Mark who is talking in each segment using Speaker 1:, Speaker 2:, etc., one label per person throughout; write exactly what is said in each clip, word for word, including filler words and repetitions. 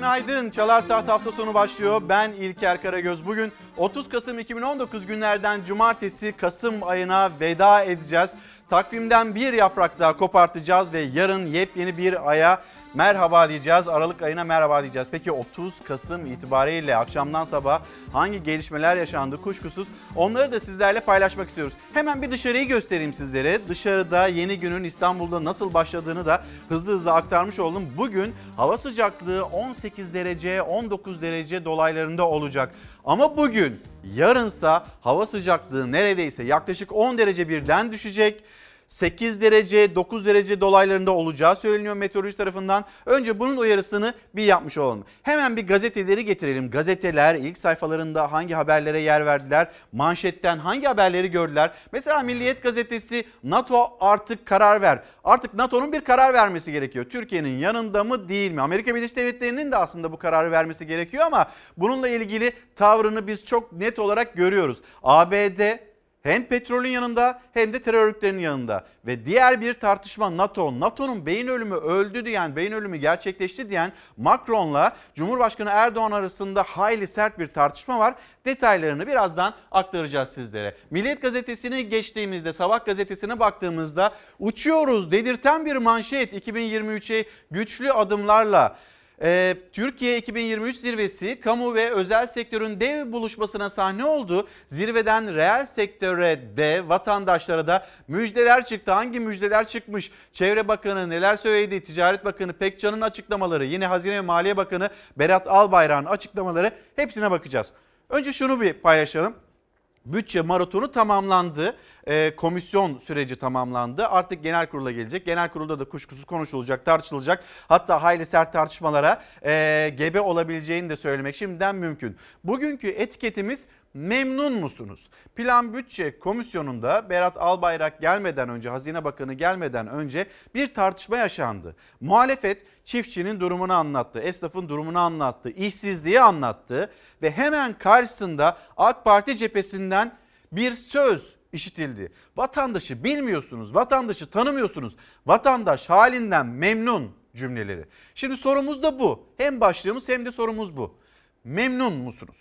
Speaker 1: günaydın. Çalar Saat hafta sonu başlıyor. Ben İlker Karagöz. Bugün otuz Kasım iki bin on dokuz günlerden cumartesi, Kasım ayına veda edeceğiz. Takvimden bir yaprak daha kopartacağız ve yarın yepyeni bir aya merhaba diyeceğiz. Aralık ayına merhaba diyeceğiz. Peki otuz Kasım itibariyle akşamdan sabah hangi gelişmeler yaşandı kuşkusuz onları da sizlerle paylaşmak istiyoruz. Hemen bir dışarıyı göstereyim sizlere. Dışarıda yeni günün İstanbul'da nasıl başladığını da hızlı hızlı aktarmış oldum. Bugün hava sıcaklığı on sekiz derece on dokuz derece dolaylarında olacak. Ama bugün yarınsa hava sıcaklığı neredeyse yaklaşık on derece birden düşecek. sekiz derece dokuz derece dolaylarında olacağı söyleniyor meteoroloji tarafından. Önce bunun uyarısını bir yapmış olalım. Hemen bir gazeteleri getirelim. Gazeteler ilk sayfalarında hangi haberlere yer verdiler? Manşetten hangi haberleri gördüler? Mesela Milliyet gazetesi NATO artık karar ver. Artık NATO'nun bir karar vermesi gerekiyor. Türkiye'nin yanında mı değil mi? Amerika Birleşik Devletleri'nin de aslında bu kararı vermesi gerekiyor ama bununla ilgili tavrını biz çok net olarak görüyoruz. A B D hem petrolün yanında hem de terör örgütlerinin yanında ve diğer bir tartışma NATO. NATO'nun beyin ölümü öldü diyen, beyin ölümü gerçekleşti diyen Macron'la Cumhurbaşkanı Erdoğan arasında hayli sert bir tartışma var. Detaylarını birazdan aktaracağız sizlere. Milliyet gazetesini geçtiğimizde, Sabah gazetesine baktığımızda uçuyoruz dedirten bir manşet. iki bin yirmi üçe güçlü adımlarla. Ee, Türkiye iki bin yirmi üç zirvesi kamu ve özel sektörün dev buluşmasına sahne oldu. Zirveden reel sektöre de vatandaşlara da müjdeler çıktı. Hangi müjdeler çıkmış? Çevre Bakanı neler söyledi? Ticaret Bakanı Pekcan'ın açıklamaları, yine Hazine ve Maliye Bakanı Berat Albayrak'ın açıklamaları, hepsine bakacağız. Önce şunu bir paylaşalım. Bütçe maratonu tamamlandı. E, komisyon süreci tamamlandı. Artık genel kurula gelecek. Genel kurulda da kuşkusuz konuşulacak, tartışılacak. Hatta hayli sert tartışmalara e, gebe olabileceğini de söylemek şimdiden mümkün. Bugünkü etiketimiz memnun musunuz? Plan Bütçe Komisyonu'nda Berat Albayrak gelmeden önce, Hazine Bakanı gelmeden önce bir tartışma yaşandı. Muhalefet çiftçinin durumunu anlattı, esnafın durumunu anlattı, işsizliği anlattı ve hemen karşısında AK Parti cephesinden bir söz işitildi. Vatandaşı bilmiyorsunuz, vatandaşı tanımıyorsunuz, vatandaş halinden memnun cümleleri. Şimdi sorumuz da bu. Hem başlığımız hem de sorumuz bu. Memnun musunuz?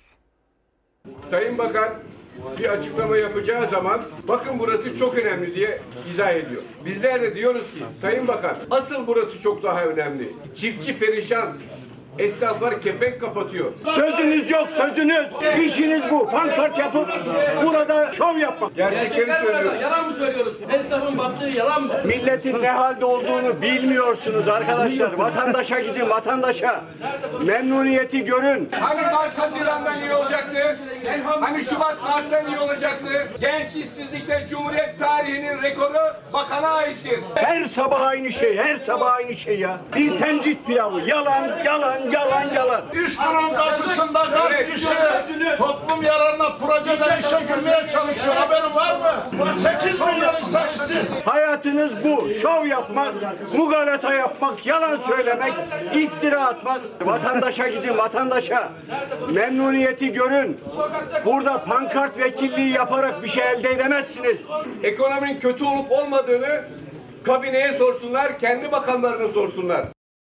Speaker 2: Sayın Bakan bir açıklama yapacağı zaman bakın burası çok önemli diye izah ediyor. Bizler de diyoruz ki Sayın Bakan asıl burası çok daha önemli. Çiftçi perişan. Esnaflar kepenk kapatıyor.
Speaker 3: Sözünüz yok, sözünüz. İşiniz bu. Pankart yapıp burada şov yapmak.
Speaker 2: Gerçekleri söylüyoruz.
Speaker 4: Yalan mı söylüyoruz? Esnafın battığı yalan mı?
Speaker 3: Milletin ne halde olduğunu bilmiyorsunuz arkadaşlar. Vatandaşa gidin, vatandaşa. Memnuniyeti görün.
Speaker 2: Hani Mart Haziran'dan iyi olacaktı? Hani Şubat Mart'tan iyi olacaktı? Genç işsizlikte Cumhuriyet tarihinin rekoru bakana aittir.
Speaker 3: Her sabah aynı şey, her sabah aynı şey ya. Bir tencit pilavı. Yalan, yalan, yalan, yalan.
Speaker 5: İş kurum kapısında kaç kişi toplum yararına projeden işe girmeye çalışıyor. Haberin var mı? sekiz milyon insan işsiz.
Speaker 3: Hayatınız bu. Şov yapmak, mugalata yapmak, yalan söylemek, iftira atmak. Vatandaşa gidin, vatandaşa. Memnuniyeti görün. Burada pankart vekilliği yaparak bir şey elde edemezsiniz.
Speaker 2: Ekonominin kötü olup olmadığını kabineye sorsunlar, kendi bakanlarına sorsunlar.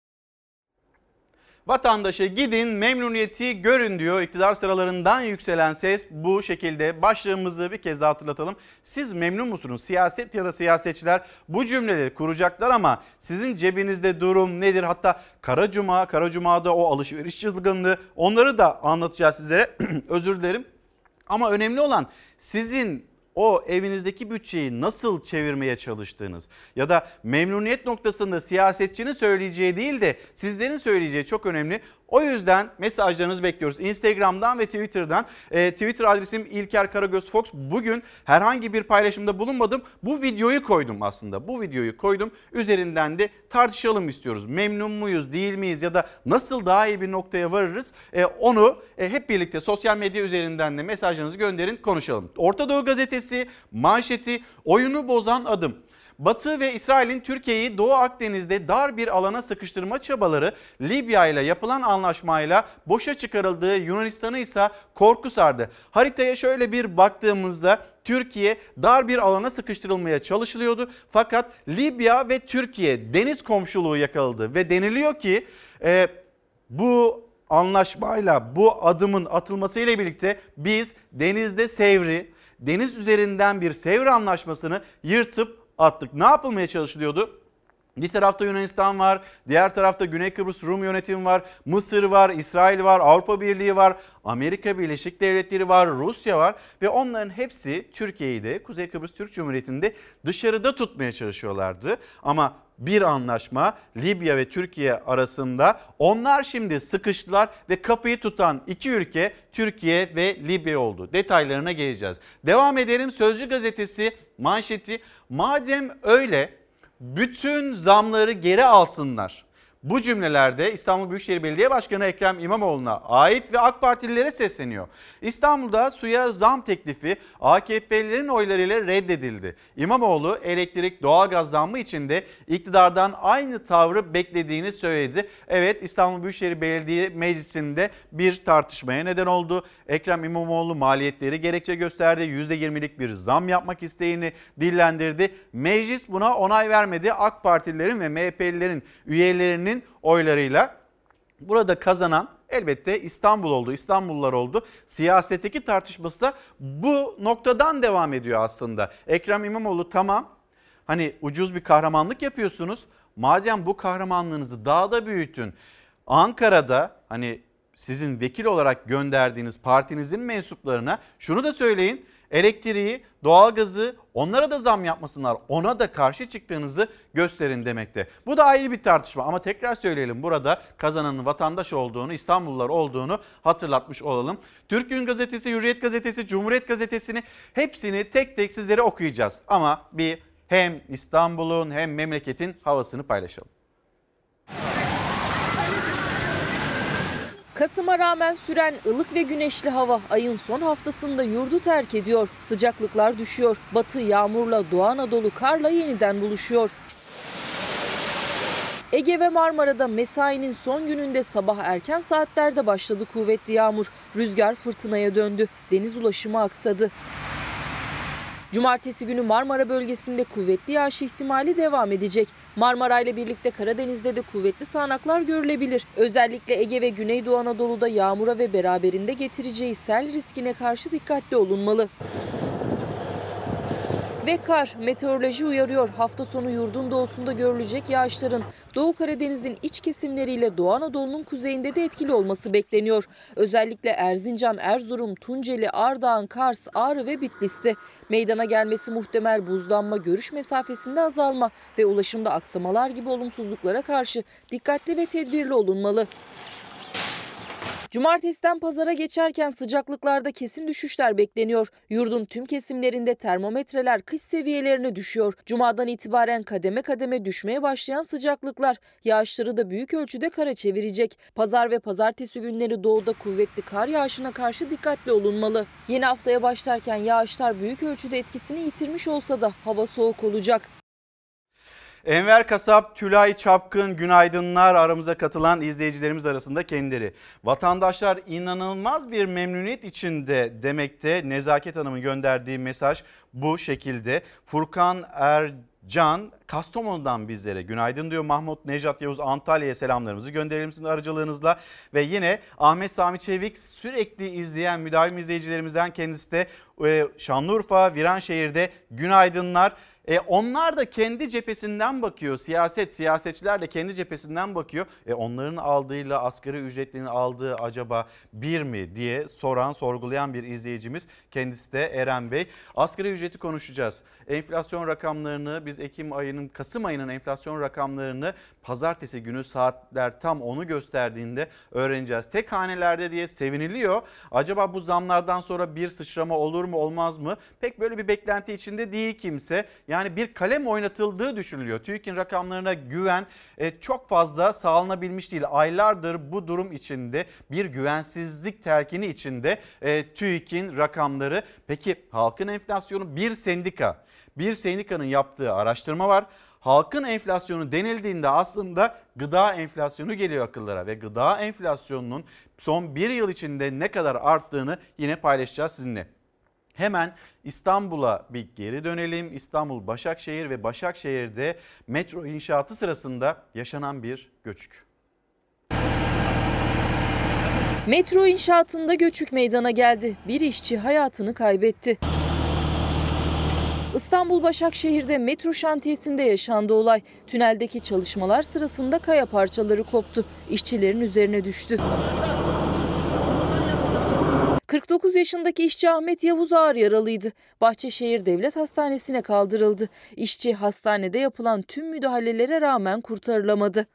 Speaker 1: Vatandaşa gidin, memnuniyeti görün diyor. İktidar sıralarından yükselen ses bu şekilde. Başlığımızı bir kez daha hatırlatalım. Siz memnun musunuz? Siyaset ya da siyasetçiler bu cümleleri kuracaklar ama sizin cebinizde durum nedir? Hatta Kara Cuma, Kara Cuma'da o alışveriş çılgınlığı, onları da anlatacağız sizlere. Özür dilerim. Ama önemli olan sizin o evinizdeki bütçeyi nasıl çevirmeye çalıştığınız ya da memnuniyet noktasında siyasetçinin söyleyeceği değil de sizlerin söyleyeceği çok önemli. O yüzden mesajlarınızı bekliyoruz. Instagram'dan ve Twitter'dan. E, Twitter adresim İlker Karagöz Fox. Bugün herhangi bir paylaşımda bulunmadım. Bu videoyu koydum aslında. Bu videoyu koydum. Üzerinden de tartışalım istiyoruz. Memnun muyuz, değil miyiz ya da nasıl daha iyi bir noktaya varırız? E, onu e, hep birlikte sosyal medya üzerinden de mesajlarınızı gönderin, konuşalım. Orta Doğu Gazetesi manşeti oyunu bozan adım. Batı ve İsrail'in Türkiye'yi Doğu Akdeniz'de dar bir alana sıkıştırma çabaları Libya ile yapılan anlaşmayla boşa çıkarıldığı Yunanistan'ı ise korku sardı. Haritaya şöyle bir baktığımızda Türkiye dar bir alana sıkıştırılmaya çalışılıyordu. Fakat Libya ve Türkiye deniz komşuluğu yakaladı ve deniliyor ki e, bu anlaşmayla, bu adımın atılmasıyla birlikte biz denizde Sevri, deniz üzerinden bir Sevri anlaşmasını yırtıp attık. Ne yapılmaya çalışılıyordu? Bir tarafta Yunanistan var, diğer tarafta Güney Kıbrıs Rum yönetimi var, Mısır var, İsrail var, Avrupa Birliği var, Amerika Birleşik Devletleri var, Rusya var ve onların hepsi Türkiye'yi de Kuzey Kıbrıs Türk Cumhuriyeti'nde dışarıda tutmaya çalışıyorlardı. Ama bir anlaşma Libya ve Türkiye arasında, onlar şimdi sıkıştılar ve kapıyı tutan iki ülke Türkiye ve Libya oldu. Detaylarına geleceğiz. Devam edelim. Sözcü gazetesi manşeti, madem öyle bütün zamları geri alsınlar. Bu cümlelerde İstanbul Büyükşehir Belediye Başkanı Ekrem İmamoğlu'na ait ve AK Partililere sesleniyor. İstanbul'da suya zam teklifi A K P'lilerin oylarıyla reddedildi. İmamoğlu elektrik, doğalgaz zammı için de iktidardan aynı tavrı beklediğini söyledi. Evet, İstanbul Büyükşehir Belediye Meclisi'nde bir tartışmaya neden oldu. Ekrem İmamoğlu maliyetleri gerekçe gösterdi. yüzde yirmilik bir zam yapmak isteğini dillendirdi. Meclis buna onay vermedi. AK Partililerin ve M H P'lilerin üyelerinin oylarıyla burada kazanan elbette İstanbul oldu, İstanbullular oldu. Siyasetteki tartışması da bu noktadan devam ediyor aslında. Ekrem İmamoğlu, tamam hani ucuz bir kahramanlık yapıyorsunuz. Madem bu kahramanlığınızı daha da büyütün. Ankara'da hani sizin vekil olarak gönderdiğiniz partinizin mensuplarına şunu da söyleyin. Elektriği, doğalgazı onlara da zam yapmasınlar, ona da karşı çıktığınızı gösterin demekte. Bu da ayrı bir tartışma ama tekrar söyleyelim, burada kazananın vatandaş olduğunu, İstanbullular olduğunu hatırlatmış olalım. Türk Gün Gazetesi, Hürriyet Gazetesi, Cumhuriyet Gazetesi'ni hepsini tek tek sizlere okuyacağız. Ama bir hem İstanbul'un hem memleketin havasını paylaşalım.
Speaker 6: Kasım'a rağmen süren ılık ve güneşli hava ayın son haftasında yurdu terk ediyor. Sıcaklıklar düşüyor. Batı yağmurla, Doğu Anadolu karla yeniden buluşuyor. Ege ve Marmara'da mesainin son gününde sabah erken saatlerde başladı kuvvetli yağmur. Rüzgar fırtınaya döndü. Deniz ulaşımı aksadı. Cumartesi günü Marmara bölgesinde kuvvetli yağış ihtimali devam edecek. Marmara ile birlikte Karadeniz'de de kuvvetli sağanaklar görülebilir. Özellikle Ege ve Güneydoğu Anadolu'da yağmura ve beraberinde getireceği sel riskine karşı dikkatli olunmalı. Ve kar, meteoroloji uyarıyor. Hafta sonu yurdun doğusunda görülecek yağışların Doğu Karadeniz'in iç kesimleriyle Doğu Anadolu'nun kuzeyinde de etkili olması bekleniyor. Özellikle Erzincan, Erzurum, Tunceli, Ardahan, Kars, Ağrı ve Bitlis'te meydana gelmesi muhtemel buzlanma, görüş mesafesinde azalma ve ulaşımda aksamalar gibi olumsuzluklara karşı dikkatli ve tedbirli olunmalı. Cumartesiden pazara geçerken sıcaklıklarda kesin düşüşler bekleniyor. Yurdun tüm kesimlerinde termometreler kış seviyelerine düşüyor. Cumadan itibaren kademe kademe düşmeye başlayan sıcaklıklar yağışları da büyük ölçüde kara çevirecek. Pazar ve pazartesi günleri doğuda kuvvetli kar yağışına karşı dikkatli olunmalı. Yeni haftaya başlarken yağışlar büyük ölçüde etkisini yitirmiş olsa da hava soğuk olacak.
Speaker 1: Enver Kasap, Tülay Çapkın, günaydınlar, aramıza katılan izleyicilerimiz arasında kendileri. Vatandaşlar inanılmaz bir memnuniyet içinde demekte. Nezaket Hanım'ın gönderdiği mesaj bu şekilde. Furkan Ercan Kastamonu'dan bizlere günaydın diyor. Mahmut Nejat Yavuz Antalya'ya selamlarımızı gönderelim sizin aracılığınızla. Ve yine Ahmet Sami Çevik, sürekli izleyen müdavim izleyicilerimizden, kendisi de Şanlıurfa, Viranşehir'de günaydınlar. E onlar da kendi cephesinden bakıyor. Siyaset, siyasetçiler de kendi cephesinden bakıyor. E onların aldığıyla asgari ücretlinin aldığı acaba bir mi diye soran, sorgulayan bir izleyicimiz. Kendisi de Eren Bey. Asgari ücreti konuşacağız. Enflasyon rakamlarını biz Ekim ayının, Kasım ayının enflasyon rakamlarını pazartesi günü saatler tam onu gösterdiğinde öğreneceğiz. Tek hanelerde diye seviniliyor. Acaba bu zamlardan sonra bir sıçrama olur mu olmaz mı? Pek böyle bir beklenti içinde değil kimse. Yani bir kalem oynatıldığı düşünülüyor. TÜİK'in rakamlarına güven e, çok fazla sağlanabilmiş değil. Aylardır bu durum içinde, bir güvensizlik telkini içinde e, TÜİK'in rakamları. Peki halkın enflasyonu, bir sendika, bir sendikanın yaptığı araştırma var. Halkın enflasyonu denildiğinde aslında gıda enflasyonu geliyor akıllara ve gıda enflasyonunun son bir yıl içinde ne kadar arttığını yine paylaşacağız sizinle. Hemen İstanbul'a bir geri dönelim. İstanbul, Başakşehir ve Başakşehir'de metro inşaatı sırasında yaşanan bir göçük.
Speaker 6: Metro inşaatında göçük meydana geldi. Bir işçi hayatını kaybetti. İstanbul Başakşehir'de metro şantiyesinde yaşandı olay. Tüneldeki çalışmalar sırasında kaya parçaları koptu. İşçilerin üzerine düştü. kırk dokuz yaşındaki işçi Ahmet Yavuz ağır yaralıydı. Bahçeşehir Devlet Hastanesi'ne kaldırıldı. İşçi hastanede yapılan tüm müdahalelere rağmen kurtarılamadı.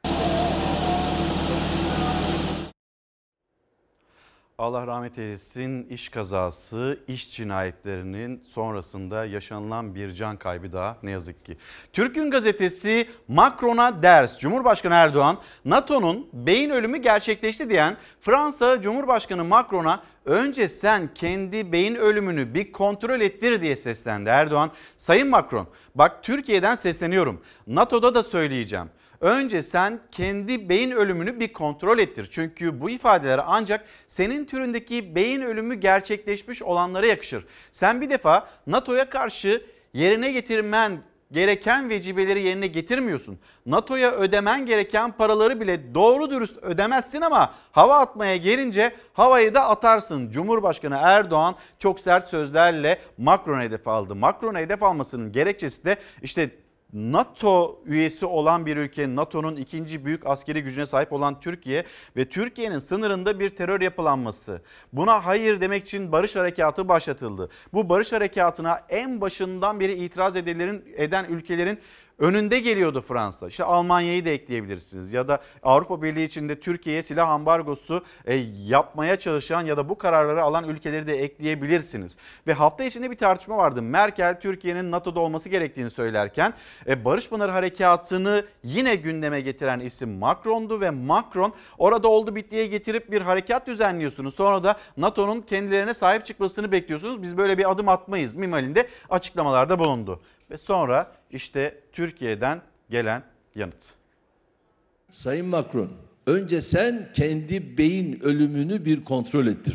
Speaker 1: Allah rahmet eylesin, iş kazası, iş cinayetlerinin sonrasında yaşanılan bir can kaybı daha ne yazık ki. Türk'ün gazetesi Macron'a ders. Cumhurbaşkanı Erdoğan, NATO'nun beyin ölümü gerçekleşti diyen Fransa Cumhurbaşkanı Macron'a önce sen kendi beyin ölümünü bir kontrol ettir diye seslendi. Erdoğan, Sayın Macron bak Türkiye'den sesleniyorum, NATO'da da söyleyeceğim. Önce sen kendi beyin ölümünü bir kontrol ettir. Çünkü bu ifadeler ancak senin türündeki beyin ölümü gerçekleşmiş olanlara yakışır. Sen bir defa NATO'ya karşı yerine getirmen gereken vecibeleri yerine getirmiyorsun. NATO'ya ödemen gereken paraları bile doğru dürüst ödemezsin ama hava atmaya gelince havayı da atarsın. Cumhurbaşkanı Erdoğan çok sert sözlerle Macron'a hedef aldı. Macron'a hedef almasının gerekçesi de işte NATO üyesi olan bir ülke, NATO'nun ikinci büyük askeri gücüne sahip olan Türkiye ve Türkiye'nin sınırında bir terör yapılanması. Buna hayır demek için barış harekatı başlatıldı. Bu barış harekatına en başından beri itiraz edenlerin, eden ülkelerin önünde geliyordu Fransa. İşte Almanya'yı da ekleyebilirsiniz ya da Avrupa Birliği içinde Türkiye'ye silah ambargosu e, yapmaya çalışan ya da bu kararları alan ülkeleri de ekleyebilirsiniz. Ve hafta içinde bir tartışma vardı. Merkel Türkiye'nin NATO'da olması gerektiğini söylerken e, Barış Pınarı Harekatı'nı yine gündeme getiren isim Macron'du ve Macron orada oldu bittiye getirip bir harekat düzenliyorsunuz. Sonra da NATO'nun kendilerine sahip çıkmasını bekliyorsunuz. Biz böyle bir adım atmayız minvalinde açıklamalarda bulundu. Ve sonra işte Türkiye'den gelen yanıt.
Speaker 7: Sayın Macron, önce sen kendi beyin ölümünü bir kontrol ettir.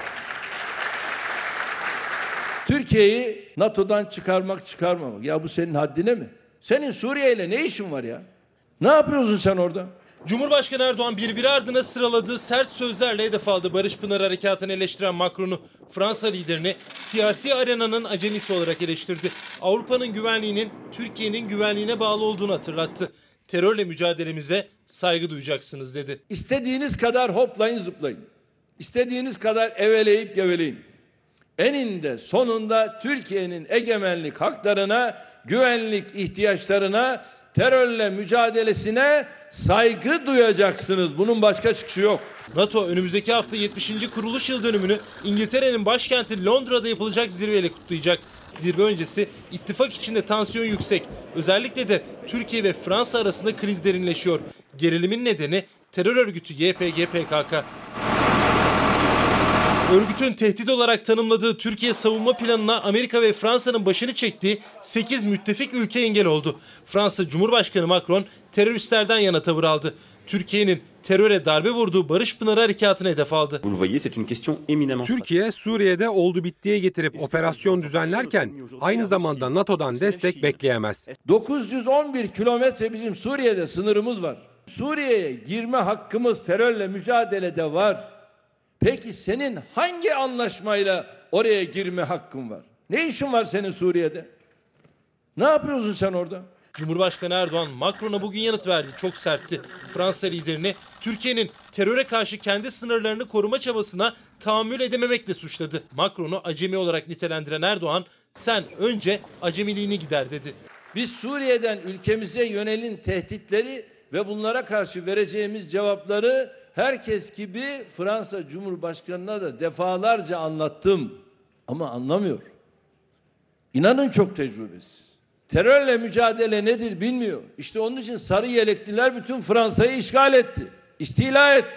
Speaker 7: Türkiye'yi NATO'dan çıkarmak çıkarmamak. Ya bu senin haddine mi? Senin Suriye ile ne işin var ya? Ne yapıyorsun sen orada?
Speaker 8: Cumhurbaşkanı Erdoğan birbiri ardına sıraladığı sert sözlerle hedef aldı. Barış Pınarı Harekatı'nı eleştiren Macron'u, Fransa liderini siyasi arenanın acemisi olarak eleştirdi. Avrupa'nın güvenliğinin Türkiye'nin güvenliğine bağlı olduğunu hatırlattı. Terörle mücadelemize saygı duyacaksınız dedi.
Speaker 7: İstediğiniz kadar hoplayın zıplayın. İstediğiniz kadar eveleyip geveleyin. Eninde sonunda Türkiye'nin egemenlik haklarına, güvenlik ihtiyaçlarına, terörle mücadelesine saygı duyacaksınız. Bunun başka çıkışı yok.
Speaker 8: NATO önümüzdeki hafta yetmişinci kuruluş yıl dönümünü İngiltere'nin başkenti Londra'da yapılacak zirveyle kutlayacak. Zirve öncesi ittifak içinde tansiyon yüksek. Özellikle de Türkiye ve Fransa arasında kriz derinleşiyor. Gerilimin nedeni terör örgütü Y P G P K K. Örgütün tehdit olarak tanımladığı Türkiye savunma planına Amerika ve Fransa'nın başını çektiği sekiz müttefik ülke engel oldu. Fransa Cumhurbaşkanı Macron teröristlerden yana tavır aldı. Türkiye'nin teröre darbe vurduğu Barış Pınarı Harekatı'na hedef aldı.
Speaker 9: Türkiye Suriye'de oldu bittiye getirip operasyon düzenlerken aynı zamanda NATO'dan destek bekleyemez.
Speaker 7: dokuz yüz on bir kilometre bizim Suriye'de sınırımız var. Suriye'ye girme hakkımız terörle mücadelede var. Peki senin hangi anlaşmayla oraya girme hakkın var? Ne işin var senin Suriye'de? Ne yapıyorsun sen orada?
Speaker 8: Cumhurbaşkanı Erdoğan Macron'a bugün yanıt verdi. Çok sertti. Fransa liderini Türkiye'nin teröre karşı kendi sınırlarını koruma çabasına tahammül edememekle suçladı. Macron'u acemi olarak nitelendiren Erdoğan, sen önce acemiliğini gider dedi.
Speaker 7: Biz Suriye'den ülkemize yönelin tehditleri ve bunlara karşı vereceğimiz cevapları herkes gibi Fransa Cumhurbaşkanı'na da defalarca anlattım. Ama anlamıyor. İnanın çok tecrübesiz. Terörle mücadele nedir bilmiyor. İşte onun için sarı yelekliler bütün Fransa'yı işgal etti. İstila etti.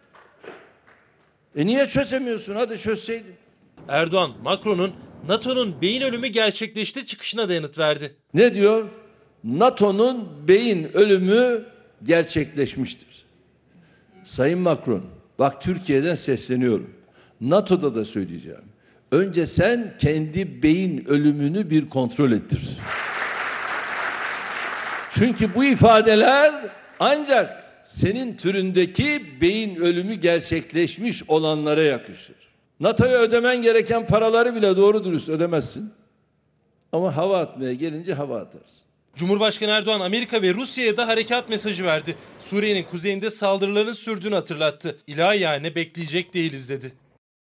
Speaker 7: E niye çözemiyorsun? Hadi çözseydin.
Speaker 8: Erdoğan, Macron'un NATO'nun beyin ölümü gerçekleşti çıkışına da yanıt verdi.
Speaker 7: Ne diyor? NATO'nun beyin ölümü gerçekleşmiştir. Sayın Macron, bak Türkiye'den sesleniyorum. NATO'da da söyleyeceğim. Önce sen kendi beyin ölümünü bir kontrol ettir. Çünkü bu ifadeler ancak senin türündeki beyin ölümü gerçekleşmiş olanlara yakışır. NATO'ya ödemen gereken paraları bile doğru dürüst ödemezsin. Ama hava atmaya gelince hava atarsın.
Speaker 8: Cumhurbaşkanı Erdoğan Amerika ve Rusya'ya da harekat mesajı verdi. Suriye'nin kuzeyinde saldırıların sürdüğünü hatırlattı. İlahi bekleyecek değiliz dedi.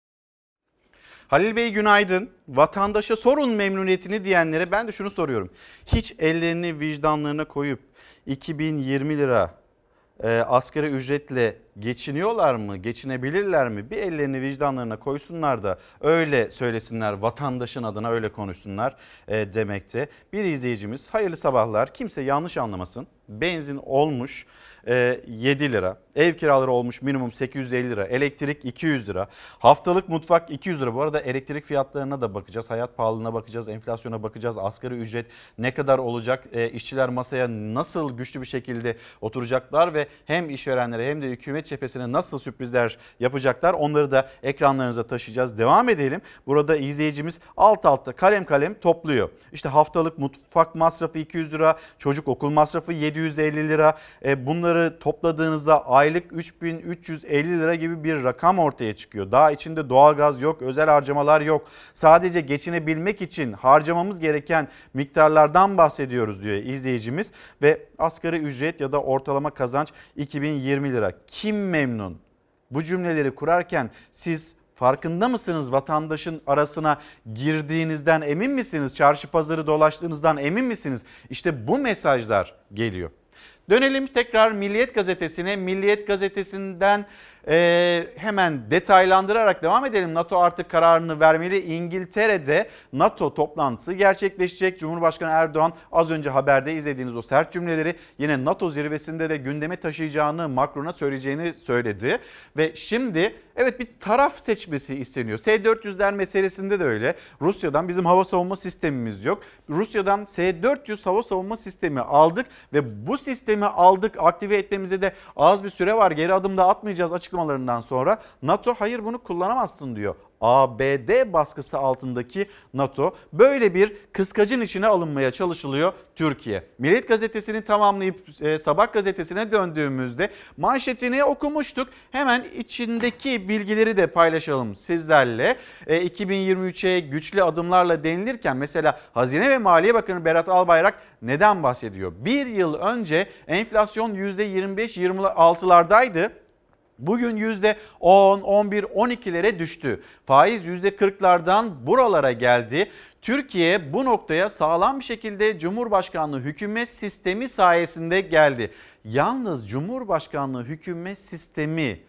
Speaker 1: Halil Bey günaydın. Vatandaşa sorun memnuniyetini diyenlere ben de şunu soruyorum. Hiç ellerini vicdanlarına koyup iki bin yirmi lira e, asgari ücretle geçiniyorlar mı? Geçinebilirler mi? Bir ellerini vicdanlarına koysunlar da öyle söylesinler, vatandaşın adına öyle konuşsunlar e, demekte. Bir izleyicimiz hayırlı sabahlar, kimse yanlış anlamasın. Benzin olmuş e, yedi lira, ev kiraları olmuş minimum sekiz yüz elli lira, elektrik iki yüz lira, haftalık mutfak iki yüz lira. Bu arada elektrik fiyatlarına da bakacağız, hayat pahalılığına bakacağız, enflasyona bakacağız, asgari ücret ne kadar olacak, e, işçiler masaya nasıl güçlü bir şekilde oturacaklar ve hem işverenlere hem de hükümet cephesine nasıl sürprizler yapacaklar, onları da ekranlarınıza taşıyacağız. Devam edelim. Burada izleyicimiz alt alta kalem kalem topluyor. İşte haftalık mutfak masrafı iki yüz lira, çocuk okul masrafı yedi yüz elli lira. E, bunları topladığınızda aylık üç bin üç yüz elli lira gibi bir rakam ortaya çıkıyor. Daha içinde doğalgaz yok, özel harcamalar yok. Sadece geçinebilmek için harcamamız gereken miktarlardan bahsediyoruz diyor izleyicimiz ve asgari ücret ya da ortalama kazanç iki bin yirmi lira. Kim memnun? Bu cümleleri kurarken siz farkında mısınız? Vatandaşın arasına girdiğinizden emin misiniz? Çarşı pazarı dolaştığınızdan emin misiniz? İşte bu mesajlar geliyor. Dönelim tekrar Milliyet Gazetesi'ne. Milliyet Gazetesi'nden e, hemen detaylandırarak devam edelim. NATO artık kararını vermeli. İngiltere'de NATO toplantısı gerçekleşecek. Cumhurbaşkanı Erdoğan az önce haberde izlediğiniz o sert cümleleri yine NATO zirvesinde de gündeme taşıyacağını, Macron'a söyleyeceğini söyledi. Ve şimdi evet bir taraf seçmesi isteniyor. S dört yüzler meselesinde de öyle. Rusya'dan bizim hava savunma sistemimiz yok. Rusya'dan S dört yüz hava savunma sistemi aldık ve bu sistemi aldık, aktive etmemize de az bir süre var. Geri adım da atmayacağız açıklamalarından sonra NATO hayır bunu kullanamazsın diyor. A B D baskısı altındaki NATO, böyle bir kıskacın içine alınmaya çalışılıyor Türkiye. Milliyet Gazetesi'ni tamamlayıp e, Sabah gazetesine döndüğümüzde manşetini okumuştuk. Hemen içindeki bilgileri de paylaşalım sizlerle. E, iki bin yirmi üçe güçlü adımlarla denilirken mesela Hazine ve Maliye Bakanı Berat Albayrak neden bahsediyor? Bir yıl önce enflasyon yüzde yirmi beş yirmi altılardaydı. Bugün yüzde on, on bir, on ikilere düştü. Faiz yüzde kırklardan buralara geldi. Türkiye bu noktaya sağlam bir şekilde Cumhurbaşkanlığı hükümet sistemi sayesinde geldi. Yalnız Cumhurbaşkanlığı hükümet sistemi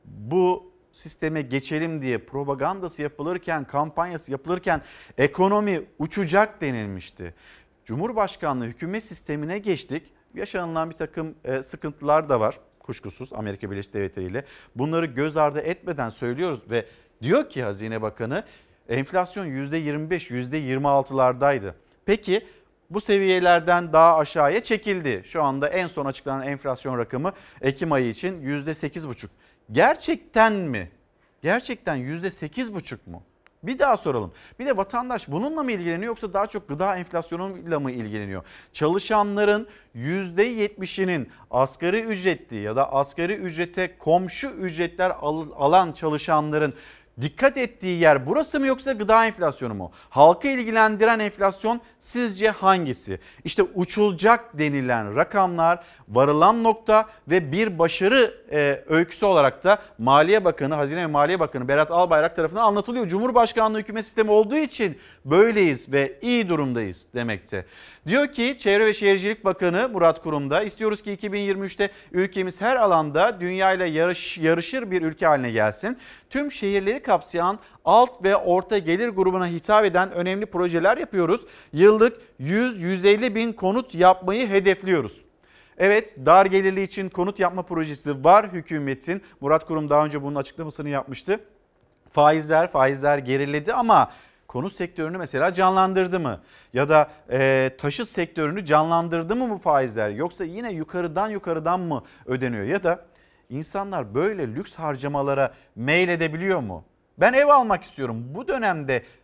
Speaker 1: bu sisteme geçelim diye propagandası yapılırken, kampanyası yapılırken ekonomi uçacak denilmişti. Cumhurbaşkanlığı hükümet sistemine geçtik. Yaşanılan bir takım sıkıntılar da var. Kuşkusuz Amerika Birleşik Devletleri ile bunları göz ardı etmeden söylüyoruz ve diyor ki Hazine Bakanı enflasyon yüzde yirmi beş yüzde yirmi altılardaydı. Peki bu seviyelerden daha aşağıya çekildi. Şu anda en son açıklanan enflasyon rakamı Ekim ayı için yüzde sekiz buçuk. Gerçekten mi? Gerçekten yüzde sekiz buçuk mu? Bir daha soralım. Bir de vatandaş bununla mı ilgileniyor yoksa daha çok gıda enflasyonuyla mı ilgileniyor? Çalışanların yüzde yetmişinin asgari ücretli ya da asgari ücrete komşu ücretler alan çalışanların dikkat ettiği yer burası mı yoksa gıda enflasyonu mu? Halkı ilgilendiren enflasyon sizce hangisi? İşte uçulacak denilen rakamlar, varılan nokta ve bir başarı e, öyküsü olarak da Maliye Bakanı, Hazine ve Maliye Bakanı Berat Albayrak tarafından anlatılıyor. Cumhurbaşkanlığı hükümet sistemi olduğu için böyleyiz ve iyi durumdayız demekte. Diyor ki Çevre ve Şehircilik Bakanı Murat Kurum da istiyoruz ki iki bin yirmi üçte ülkemiz her alanda dünyayla yarış, yarışır bir ülke haline gelsin. Tüm şehirleri kapsayan alt ve orta gelir grubuna hitap eden önemli projeler yapıyoruz. Yıllık yüz yüz elli bin konut yapmayı hedefliyoruz. Evet, dar gelirli için konut yapma projesi var hükümetin. Murat Kurum daha önce bunun açıklamasını yapmıştı. Faizler faizler geriledi ama konut sektörünü mesela canlandırdı mı? Ya da e, taşıt sektörünü canlandırdı mı bu faizler? Yoksa yine yukarıdan yukarıdan mı ödeniyor? Ya da insanlar böyle lüks harcamalara meyledebiliyor mu? Ben ev almak istiyorum. Bu dönemde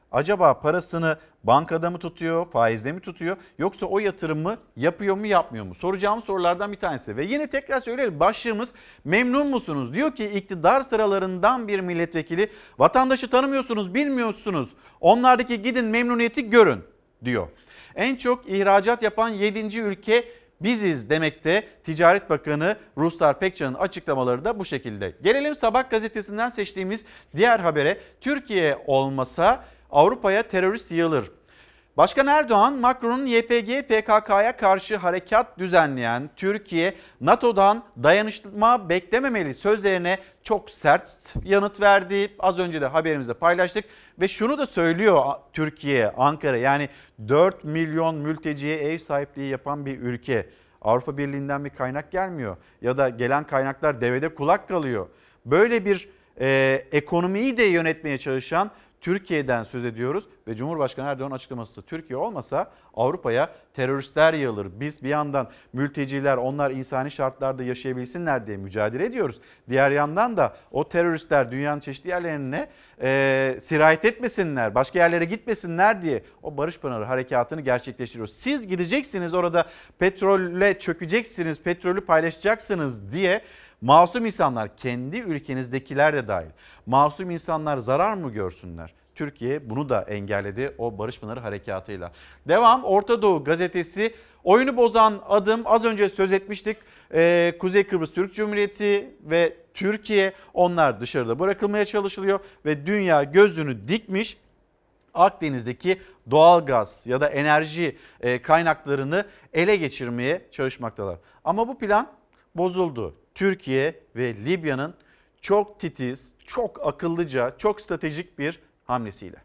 Speaker 1: acaba parasını bankada mı tutuyor, faizde mi tutuyor, yoksa o yatırımı yapıyor mu yapmıyor mu? Soracağım sorulardan bir tanesi. Ve yine tekrar söyleyelim, başlığımız memnun musunuz? Diyor ki iktidar sıralarından bir milletvekili, vatandaşı tanımıyorsunuz, bilmiyorsunuz. Onlardaki gidin memnuniyeti görün diyor. En çok ihracat yapan yedinci ülke biziz demekte. Ticaret Bakanı Ruslar Pekcan'ın açıklamaları da bu şekilde. Gelelim Sabah gazetesinden seçtiğimiz diğer habere. Türkiye olmasa Avrupa'ya terörist yığılır. Başkan Erdoğan, Macron'un Y P G P K K'ya karşı harekat düzenleyen Türkiye, NATO'dan dayanışma beklememeli sözlerine çok sert yanıt verdi. Az önce de haberimizde paylaştık ve şunu da söylüyor Türkiye, Ankara, yani dört milyon mülteciye ev sahipliği yapan bir ülke. Avrupa Birliği'nden bir kaynak gelmiyor ya da gelen kaynaklar devede kulak kalıyor. Böyle bir e, ekonomiyi de yönetmeye çalışan Türkiye'den söz ediyoruz ve Cumhurbaşkanı Erdoğan açıklaması, Türkiye olmasa Avrupa'ya teröristler yığılır. Biz bir yandan mülteciler, onlar insani şartlarda yaşayabilsinler diye mücadele ediyoruz. Diğer yandan da o teröristler dünyanın çeşitli yerlerine e, sirayet etmesinler, başka yerlere gitmesinler diye o Barış Pınarı harekatını gerçekleştiriyoruz. Siz gideceksiniz orada, petrolle çökeceksiniz, petrolü paylaşacaksınız diye masum insanlar, kendi ülkenizdekiler de dahil, masum insanlar zarar mı görsünler? Türkiye bunu da engelledi o Barış Pınarı harekatıyla. Devam, Orta Doğu gazetesi, oyunu bozan adım, az önce söz etmiştik. Ee, Kuzey Kıbrıs Türk Cumhuriyeti ve Türkiye, onlar dışarıda bırakılmaya çalışılıyor ve dünya gözünü dikmiş Akdeniz'deki doğal gaz ya da enerji kaynaklarını ele geçirmeye çalışmaktalar. Ama bu plan bozuldu. Türkiye ve Libya'nın çok titiz, çok akıllıca, çok stratejik bir hamlesiyle.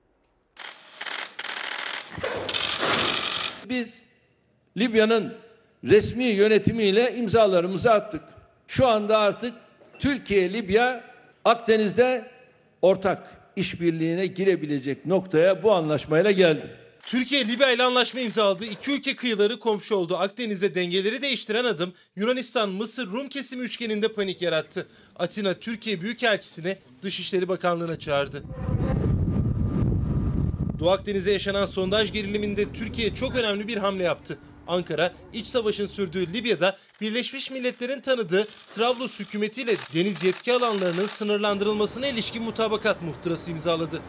Speaker 7: Biz Libya'nın resmi yönetimiyle imzalarımızı attık. Şu anda artık Türkiye, Libya Akdeniz'de ortak işbirliğine girebilecek noktaya bu anlaşmayla geldi.
Speaker 8: Türkiye Libya ile anlaşma imzaladı. İki ülke kıyıları komşu oldu. Akdeniz'de dengeleri değiştiren adım Yunanistan, Mısır, Rum kesimi üçgeninde panik yarattı. Atina, Türkiye Büyükelçisi'ni Dışişleri Bakanlığı'na çağırdı. Doğu Akdeniz'e yaşanan sondaj geriliminde Türkiye çok önemli bir hamle yaptı. Ankara, iç savaşın sürdüğü Libya'da Birleşmiş Milletler'in tanıdığı Trablus hükümetiyle deniz yetki alanlarının sınırlandırılmasına ilişkin mutabakat muhtırası imzaladı.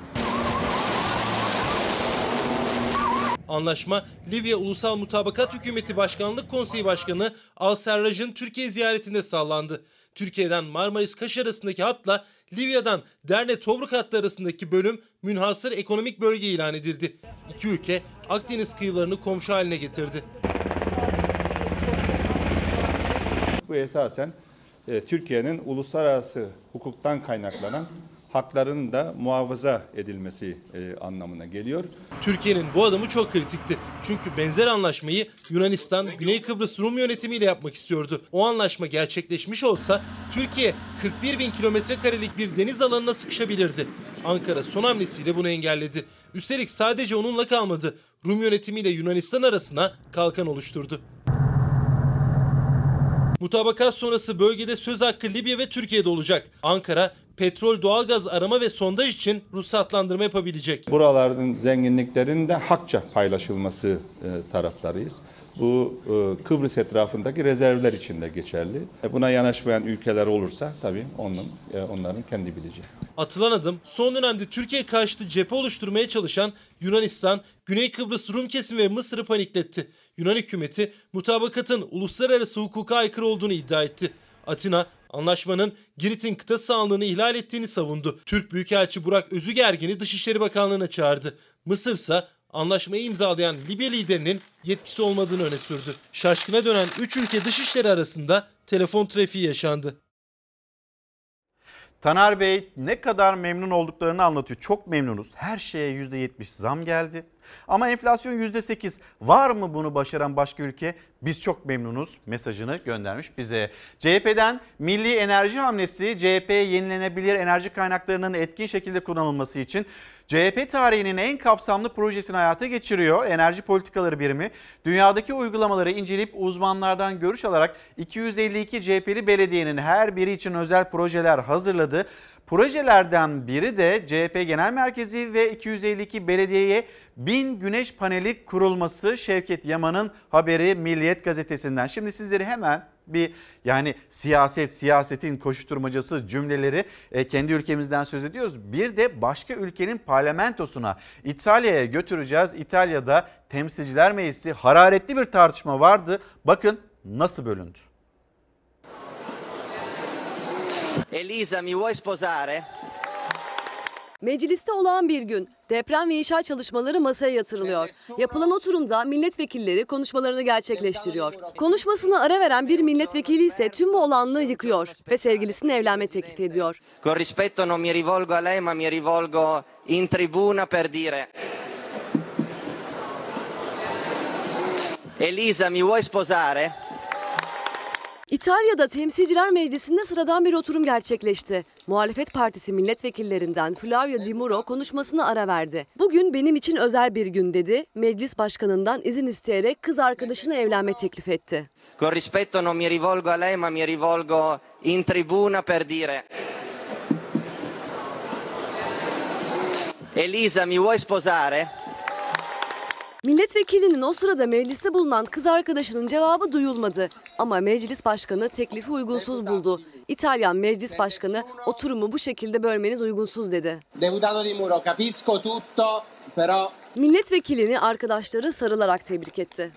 Speaker 8: Anlaşma, Libya Ulusal Mutabakat Hükümeti Başkanlık Konseyi Başkanı Al-Serraj'ın Türkiye ziyaretinde sağlandı. Türkiye'den Marmaris-Kaş arasındaki hatla Libya'dan Derne-Tobruk hattı arasındaki bölüm münhasır ekonomik bölge ilan edildi. İki ülke Akdeniz kıyılarını komşu haline getirdi.
Speaker 10: Bu esasen e, Türkiye'nin uluslararası hukuktan kaynaklanan haklarının da muhafaza edilmesi e, anlamına geliyor.
Speaker 8: Türkiye'nin bu adımı çok kritikti. Çünkü benzer anlaşmayı Yunanistan, Güney Kıbrıs Rum yönetimiyle yapmak istiyordu. O anlaşma gerçekleşmiş olsa Türkiye kırk bir bin kilometre karelik bir deniz alanına sıkışabilirdi. Ankara son hamlesiyle bunu engelledi. Üstelik sadece onunla kalmadı. Rum yönetimiyle Yunanistan arasına kalkan oluşturdu. Mutabakat sonrası bölgede söz hakkı Libya ve Türkiye'de olacak. Ankara, petrol, doğalgaz arama ve sondaj için ruhsatlandırma yapabilecek.
Speaker 10: Buraların zenginliklerinin de hakça paylaşılması e, taraftarıyız. Bu e, Kıbrıs etrafındaki rezervler için de geçerli. E, buna yanaşmayan ülkeler olursa tabii onun, e, onların kendi bileceği.
Speaker 8: Atılan adım son dönemde Türkiye karşıtı cephe oluşturmaya çalışan Yunanistan, Güney Kıbrıs Rum kesimi ve Mısır'ı panikletti. Yunan hükümeti mutabakatın uluslararası hukuka aykırı olduğunu iddia etti. Atina, anlaşmanın Girit'in kıta sahanlığını ihlal ettiğini savundu. Türk Büyükelçi Burak Özügergin'i Dışişleri Bakanlığı'na çağırdı. Mısır ise anlaşmayı imzalayan Libya liderinin yetkisi olmadığını öne sürdü. Şaşkına dönen üç ülke dışişleri arasında telefon trafiği yaşandı.
Speaker 1: Taner Bey ne kadar memnun olduklarını anlatıyor. Çok memnunuz. Her şeye yüzde yetmiş zam geldi. Ama enflasyon yüzde sekiz. Var mı bunu başaran başka ülke? Biz çok memnunuz mesajını göndermiş bize. C H P'den milli enerji hamlesi, C H P yenilenebilir enerji kaynaklarının etkin şekilde kullanılması için C H P tarihinin en kapsamlı projesini hayata geçiriyor. Enerji Politikaları Birimi dünyadaki uygulamaları inceleyip uzmanlardan görüş alarak iki yüz elli iki C H P'li belediyenin her biri için özel projeler hazırladı. Projelerden biri de C H P Genel Merkezi ve iki yüz elli iki belediyeye bin güneş paneli kurulması. Şevket Yaman'ın haberi Milliyet Gazetesi'nden. Şimdi sizleri hemen bir yani siyaset, siyasetin koşuşturmacası cümleleri e, kendi ülkemizden söz ediyoruz. Bir de başka ülkenin parlamentosuna, İtalya'ya götüreceğiz. İtalya'da Temsilciler Meclisi hararetli bir tartışma vardı. Bakın nasıl bölündü.
Speaker 11: Elisa, mi vuoi sposare?
Speaker 12: Mecliste olağan bir gün. Deprem ve inşaat çalışmaları masaya yatırılıyor. Yapılan oturumda milletvekilleri konuşmalarını gerçekleştiriyor. Konuşmasına ara veren bir milletvekili ise tüm bu olanlığı yıkıyor ve sevgilisine evlenme teklif ediyor.
Speaker 11: Con rispetto non mi rivolgo a lei ma mi rivolgo in tribuna per dire Elisa, mi vuoi sposare?
Speaker 12: İtalya'da Temsilciler Meclisi'nde sıradan bir oturum gerçekleşti. Muhalefet Partisi milletvekillerinden Flavio Di Muro konuşmasına ara verdi. Bugün benim için özel bir gün dedi. Meclis başkanından izin isteyerek kız arkadaşına evlenme teklif etti.
Speaker 11: Con rispetto non mi rivolgo a lei ma mi rivolgo in tribuna per dire Elisa, mi vuoi sposare?
Speaker 12: Milletvekilinin o sırada mecliste bulunan kız arkadaşının cevabı duyulmadı. Ama meclis başkanı teklifi uygunsuz buldu. İtalyan meclis başkanı oturumu bu şekilde bölmeniz uygunsuz dedi.
Speaker 13: Deputato Di Muro, capisco tutto, però...
Speaker 12: Milletvekilini arkadaşları sarılarak tebrik etti.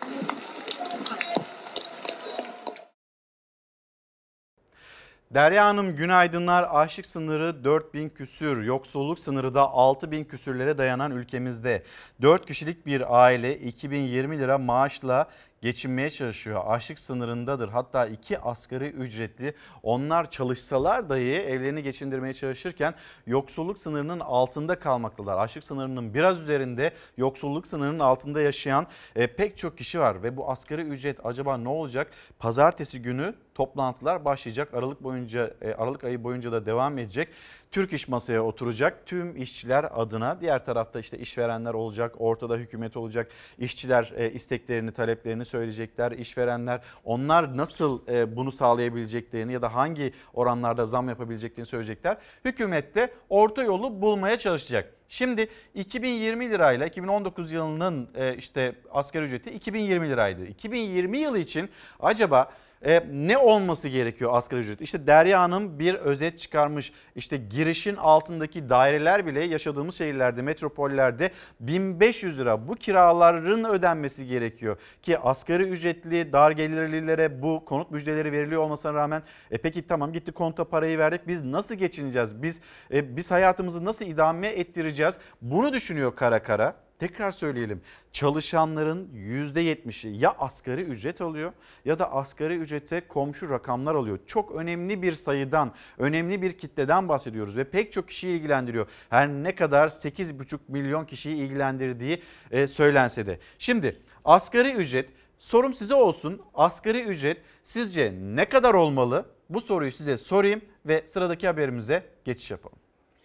Speaker 1: Derya Hanım günaydınlar. Açlık sınırı dört bin küsür, yoksulluk sınırı da altı bin küsürlere dayanan ülkemizde dört kişilik bir aile iki bin yirmi lira maaşla geçinmeye çalışıyor. Açlık sınırındadır. Hatta iki asgari ücretli onlar çalışsalar dahi evlerini geçindirmeye çalışırken yoksulluk sınırının altında kalmaktalar. Açlık sınırının biraz üzerinde, yoksulluk sınırının altında yaşayan e, pek çok kişi var ve bu asgari ücret acaba ne olacak? Pazartesi günü toplantılar başlayacak. Aralık boyunca e, Aralık ayı boyunca da devam edecek. Türk İş masaya oturacak. Tüm işçiler adına, diğer tarafta işte işverenler olacak, ortada hükümet olacak. İşçiler e, isteklerini, taleplerini söyleyecekler. İşverenler onlar nasıl e, bunu sağlayabileceklerini ya da hangi oranlarda zam yapabileceklerini söyleyecekler. Hükümet de orta yolu bulmaya çalışacak. Şimdi iki bin yirmi lirayla iki bin on dokuz yılının e, işte asgari ücreti iki bin yirmi liraydı. iki bin yirmi yılı için acaba E, ne olması gerekiyor asgari ücret? İşte Derya Hanım bir özet çıkarmış. İşte girişin altındaki daireler bile yaşadığımız şehirlerde, metropollerde bin beş yüz lira. Bu kiraların ödenmesi gerekiyor. Ki asgari ücretli, dar gelirlilere bu konut müjdeleri veriliyor olmasına rağmen e peki tamam gitti konta parayı verdik. Biz nasıl geçineceğiz? Biz e, biz hayatımızı nasıl idame ettireceğiz? Bunu düşünüyor kara kara. Tekrar söyleyelim, çalışanların yüzde yetmişi ya asgari ücret alıyor ya da asgari ücrete komşu rakamlar alıyor. Çok önemli bir sayıdan, önemli bir kitleden bahsediyoruz ve pek çok kişiyi ilgilendiriyor. Her ne kadar sekiz buçuk milyon kişiyi ilgilendirdiği e, söylense de. Şimdi asgari ücret, sorum size olsun, asgari ücret sizce ne kadar olmalı? Bu soruyu size sorayım ve sıradaki haberimize geçiş yapalım.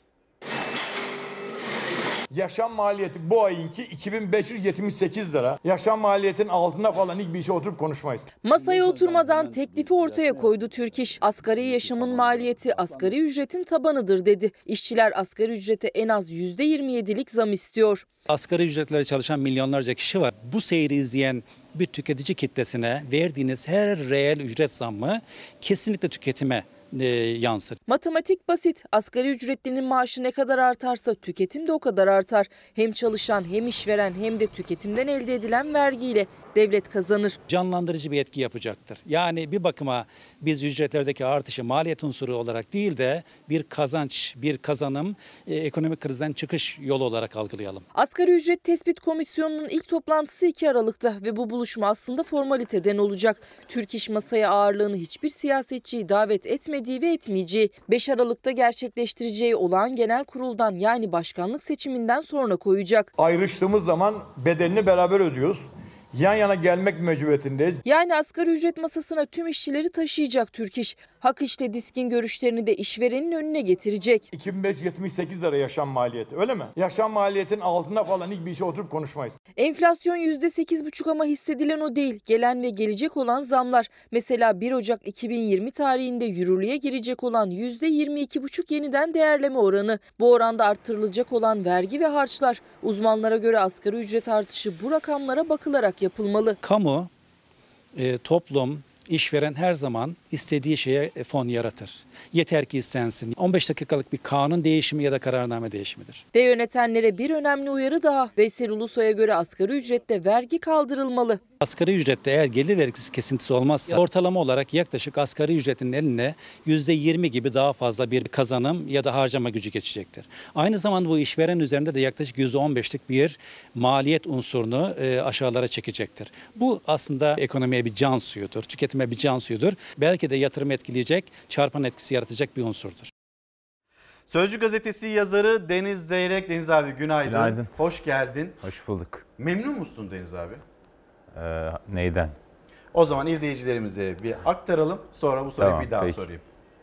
Speaker 14: Yaşam maliyeti bu ayınki iki bin beş yüz yetmiş sekiz lira. Yaşam maliyetinin altında falan hiçbir işe oturup konuşmayız.
Speaker 6: Masaya oturmadan teklifi ortaya koydu Türk İş. Asgari yaşamın maliyeti asgari ücretin tabanıdır dedi. İşçiler asgari ücrete en az yüzde yirmi yedilik zam istiyor.
Speaker 15: Asgari ücretlere çalışan milyonlarca kişi var. Bu seyri izleyen bir tüketici kitlesine verdiğiniz her reel ücret zammı kesinlikle tüketime yansır.
Speaker 6: Matematik basit. Asgari ücretlinin maaşı ne kadar artarsa tüketim de o kadar artar. Hem çalışan hem işveren hem de tüketimden elde edilen vergiyle devlet kazanır.
Speaker 15: Canlandırıcı bir etki yapacaktır. Yani bir bakıma biz ücretlerdeki artışı maliyet unsuru olarak değil de bir kazanç, bir kazanım, e, ekonomik krizden çıkış yolu olarak algılayalım.
Speaker 6: Asgari Ücret Tespit Komisyonu'nun ilk toplantısı iki Aralık'ta ve bu buluşma aslında formaliteden olacak. Türk İş masaya ağırlığını hiçbir siyasetçiyi davet etmedi. etmediği ve etmeyeceği, beş Aralık'ta gerçekleştireceği olağan genel kuruldan yani başkanlık seçiminden sonra koyacak.
Speaker 14: Ayrıştığımız zaman bedelini beraber ödüyoruz. Yan yana gelmek mecburiyetindeyiz.
Speaker 6: Yani asgari ücret masasına tüm işçileri taşıyacak Türk İş. Hak İş'te DİSK'in görüşlerini de işverenin önüne getirecek.
Speaker 14: iki bin beş yüz yetmiş sekiz lira yaşam maliyeti, öyle mi? Yaşam maliyetin altında falan hiçbir işe oturup konuşmayız.
Speaker 6: Enflasyon yüzde sekiz buçuk ama hissedilen o değil. Gelen ve gelecek olan zamlar. Mesela bir Ocak iki bin yirmi tarihinde yürürlüğe girecek olan yüzde yirmi iki buçuk yeniden değerleme oranı. Bu oranda arttırılacak olan vergi ve harçlar. Uzmanlara göre asgari ücret artışı bu rakamlara bakılarak yapılmalı.
Speaker 15: Kamu, e, toplum, işveren her zaman istediği şeye fon yaratır. Yeter ki istensin. on beş dakikalık bir kanun değişimi ya da kararname değişimidir.
Speaker 6: Ve yönetenlere bir önemli uyarı daha. Veysel Ulusoy'a göre asgari ücrette vergi kaldırılmalı.
Speaker 15: Asgari ücrette eğer gelir vergisi kesintisi olmazsa ortalama olarak yaklaşık asgari ücretin eline yüzde yirmi gibi daha fazla bir kazanım ya da harcama gücü geçecektir. Aynı zamanda bu işveren üzerinde de yaklaşık yüzde on beşlik bir maliyet unsurunu e, aşağılara çekecektir. Bu aslında ekonomiye bir can suyudur, tüketime bir can suyudur. Belki de yatırım etkileyecek, çarpan etkisi yaratacak bir unsurdur.
Speaker 1: Sözcü gazetesi yazarı Deniz Zeyrek. Deniz abi günaydın.
Speaker 16: Günaydın.
Speaker 1: Hoş geldin.
Speaker 16: Hoş bulduk.
Speaker 1: Memnun musun Deniz abi?
Speaker 16: Ee, neyden?
Speaker 1: O zaman izleyicilerimize bir aktaralım. Sonra bu soruyu
Speaker 16: Tamam,
Speaker 1: bir daha
Speaker 16: peki.
Speaker 1: sorayım.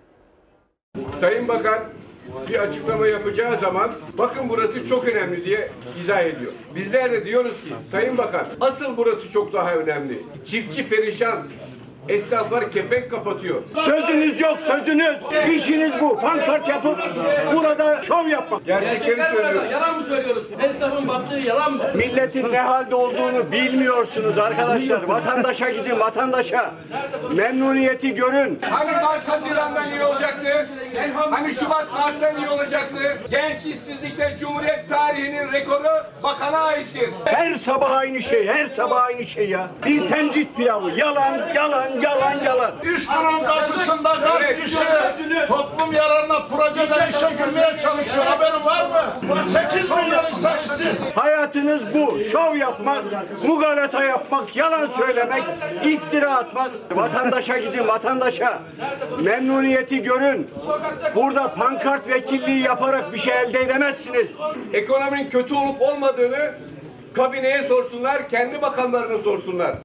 Speaker 2: Sayın Bakan bir açıklama yapacağı zaman bakın burası çok önemli diye izah ediyor. Bizler de diyoruz ki Sayın Bakan asıl burası çok daha önemli. Çiftçi perişan. Esnaflar kepenk kapatıyor.
Speaker 3: Sözünüz yok, sözünüz. İşiniz bu. Pankart yapıp burada şov yapmak.
Speaker 2: Gerçekleri söylüyoruz.
Speaker 4: Yalan mı söylüyoruz? Esnafın battığı yalan mı?
Speaker 3: Milletin ne halde olduğunu bilmiyorsunuz arkadaşlar. Vatandaşa gidin, vatandaşa. Memnuniyeti görün.
Speaker 2: Hani Mart Haziran'dan iyi olacaktı? Hani Şubat Mart'tan iyi olacaktı? Genç işsizlikte Cumhuriyet tarihinin rekoru bakana aittir.
Speaker 3: Her sabah aynı şey, her sabah aynı şey ya. Bir tencit pilavı. Yalan, yalan, yalan, yalan.
Speaker 5: İş kurun kapısında dört kişi toplum yararına projeden işe girmeye çalışıyor. Haberin var mı? sekiz milyon insan işsiz.
Speaker 3: Hayatınız bu. Şov yapmak, mugalata yapmak, yalan söylemek, iftira atmak. Vatandaşa gidin, vatandaşa. Memnuniyeti görün. Burada pankart vekilliği yaparak bir şey elde edemezsiniz.
Speaker 2: Ekonominin kötü olup olmadığını kabineye sorsunlar, kendi bakanlarına sorsunlar.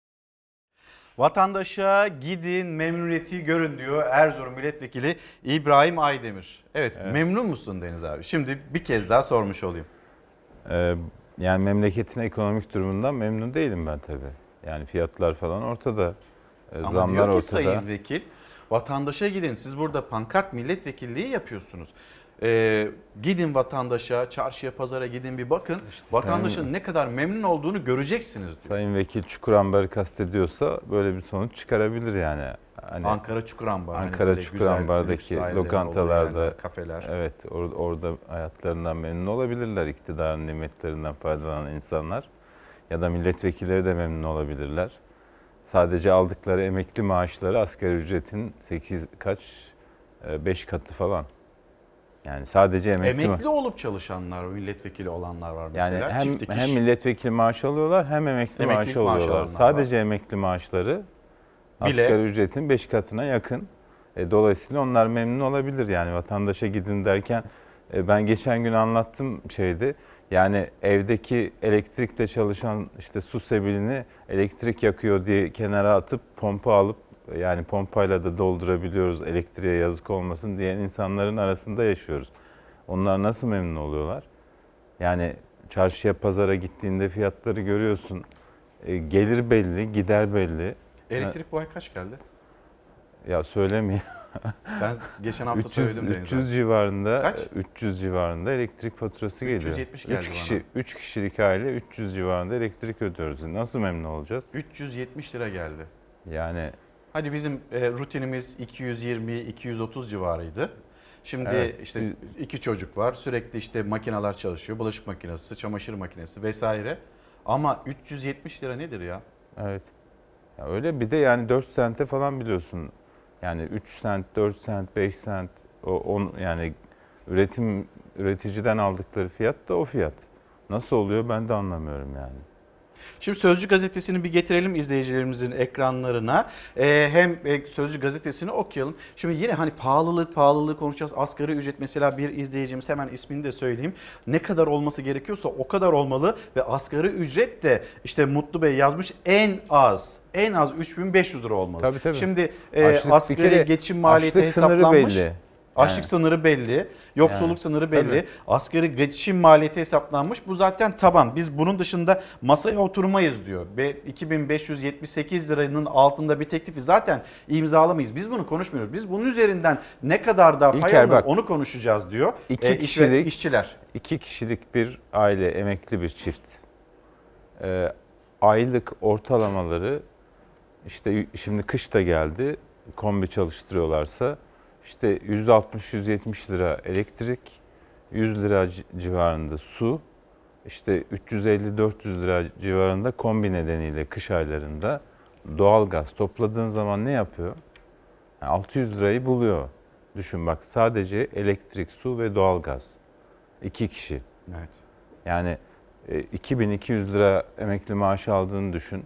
Speaker 1: Vatandaşa gidin, memnuniyeti görün diyor Erzurum Milletvekili İbrahim Aydemir. Evet,
Speaker 16: Evet.
Speaker 1: memnun musun Deniz abi? Şimdi bir kez daha sormuş olayım.
Speaker 16: Ee, yani memleketin ekonomik durumundan memnun değilim ben tabii. Yani fiyatlar falan ortada. Ee,
Speaker 1: Ama
Speaker 16: zamlar
Speaker 1: diyor ki
Speaker 16: ortada.
Speaker 1: Sayın Vekil, vatandaşa gidin. Siz burada pankart milletvekilliği yapıyorsunuz. Ee, gidin vatandaşa, çarşıya, pazara gidin bir bakın. Vatandaşın
Speaker 16: sayın-
Speaker 1: ne kadar memnun olduğunu göreceksiniz diyor.
Speaker 16: Sayın Vekil Çukurambar'ı kastediyorsa böyle bir sonuç çıkarabilir yani. Hani
Speaker 1: Ankara Çukurambar. hani
Speaker 16: Ankara
Speaker 1: böyle
Speaker 16: Çukurambar'daki
Speaker 1: güzel, lüks daireleri
Speaker 16: lokantalarda,
Speaker 1: olduğu yerler, kafeler.
Speaker 16: evet or- orada hayatlarından memnun olabilirler. İktidarın nimetlerinden faydalanan insanlar ya da milletvekilleri de memnun olabilirler. Sadece aldıkları emekli maaşları asgari ücretin sekiz kaç beş katı falan. Yani sadece emekli
Speaker 1: Emekli olup çalışanlar, milletvekili olanlar var mesela.
Speaker 16: yani hem
Speaker 1: Çift dikiş.
Speaker 16: hem milletvekili maaşı alıyorlar hem emekli
Speaker 1: Emeklilik
Speaker 16: maaşı
Speaker 1: maaşı
Speaker 16: alıyorlar.
Speaker 1: alanlar
Speaker 16: Sadece emekli maaşları
Speaker 1: Bile-
Speaker 16: asgari ücretin beş katına yakın. E, dolayısıyla onlar memnun olabilir yani vatandaşa gidin derken e, ben geçen gün anlattım şeydi. Yani evdeki elektrikle çalışan işte su sebilini elektrik yakıyor diye kenara atıp pompa alıp yani pompayla da doldurabiliyoruz elektriğe yazık olmasın diyen insanların arasında yaşıyoruz. Onlar nasıl memnun oluyorlar? Yani çarşıya pazara gittiğinde fiyatları görüyorsun. E, gelir belli, gider belli.
Speaker 1: Elektrik bu ay kaç geldi?
Speaker 16: Ya söylemeyeyim.
Speaker 1: Ben geçen hafta
Speaker 16: üç yüz,
Speaker 1: söyledim Deniz
Speaker 16: üç yüz
Speaker 1: abi.
Speaker 16: civarında
Speaker 1: Kaç?
Speaker 16: üç yüz civarında elektrik faturası geliyor.
Speaker 1: üç yüz yetmiş geldi
Speaker 16: üç
Speaker 1: bana.
Speaker 16: kişi üç kişilik aile üç yüz civarında elektrik ödüyoruz. Nasıl memnun olacağız?
Speaker 1: üç yüz yetmiş lira geldi.
Speaker 16: Yani
Speaker 1: Hadi bizim e, rutinimiz iki yüz yirmi iki yüz otuz civarıydı. Şimdi
Speaker 16: Evet.
Speaker 1: işte iki çocuk var. Sürekli işte makineler çalışıyor. Bulaşık makinesi, çamaşır makinesi vesaire. Ama üç yüz yetmiş lira nedir ya?
Speaker 16: evet. Ya öyle bir de yani dört sente falan biliyorsun. Yani üç sent, dört sent, beş sent o on yani üretim üreticiden aldıkları fiyat da o fiyat. Nasıl oluyor ben de anlamıyorum yani.
Speaker 1: Şimdi Sözcü gazetesini bir getirelim izleyicilerimizin ekranlarına. Ee, hem Sözcü gazetesini okuyalım. Şimdi yine hani pahalılık pahalılığı konuşacağız. Asgari ücret mesela bir izleyicimiz, hemen ismini de söyleyeyim. Ne kadar olması gerekiyorsa o kadar olmalı ve asgari ücret de işte Mutlu Bey yazmış en az en az üç bin beş yüz lira olmalı.
Speaker 16: Tabii, tabii.
Speaker 1: Şimdi e,
Speaker 16: Açlık,
Speaker 1: asgari geçim maliyeti
Speaker 16: açlık sınırı
Speaker 1: hesaplanmış.
Speaker 16: belli.
Speaker 1: Açlık
Speaker 16: Yani.
Speaker 1: sınırı belli, yoksulluk
Speaker 16: Yani,
Speaker 1: sınırı belli,
Speaker 16: tabii.
Speaker 1: asgari geçim maliyeti hesaplanmış. Bu zaten taban. Biz bunun dışında masaya oturmayız diyor. Ve iki bin beş yüz yetmiş sekiz liranın altında bir teklifi zaten imzalamayız. Biz bunu konuşmuyoruz. Biz bunun üzerinden ne kadar daha pay
Speaker 16: İlker,
Speaker 1: alınır
Speaker 16: bak,
Speaker 1: onu konuşacağız diyor.
Speaker 16: İki
Speaker 1: E, iş ve
Speaker 16: kişilik,
Speaker 1: işçiler.
Speaker 16: iki kişilik bir aile, emekli bir çift. Ee, aylık ortalamaları işte şimdi kış da geldi, kombi çalıştırıyorlarsa işte yüz altmış yüz yetmiş lira elektrik, yüz lira civarında su, işte üç yüz elli dört yüz lira civarında kombi nedeniyle kış aylarında doğalgaz topladığın zaman ne yapıyor? Yani altı yüz lirayı buluyor. Düşün bak, sadece elektrik, su ve doğalgaz. İki kişi.
Speaker 1: Evet.
Speaker 16: Yani iki bin iki yüz lira emekli maaşı aldığını düşün.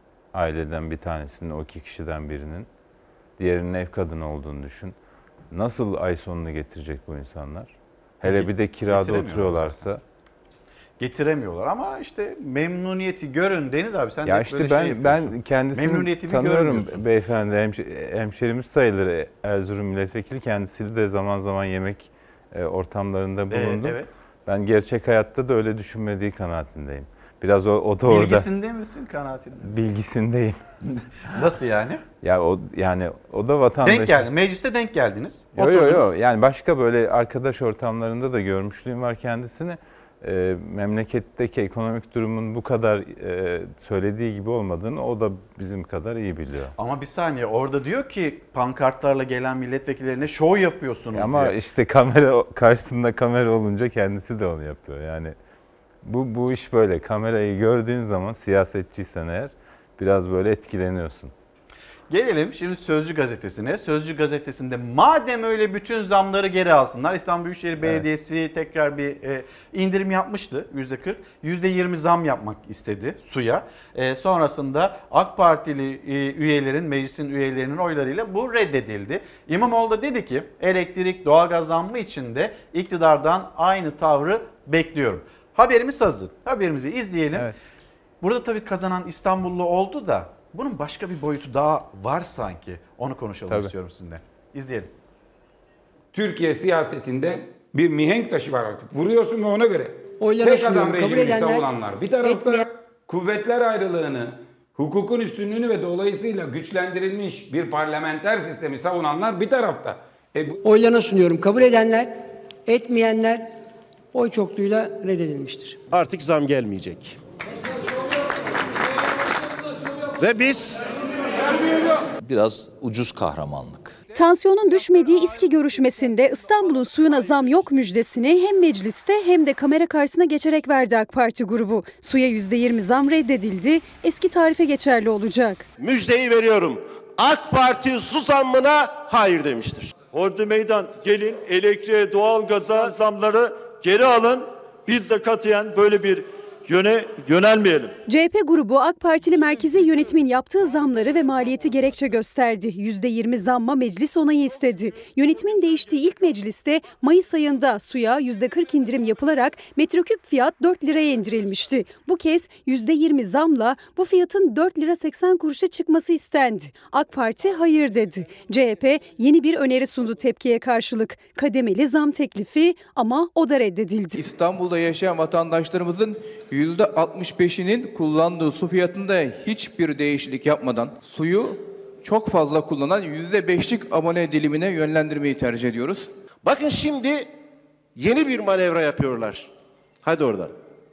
Speaker 16: Aileden bir tanesinin, o iki kişiden birinin. Diğerinin ev kadını olduğunu düşün. Nasıl ay sonunu getirecek bu insanlar? Hele bir de kirada oturuyorlarsa. Zaten.
Speaker 1: Getiremiyorlar ama işte memnuniyeti görün. Deniz abi sen
Speaker 16: ya
Speaker 1: de
Speaker 16: işte
Speaker 1: böyle
Speaker 16: ben,
Speaker 1: şey yapıyorsun.
Speaker 16: Ben kendisini tanıyorum beyefendi. Hemşerimiz sayılır. Erzurum milletvekili, kendisiyle de zaman zaman yemek ortamlarında bulundum.
Speaker 1: Ee, evet.
Speaker 16: Ben gerçek hayatta da öyle düşünmediği kanaatindeyim. Biraz o, o da orada.
Speaker 1: Bilgisinde misin, kanaatinde?
Speaker 16: Bilgisindeyim.
Speaker 1: Nasıl yani?
Speaker 16: Ya o yani o da vatandaş.
Speaker 1: Denk geldi. Mecliste denk geldiniz.
Speaker 16: Yok yok yok. Yani başka böyle arkadaş ortamlarında da görmüşlüğüm var kendisini. E, memleketteki ekonomik durumun bu kadar e, söylediği gibi olmadığını o da bizim kadar iyi biliyor.
Speaker 1: Ama bir saniye, orada diyor ki pankartlarla gelen milletvekillerine şov yapıyorsunuz
Speaker 16: ama
Speaker 1: diyor.
Speaker 16: işte kamera karşısında kamera olunca kendisi de onu yapıyor. Yani bu bu iş böyle. Kamerayı gördüğün zaman siyasetçiysen eğer biraz böyle etkileniyorsun.
Speaker 1: Gelelim şimdi Sözcü gazetesine. Sözcü gazetesinde madem öyle bütün zamları geri alsınlar. İstanbul Büyükşehir Belediyesi evet. tekrar bir e, indirim yapmıştı yüzde kırk. yüzde yirmi zam yapmak istedi suya. E, sonrasında AK Partili e, üyelerin, meclisin üyelerinin oylarıyla bu reddedildi. İmamoğlu da dedi ki elektrik, doğalgaz zammı için de iktidardan aynı tavrı bekliyorum. Haberimiz hazır. Haberimizi izleyelim. Evet. Burada tabii kazanan İstanbullu oldu da bunun başka bir boyutu daha var sanki. Onu konuşalım Tabii. istiyorum sizinle. İzleyelim.
Speaker 17: Türkiye siyasetinde bir mihenk taşı var artık. Vuruyorsun ve ona göre.
Speaker 18: Oylara
Speaker 17: Tek adam rejimini savunanlar. Bir tarafta
Speaker 18: etmeyen...
Speaker 17: kuvvetler ayrılığını, hukukun üstünlüğünü ve dolayısıyla güçlendirilmiş bir parlamenter sistemi savunanlar bir tarafta.
Speaker 18: E bu... Oylarına sunuyorum. Kabul edenler, etmeyenler oy çokluğuyla reddedilmiştir.
Speaker 19: Artık zam gelmeyecek. Ve biz
Speaker 20: biraz ucuz kahramanlık.
Speaker 21: Tansiyonun düşmediği İSKİ görüşmesinde İstanbul'un suyuna zam yok müjdesini hem mecliste hem de kamera karşısına geçerek verdi AK Parti grubu. Suya yüzde yirmi zam reddedildi, eski tarife geçerli olacak.
Speaker 19: Müjdeyi veriyorum. AK Parti su zammına hayır demiştir.
Speaker 22: Ordu meydan, gelin elektriğe, doğalgaza zamları geri alın. Biz de katiyen böyle bir yöne yönelmeyelim.
Speaker 21: C H P grubu AK Partili merkezi yönetimin yaptığı zamları ve maliyeti gerekçe gösterdi. yüzde yirmi zamma meclis onayı istedi. Yönetimin değiştiği ilk mecliste Mayıs ayında suya yüzde kırk indirim yapılarak metreküp fiyat dört liraya indirilmişti. Bu kez yüzde yirmi zamla bu fiyatın dört lira seksen kuruşa çıkması istendi. AK Parti hayır dedi. C H P yeni bir öneri sundu tepkiye karşılık. Kademeli zam teklifi ama o da reddedildi.
Speaker 23: İstanbul'da yaşayan vatandaşlarımızın yüzde altmış beşinin kullandığı su fiyatında hiçbir değişiklik yapmadan suyu çok fazla kullanan yüzde beşlik abone dilimine yönlendirmeyi tercih ediyoruz.
Speaker 19: Bakın şimdi yeni bir manevra yapıyorlar. Hadi oradan.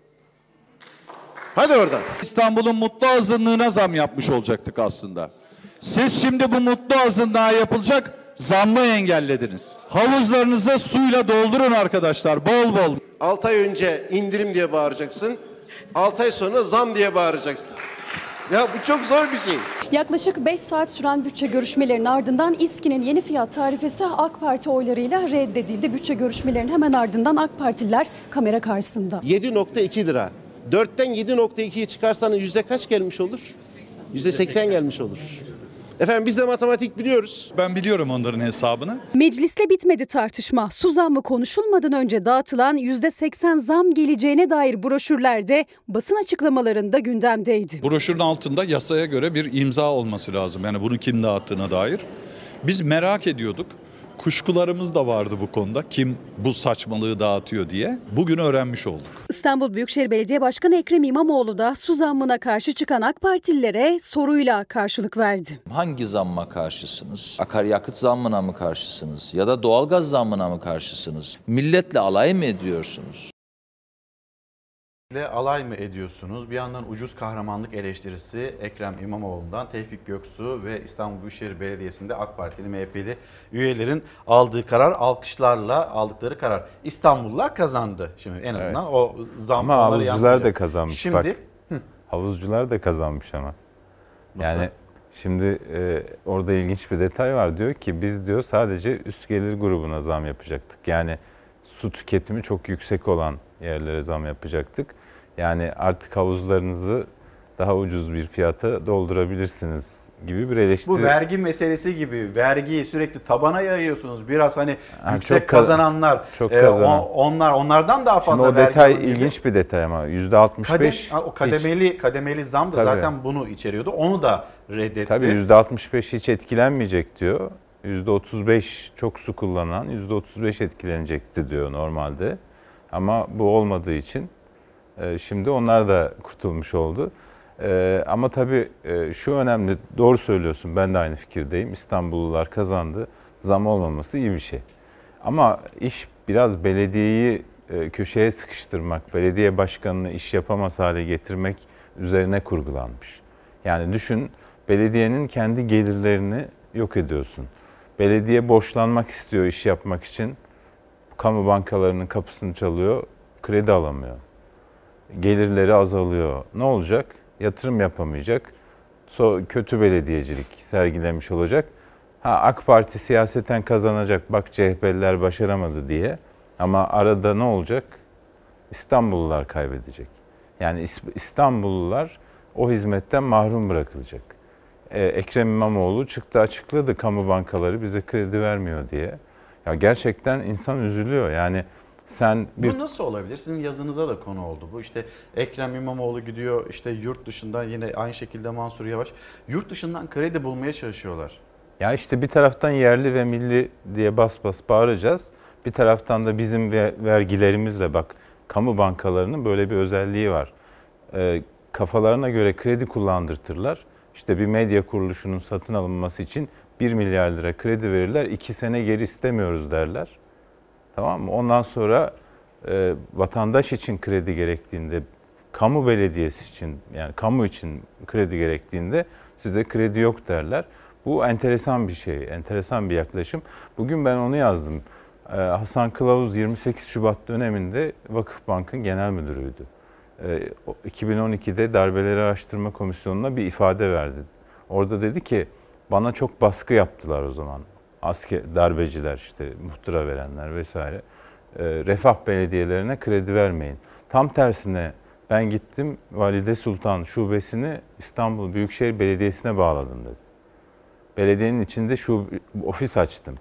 Speaker 19: Hadi oradan.
Speaker 24: İstanbul'un mutlu azınlığına zam yapmış olacaktık aslında. Siz şimdi bu mutlu azınlığa yapılacak zammı engellediniz. Havuzlarınızı suyla doldurun arkadaşlar, bol bol.
Speaker 19: altı ay önce indirim diye bağıracaksın. altı ay sonra zam diye bağıracaksın. Ya bu çok zor bir şey.
Speaker 21: Yaklaşık beş saat süren bütçe görüşmelerinin ardından İSKİ'nin yeni fiyat tarifesi AK Parti oylarıyla reddedildi. Bütçe görüşmelerinin hemen ardından AK Partililer kamera karşısında.
Speaker 19: yedi nokta iki lira dörtten yedi nokta ikiyi çıkarsanız yüzde kaç gelmiş olur? yüzde seksen gelmiş olur. Efendim biz de matematik biliyoruz.
Speaker 24: Ben biliyorum onların hesabını.
Speaker 21: Mecliste bitmedi tartışma. Su zammı konuşulmadan önce dağıtılan yüzde seksen zam geleceğine dair broşürlerde basın açıklamalarında gündemdeydi.
Speaker 24: Broşürün altında yasaya göre bir imza olması lazım. Yani bunu kim dağıttığına dair. Biz merak ediyorduk. Kuşkularımız da vardı bu konuda. Kim bu saçmalığı dağıtıyor diye. Bugün öğrenmiş olduk.
Speaker 21: İstanbul Büyükşehir Belediye Başkanı Ekrem İmamoğlu da su zammına karşı çıkan AK Partililere soruyla karşılık verdi.
Speaker 20: Hangi zamma karşısınız? Akaryakıt zammına mı karşısınız? Ya da doğalgaz zammına mı karşısınız? Milletle alay mı ediyorsunuz?
Speaker 1: Alay mı ediyorsunuz? Bir yandan ucuz kahramanlık eleştirisi Ekrem İmamoğlu'ndan, Tevfik Göksu ve İstanbul Büyükşehir Belediyesi'nde AK Partili, M H P'li üyelerin aldığı karar, alkışlarla aldıkları karar. İstanbullular kazandı. Şimdi en azından evet. O zam
Speaker 16: ama
Speaker 1: onları
Speaker 16: havuzcular da kazanmış.
Speaker 1: Şimdi,
Speaker 16: bak. Hı. Havuzcular da kazanmış ama. Nasıl? Yani şimdi e, orada ilginç bir detay var. Diyor ki biz diyor sadece üst gelir grubuna zam yapacaktık. Yani su tüketimi çok yüksek olan yerlere zam yapacaktık. Yani artık havuzlarınızı daha ucuz bir fiyata doldurabilirsiniz gibi bir eleştiri.
Speaker 1: Bu vergi meselesi gibi. Vergiyi sürekli tabana yayıyorsunuz. Biraz hani
Speaker 16: ha,
Speaker 1: yüksek
Speaker 16: çok
Speaker 1: kazananlar,
Speaker 16: çok
Speaker 1: e,
Speaker 16: kazanan.
Speaker 1: on, onlar onlardan daha fazla
Speaker 16: Şimdi o
Speaker 1: vergi
Speaker 16: detay
Speaker 1: alıyor.
Speaker 16: ilginç bir detay ama yüzde altmış beş.
Speaker 1: Kadem, o kademeli hiç, kademeli zam da tabii. Zaten bunu içeriyordu. Onu da reddetti.
Speaker 16: Tabii yüzde altmış beş hiç etkilenmeyecek diyor. yüzde otuz beş çok su kullanan yüzde otuz beş etkilenecekti diyor normalde. Ama bu olmadığı için şimdi onlar da kurtulmuş oldu. Ama tabii şu önemli, doğru söylüyorsun, ben de aynı fikirdeyim. İstanbullular kazandı, zam olmaması iyi bir şey. Ama iş biraz belediyeyi köşeye sıkıştırmak, belediye başkanını iş yapamaz hale getirmek üzerine kurgulanmış. Yani düşün, belediyenin kendi gelirlerini yok ediyorsun. Belediye borçlanmak istiyor iş yapmak için. Kamu bankalarının kapısını çalıyor, kredi alamıyor. Gelirleri azalıyor. Ne olacak? Yatırım yapamayacak. Kötü belediyecilik sergilemiş olacak. Ha, AK Parti siyaseten kazanacak. Bak C H P'liler başaramadı diye. Ama arada ne olacak? İstanbullular kaybedecek. Yani İstanbullular o hizmetten mahrum bırakılacak. Ee, Ekrem İmamoğlu çıktı açıkladı, kamu bankaları bize kredi vermiyor diye. Ya gerçekten insan üzülüyor. Yani sen bir...
Speaker 1: Bu nasıl olabilir? Sizin yazınıza da konu oldu bu. İşte Ekrem İmamoğlu gidiyor, işte yurt dışından, yine aynı şekilde Mansur Yavaş, yurt dışından kredi bulmaya çalışıyorlar.
Speaker 16: Ya işte bir taraftan yerli ve milli diye bas bas bağıracağız. Bir taraftan da bizim vergilerimizle, bak kamu bankalarının böyle bir özelliği var. E, kafalarına göre kredi kullandırtırlar. İşte bir medya kuruluşunun satın alınması için bir milyar lira kredi verirler. iki sene geri istemiyoruz derler. Tamam mı? Ondan sonra e, vatandaş için kredi gerektiğinde, kamu belediyesi için, yani kamu için kredi gerektiğinde size kredi yok derler. Bu enteresan bir şey, enteresan bir yaklaşım. Bugün ben onu yazdım. Ee, Hasan Kılavuz yirmi sekiz Şubat döneminde Vakıfbank'ın genel müdürüydü. Ee, iki bin on ikide Darbeleri Araştırma Komisyonu'na bir ifade verdi. Orada dedi ki, bana çok baskı yaptılar o zaman. Asker, darbeciler, işte muhtıra verenler vesaire. Ee, refah belediyelerine kredi vermeyin. Tam tersine ben gittim, Valide Sultan Şubesini İstanbul Büyükşehir Belediyesi'ne bağladım dedi. Belediyenin içinde şu ofis açtım.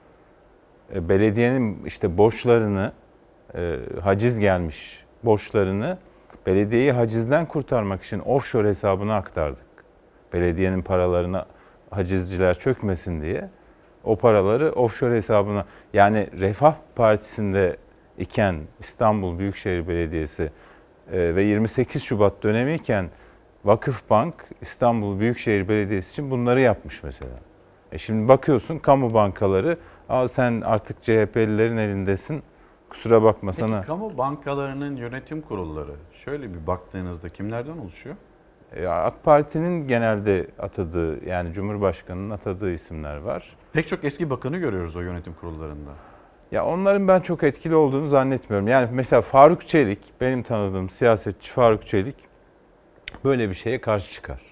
Speaker 16: Belediyenin işte borçlarını, e, haciz gelmiş borçlarını belediyeyi hacizden kurtarmak için offshore hesabına aktardık. Belediyenin paralarına hacizciler çökmesin diye o paraları offshore hesabına, yani Refah Partisi'nde iken İstanbul Büyükşehir Belediyesi e, ve yirmi sekiz Şubat dönemiyken Vakıfbank İstanbul Büyükşehir Belediyesi için bunları yapmış mesela. E şimdi bakıyorsun kamu bankaları, aa sen artık C H P'lilerin elindesin, kusura bakma sana.
Speaker 1: Peki kamu bankalarının yönetim kurulları şöyle bir baktığınızda kimlerden oluşuyor?
Speaker 16: E, AK Parti'nin genelde atadığı, yani Cumhurbaşkanı'nın atadığı isimler var.
Speaker 1: Pek çok eski bakanı görüyoruz o yönetim kurullarında.
Speaker 16: Ya onların ben çok etkili olduğunu zannetmiyorum. Yani mesela Faruk Çelik, benim tanıdığım siyasetçi Faruk Çelik böyle bir şeye karşı çıkar.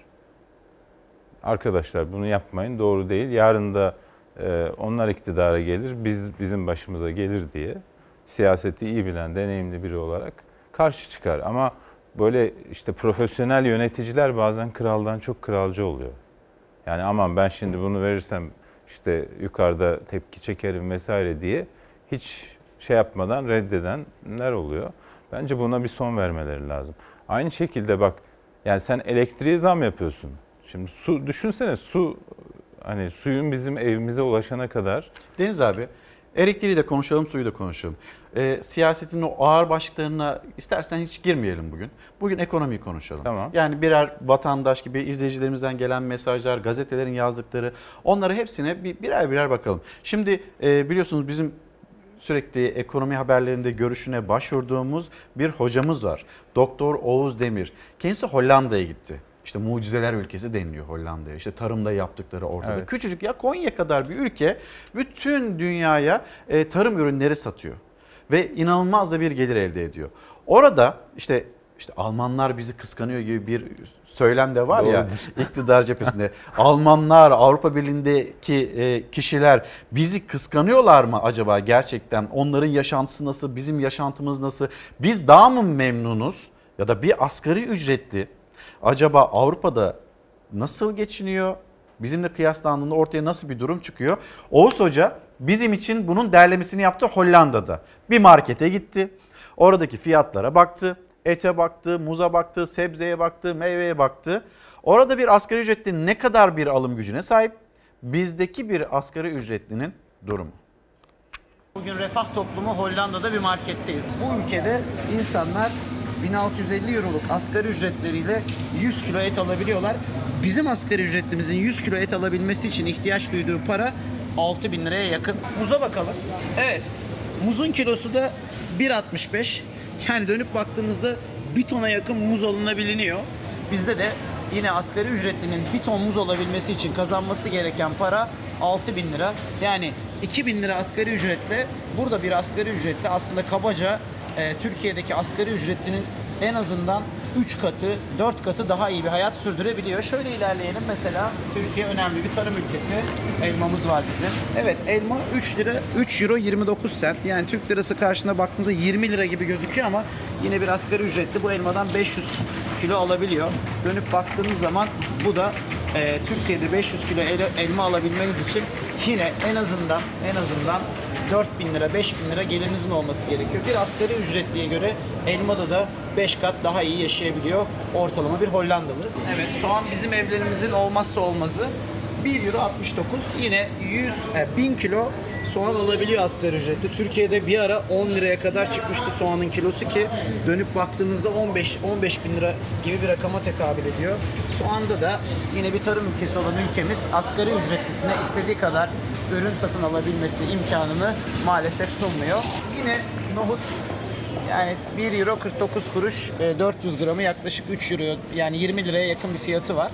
Speaker 16: Arkadaşlar bunu yapmayın, doğru değil. Yarın da e, onlar iktidara gelir, biz bizim başımıza gelir diye siyaseti iyi bilen, deneyimli biri olarak karşı çıkar. Ama böyle işte profesyonel yöneticiler bazen kraldan çok kralcı oluyor. Yani aman ben şimdi bunu verirsem işte yukarıda tepki çekerim vesaire diye hiç şey yapmadan reddedenler oluyor. Bence buna bir son vermeleri lazım. Aynı şekilde bak, yani sen elektriğe zam yapıyorsun. Şimdi su düşünsene, su hani suyun bizim evimize ulaşana kadar.
Speaker 1: Deniz abi, elektriği de konuşalım, suyu da konuşalım. E, siyasetin o ağır başlıklarına istersen hiç girmeyelim bugün. Bugün ekonomiyi konuşalım.
Speaker 16: Tamam.
Speaker 1: Yani birer vatandaş gibi izleyicilerimizden gelen mesajlar, gazetelerin yazdıkları, onları hepsine bir, birer birer bakalım. Şimdi e, biliyorsunuz bizim sürekli ekonomi haberlerinde görüşüne başvurduğumuz bir hocamız var. Doktor Oğuz Demir. Kendisi Hollanda'ya gitti. İşte mucizeler ülkesi deniliyor Hollanda'ya. İşte tarımda yaptıkları ortada.
Speaker 16: Evet.
Speaker 1: Küçücük ya Konya kadar bir ülke bütün dünyaya e, tarım ürünleri satıyor. Ve inanılmaz da bir gelir elde ediyor. Orada işte işte Almanlar bizi kıskanıyor gibi bir söylem de var ya iktidar cephesinde. Almanlar, Avrupa Birliği'ndeki e, kişiler bizi kıskanıyorlar mı acaba gerçekten? Onların yaşantısı nasıl, bizim yaşantımız nasıl? Biz daha mı memnunuz? Ya da bir asgari ücretli acaba Avrupa'da nasıl geçiniyor? Bizimle kıyaslandığında ortaya nasıl bir durum çıkıyor? Oğuz Hoca bizim için bunun derlemesini yaptı Hollanda'da. Bir markete gitti. Oradaki fiyatlara baktı. Ete baktı, muza baktı, sebzeye baktı, meyveye baktı. Orada bir asgari ücretli ne kadar bir alım gücüne sahip? Bizdeki bir asgari ücretlinin durumu.
Speaker 7: Bugün refah toplumu Hollanda'da bir marketteyiz. Bu ülkede insanlar bin altı yüz elli euroluk asgari ücretleriyle yüz kilo et alabiliyorlar. Bizim asgari ücretlimizin yüz kilo et alabilmesi için ihtiyaç duyduğu para altı bin liraya yakın. Muza bakalım. Evet, muzun kilosu da bir altmış beş. Yani dönüp baktığınızda bir tona yakın muz alınabiliyor. Bizde de yine asgari ücretlinin bir ton muz alabilmesi için kazanması gereken para altı bin lira. Yani iki bin lira asgari ücretle burada bir asgari ücretle aslında kabaca e, Türkiye'deki asgari ücretlinin en azından üç katı, dört katı daha iyi bir hayat sürdürebiliyor. Şöyle ilerleyelim. Mesela Türkiye önemli bir tarım ülkesi. Elmamız var bizim. Evet, elma üç lira, üç euro yirmi dokuz sent. Yani Türk lirası karşısına baktığınızda yirmi lira gibi gözüküyor ama yine bir asgari ücretli bu elmadan beş yüz kilo alabiliyor. Dönüp baktığınız zaman bu da e, Türkiye'de beş yüz kilo el, elma alabilmeniz için yine en azından en azından dört bin lira, beş bin lira gelirinizin olması gerekiyor. Bir asgari ücretliye göre elmada da beş kat daha iyi yaşayabiliyor ortalama bir Hollandalı. Evet, soğan bizim evlerimizin olmazsa olmazı. bir euro altmış dokuz, yine yüz bin kilo soğan alabiliyor asgari ücretli. Türkiye'de bir ara on liraya kadar çıkmıştı soğanın kilosu ki dönüp baktığınızda on beş on beş bin lira gibi bir rakama tekabül ediyor. Soğanda da yine bir tarım ülkesi olan ülkemiz asgari ücretlisine istediği kadar ürün satın alabilmesi imkanını maalesef sunmuyor. Yine nohut, yani bir euro kırk dokuz kuruş, dört yüz gramı yaklaşık üç euro, yani yirmi liraya yakın bir fiyatı var.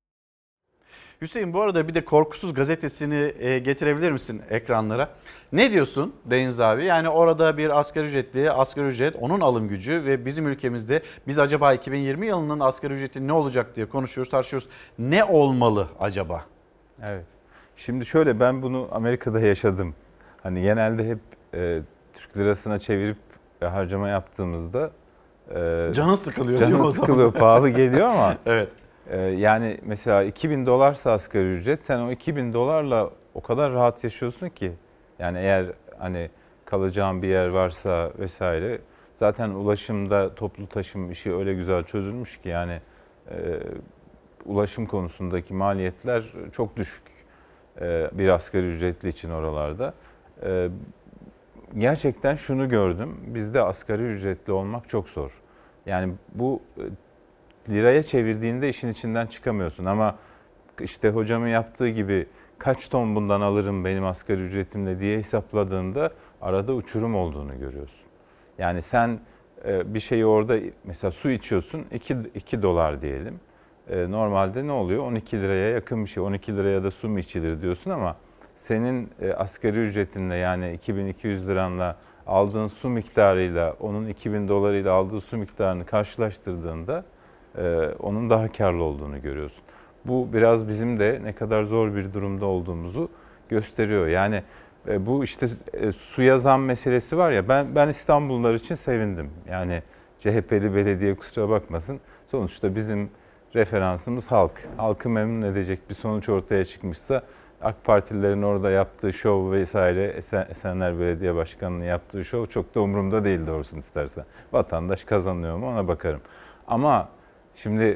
Speaker 1: Hüseyin, bu arada bir de Korkusuz gazetesini e, getirebilir misin ekranlara? Ne diyorsun Deniz abi? Yani orada bir asgari ücretli, asgari ücret, onun alım gücü ve bizim ülkemizde biz acaba iki bin yirmi yılının asgari ücreti ne olacak diye konuşuyoruz, tartışıyoruz. Ne olmalı acaba?
Speaker 16: Evet. Şimdi şöyle, ben bunu Amerika'da yaşadım. Hani genelde hep e, Türk lirasına çevirip e, harcama yaptığımızda e,
Speaker 1: canın sıkılıyor. Canın
Speaker 16: sıkılıyor, pahalı geliyor ama.
Speaker 1: Evet.
Speaker 16: Yani mesela iki bin dolarsa asgari ücret, sen o iki bin dolarla o kadar rahat yaşıyorsun ki. Yani eğer hani kalacağın bir yer varsa vesaire, zaten ulaşımda toplu taşım işi öyle güzel çözülmüş ki yani e, ulaşım konusundaki maliyetler çok düşük e, bir asgari ücretli için oralarda. E, gerçekten şunu gördüm, bizde asgari ücretli olmak çok zor. Yani bu liraya çevirdiğinde işin içinden çıkamıyorsun ama işte hocamın yaptığı gibi kaç ton bundan alırım benim asgari ücretimle diye hesapladığında arada uçurum olduğunu görüyorsun. Yani sen bir şeyi orada, mesela su içiyorsun, iki dolar diyelim. Normalde ne oluyor? on iki liraya yakın bir şey. on iki liraya da su mu içilir diyorsun ama senin asgari ücretinle, yani iki bin iki yüz liranla aldığın su miktarıyla onun iki bin dolarıyla aldığı su miktarını karşılaştırdığında Ee, onun daha karlı olduğunu görüyorsun. Bu biraz bizim de ne kadar zor bir durumda olduğumuzu gösteriyor. Yani e, bu işte e, suya zam meselesi var ya, ben ben İstanbullular için sevindim. Yani C H P'li belediye kusura bakmasın. Sonuçta bizim referansımız halk. Halkı memnun edecek bir sonuç ortaya çıkmışsa AK Partililerin orada yaptığı şov vesaire, Esen, Esenler Belediye Başkanı'nın yaptığı şov çok da umurumda değil doğrusunu istersen. Vatandaş kazanıyor mu ona bakarım. Ama şimdi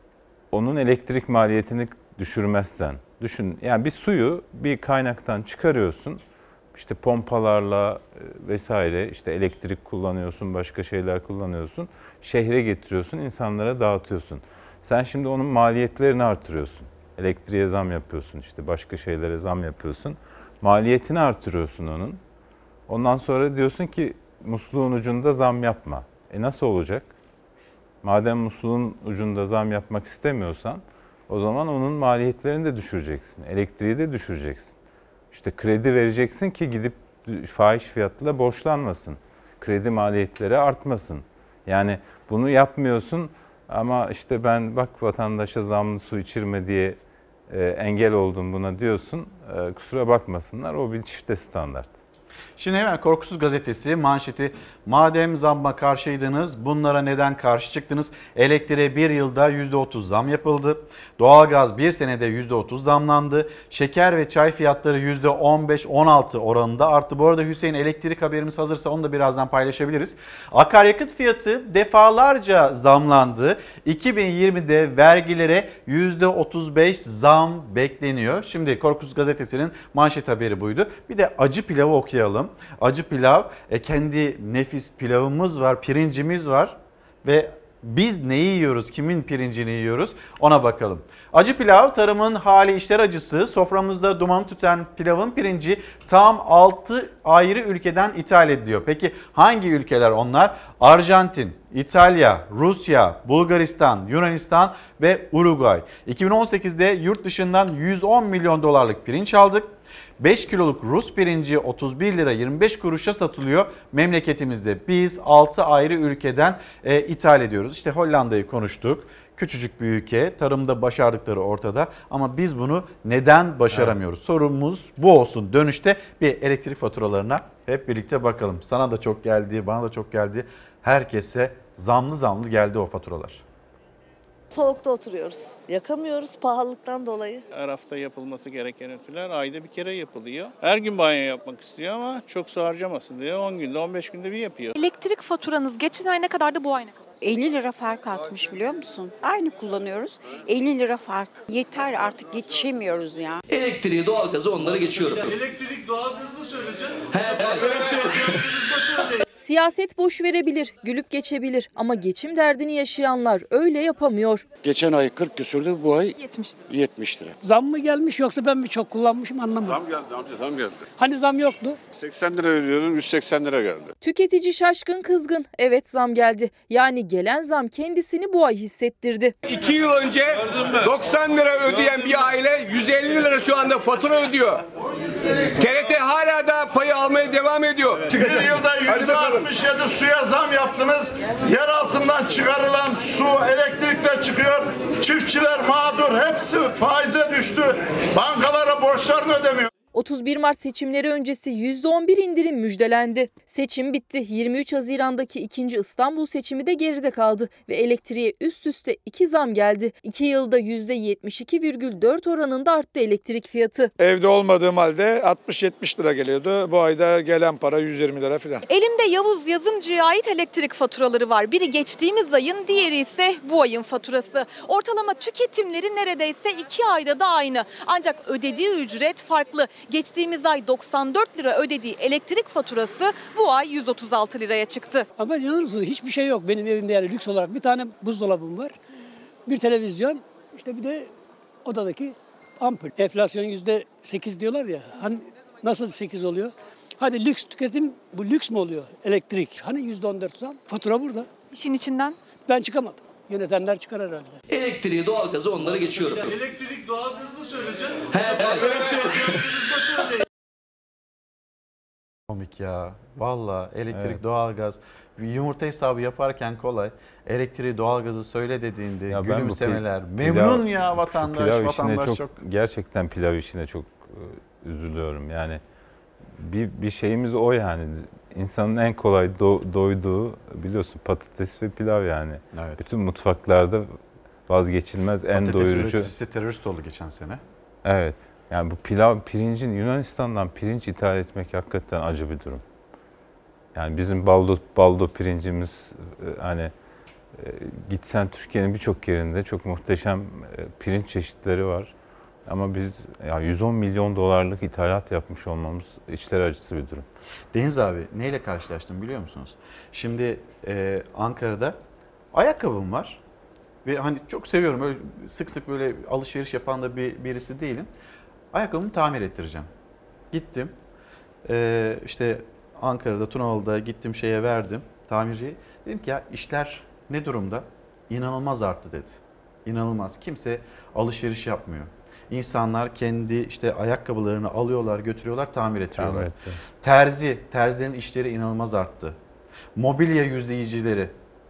Speaker 16: onun elektrik maliyetini düşürmezsen, düşün yani bir suyu bir kaynaktan çıkarıyorsun, işte pompalarla vesaire işte elektrik kullanıyorsun, başka şeyler kullanıyorsun, şehre getiriyorsun, insanlara dağıtıyorsun. Sen şimdi onun maliyetlerini artırıyorsun. Elektriğe zam yapıyorsun, işte başka şeylere zam yapıyorsun. Maliyetini artırıyorsun onun. Ondan sonra diyorsun ki musluğun ucunda zam yapma. E nasıl olacak? Madem musluğun ucunda zam yapmak istemiyorsan o zaman onun maliyetlerini de düşüreceksin. Elektriği de düşüreceksin. İşte kredi vereceksin ki gidip fahiş fiyatla borçlanmasın. Kredi maliyetleri artmasın. Yani bunu yapmıyorsun ama işte ben bak vatandaşa zamlı su içirme diye e, engel oldum buna diyorsun. E, kusura bakmasınlar, o bir çifte standart.
Speaker 1: Şimdi hemen Korkusuz Gazetesi manşeti, madem zamma karşıydınız bunlara neden karşı çıktınız? Elektriğe bir yılda yüzde otuz zam yapıldı. Doğalgaz bir senede yüzde otuz zamlandı. Şeker ve çay fiyatları yüzde on beş on altı oranında arttı. Bu arada Hüseyin, elektrik haberimiz hazırsa onu da birazdan paylaşabiliriz. Akaryakıt fiyatı defalarca zamlandı. iki bin yirmide vergilere yüzde otuz beş zam bekleniyor. Şimdi Korkusuz Gazetesi'nin manşet haberi buydu. Bir de acı pilavı okuyalım. Acı pilav, e, kendi nefis pilavımız var, pirincimiz var ve biz neyi yiyoruz, kimin pirincini yiyoruz ona bakalım. Acı pilav, tarımın hali işler acısı, soframızda duman tüten pilavın pirinci tam altı ayrı ülkeden ithal ediliyor. Peki hangi ülkeler onlar? Arjantin, İtalya, Rusya, Bulgaristan, Yunanistan ve Uruguay. iki bin on sekizde yurt dışından yüz on milyon dolarlık pirinç aldık. beş kiloluk Rus pirinci otuz bir lira yirmi beş kuruşa satılıyor memleketimizde. Biz altı ayrı ülkeden e, ithal ediyoruz. İşte Hollanda'yı konuştuk. Küçücük bir ülke, tarımda başardıkları ortada ama biz bunu neden başaramıyoruz? Evet. Sorumuz bu olsun. Dönüşte bir elektrik faturalarına hep birlikte bakalım. Sana da çok geldi, bana da çok geldi. Herkese zamlı zamlı geldi o faturalar.
Speaker 8: Soğukta oturuyoruz. Yakamıyoruz pahalılıktan dolayı.
Speaker 9: Her hafta yapılması gereken ütüler ayda bir kere yapılıyor. Her gün banyo yapmak istiyor ama çok su harcamasın diye on günde on beş günde bir yapıyor.
Speaker 10: Elektrik faturanız geçen ay ne kadardı, bu ay ne kadar?
Speaker 11: elli lira fark artmış biliyor musun? Aynı kullanıyoruz. elli lira fark. Yeter artık, yetişemiyoruz ya.
Speaker 25: Elektriği, doğalgazı onları geçiyorum.
Speaker 4: Elektrik, doğalgazı söyleyeceğim.
Speaker 25: He, evet.
Speaker 6: Siyaset boş verebilir, gülüp geçebilir ama geçim derdini yaşayanlar öyle yapamıyor.
Speaker 26: Geçen ay kırk küsürdü, bu ay
Speaker 10: yetmiş lira.
Speaker 26: yetmiş lira.
Speaker 27: Zam mı gelmiş yoksa ben mi çok kullanmışım anlamadım.
Speaker 26: Zam geldi amca, zam geldi.
Speaker 27: Hani zam yoktu?
Speaker 26: seksen lira ödüyordum, yüz seksen lira geldi.
Speaker 6: Tüketici şaşkın kızgın. Evet, zam geldi. Yani gelen zam kendisini bu ay hissettirdi.
Speaker 2: iki yıl önce doksan lira ödeyen bir aile yüz elli lira şu anda fatura ödüyor. T R T hala da payı almaya devam ediyor.
Speaker 5: Bir yılda yüzde altmış yedi suya zam yaptınız. Yer altından çıkarılan su elektrikle çıkıyor. Çiftçiler mağdur. Hepsi faize düştü. Bankalara borçlarını ödemiyor.
Speaker 6: otuz bir Mart seçimleri öncesi yüzde on bir indirim müjdelendi. Seçim bitti. yirmi üç Haziran'daki ikinci İstanbul seçimi de geride kaldı ve elektriğe üst üste iki zam geldi. iki yılda yüzde yetmiş iki virgül dört oranında arttı elektrik fiyatı.
Speaker 28: Evde olmadığım halde altmış yetmiş lira geliyordu. Bu ayda gelen para yüz yirmi lira falan.
Speaker 10: Elimde Yavuz Yazımcı'ya ait elektrik faturaları var. Biri geçtiğimiz ayın, diğeri ise bu ayın faturası. Ortalama tüketimleri neredeyse iki ayda da aynı. Ancak ödediği ücret farklı. Geçtiğimiz ay doksan dört lira ödediği elektrik faturası bu ay yüz otuz altı liraya çıktı.
Speaker 27: Ama inanır mısınız, hiçbir şey yok benim evimde, yani lüks olarak. Bir tane buzdolabım var, bir televizyon, işte bir de odadaki ampul. Enflasyon yüzde sekiz diyorlar ya, hani nasıl sekiz oluyor? Hadi lüks tüketim, bu lüks mü oluyor elektrik? Hani yüzde on dört zam, fatura burada.
Speaker 10: İşin içinden?
Speaker 27: Ben çıkamadım. Yönetenler çıkar herhalde.
Speaker 25: Elektriği, doğalgazı onları geçiyorum.
Speaker 4: Elektrik, doğalgazı söyleyeceğim.
Speaker 25: He, evet.
Speaker 1: Komik ya. Valla elektrik,
Speaker 16: Evet.
Speaker 1: doğalgaz. Yumurta hesabı yaparken kolay. Elektriği, doğalgazı söyle dediğinde
Speaker 16: Ya ben bu
Speaker 1: gülümsemeler.
Speaker 16: pil-
Speaker 1: Memnun
Speaker 16: pilav-
Speaker 1: ya
Speaker 16: şu
Speaker 1: vatandaş.
Speaker 16: pilav işine
Speaker 1: Vatandaş
Speaker 16: çok,
Speaker 1: çok...
Speaker 16: gerçekten pilav işine çok e, üzülüyorum. Yani bir bir şeyimiz o yani. insanın en kolay do- doyduğu biliyorsun patates ve pilav yani.
Speaker 1: Evet.
Speaker 16: Bütün mutfaklarda vazgeçilmez en
Speaker 1: Patates
Speaker 16: doyurucu.
Speaker 1: üreticisi terörist oldu geçen sene.
Speaker 16: Evet. Yani bu pilav pirincin Yunanistan'dan pirinç ithal etmek hakikaten acı bir durum. Yani bizim baldo baldo pirincimiz e, hani e, gitsen Türkiye'nin birçok yerinde çok muhteşem e, pirinç çeşitleri var. Ama biz ya yüz on milyon dolarlık ithalat yapmış olmamız içler acısı bir durum.
Speaker 1: Deniz abi neyle karşılaştım biliyor musunuz? Şimdi e, Ankara'da ayakkabım var. Ve hani çok seviyorum, öyle sık sık böyle alışveriş yapan da bir birisi değilim. Ayakkabımı tamir ettireceğim. Gittim, ee, işte Ankara'da, Tunalı'da gittim şeye verdim, tamirciye. Dedim ki ya işler ne durumda? İnanılmaz arttı dedi. İnanılmaz. Kimse alışveriş yapmıyor. İnsanlar kendi işte ayakkabılarını alıyorlar, götürüyorlar, tamir ettiriyorlar.
Speaker 16: Tamir etti.
Speaker 1: Terzi, terzilerin işleri inanılmaz arttı. Mobilya yüzdeyicileri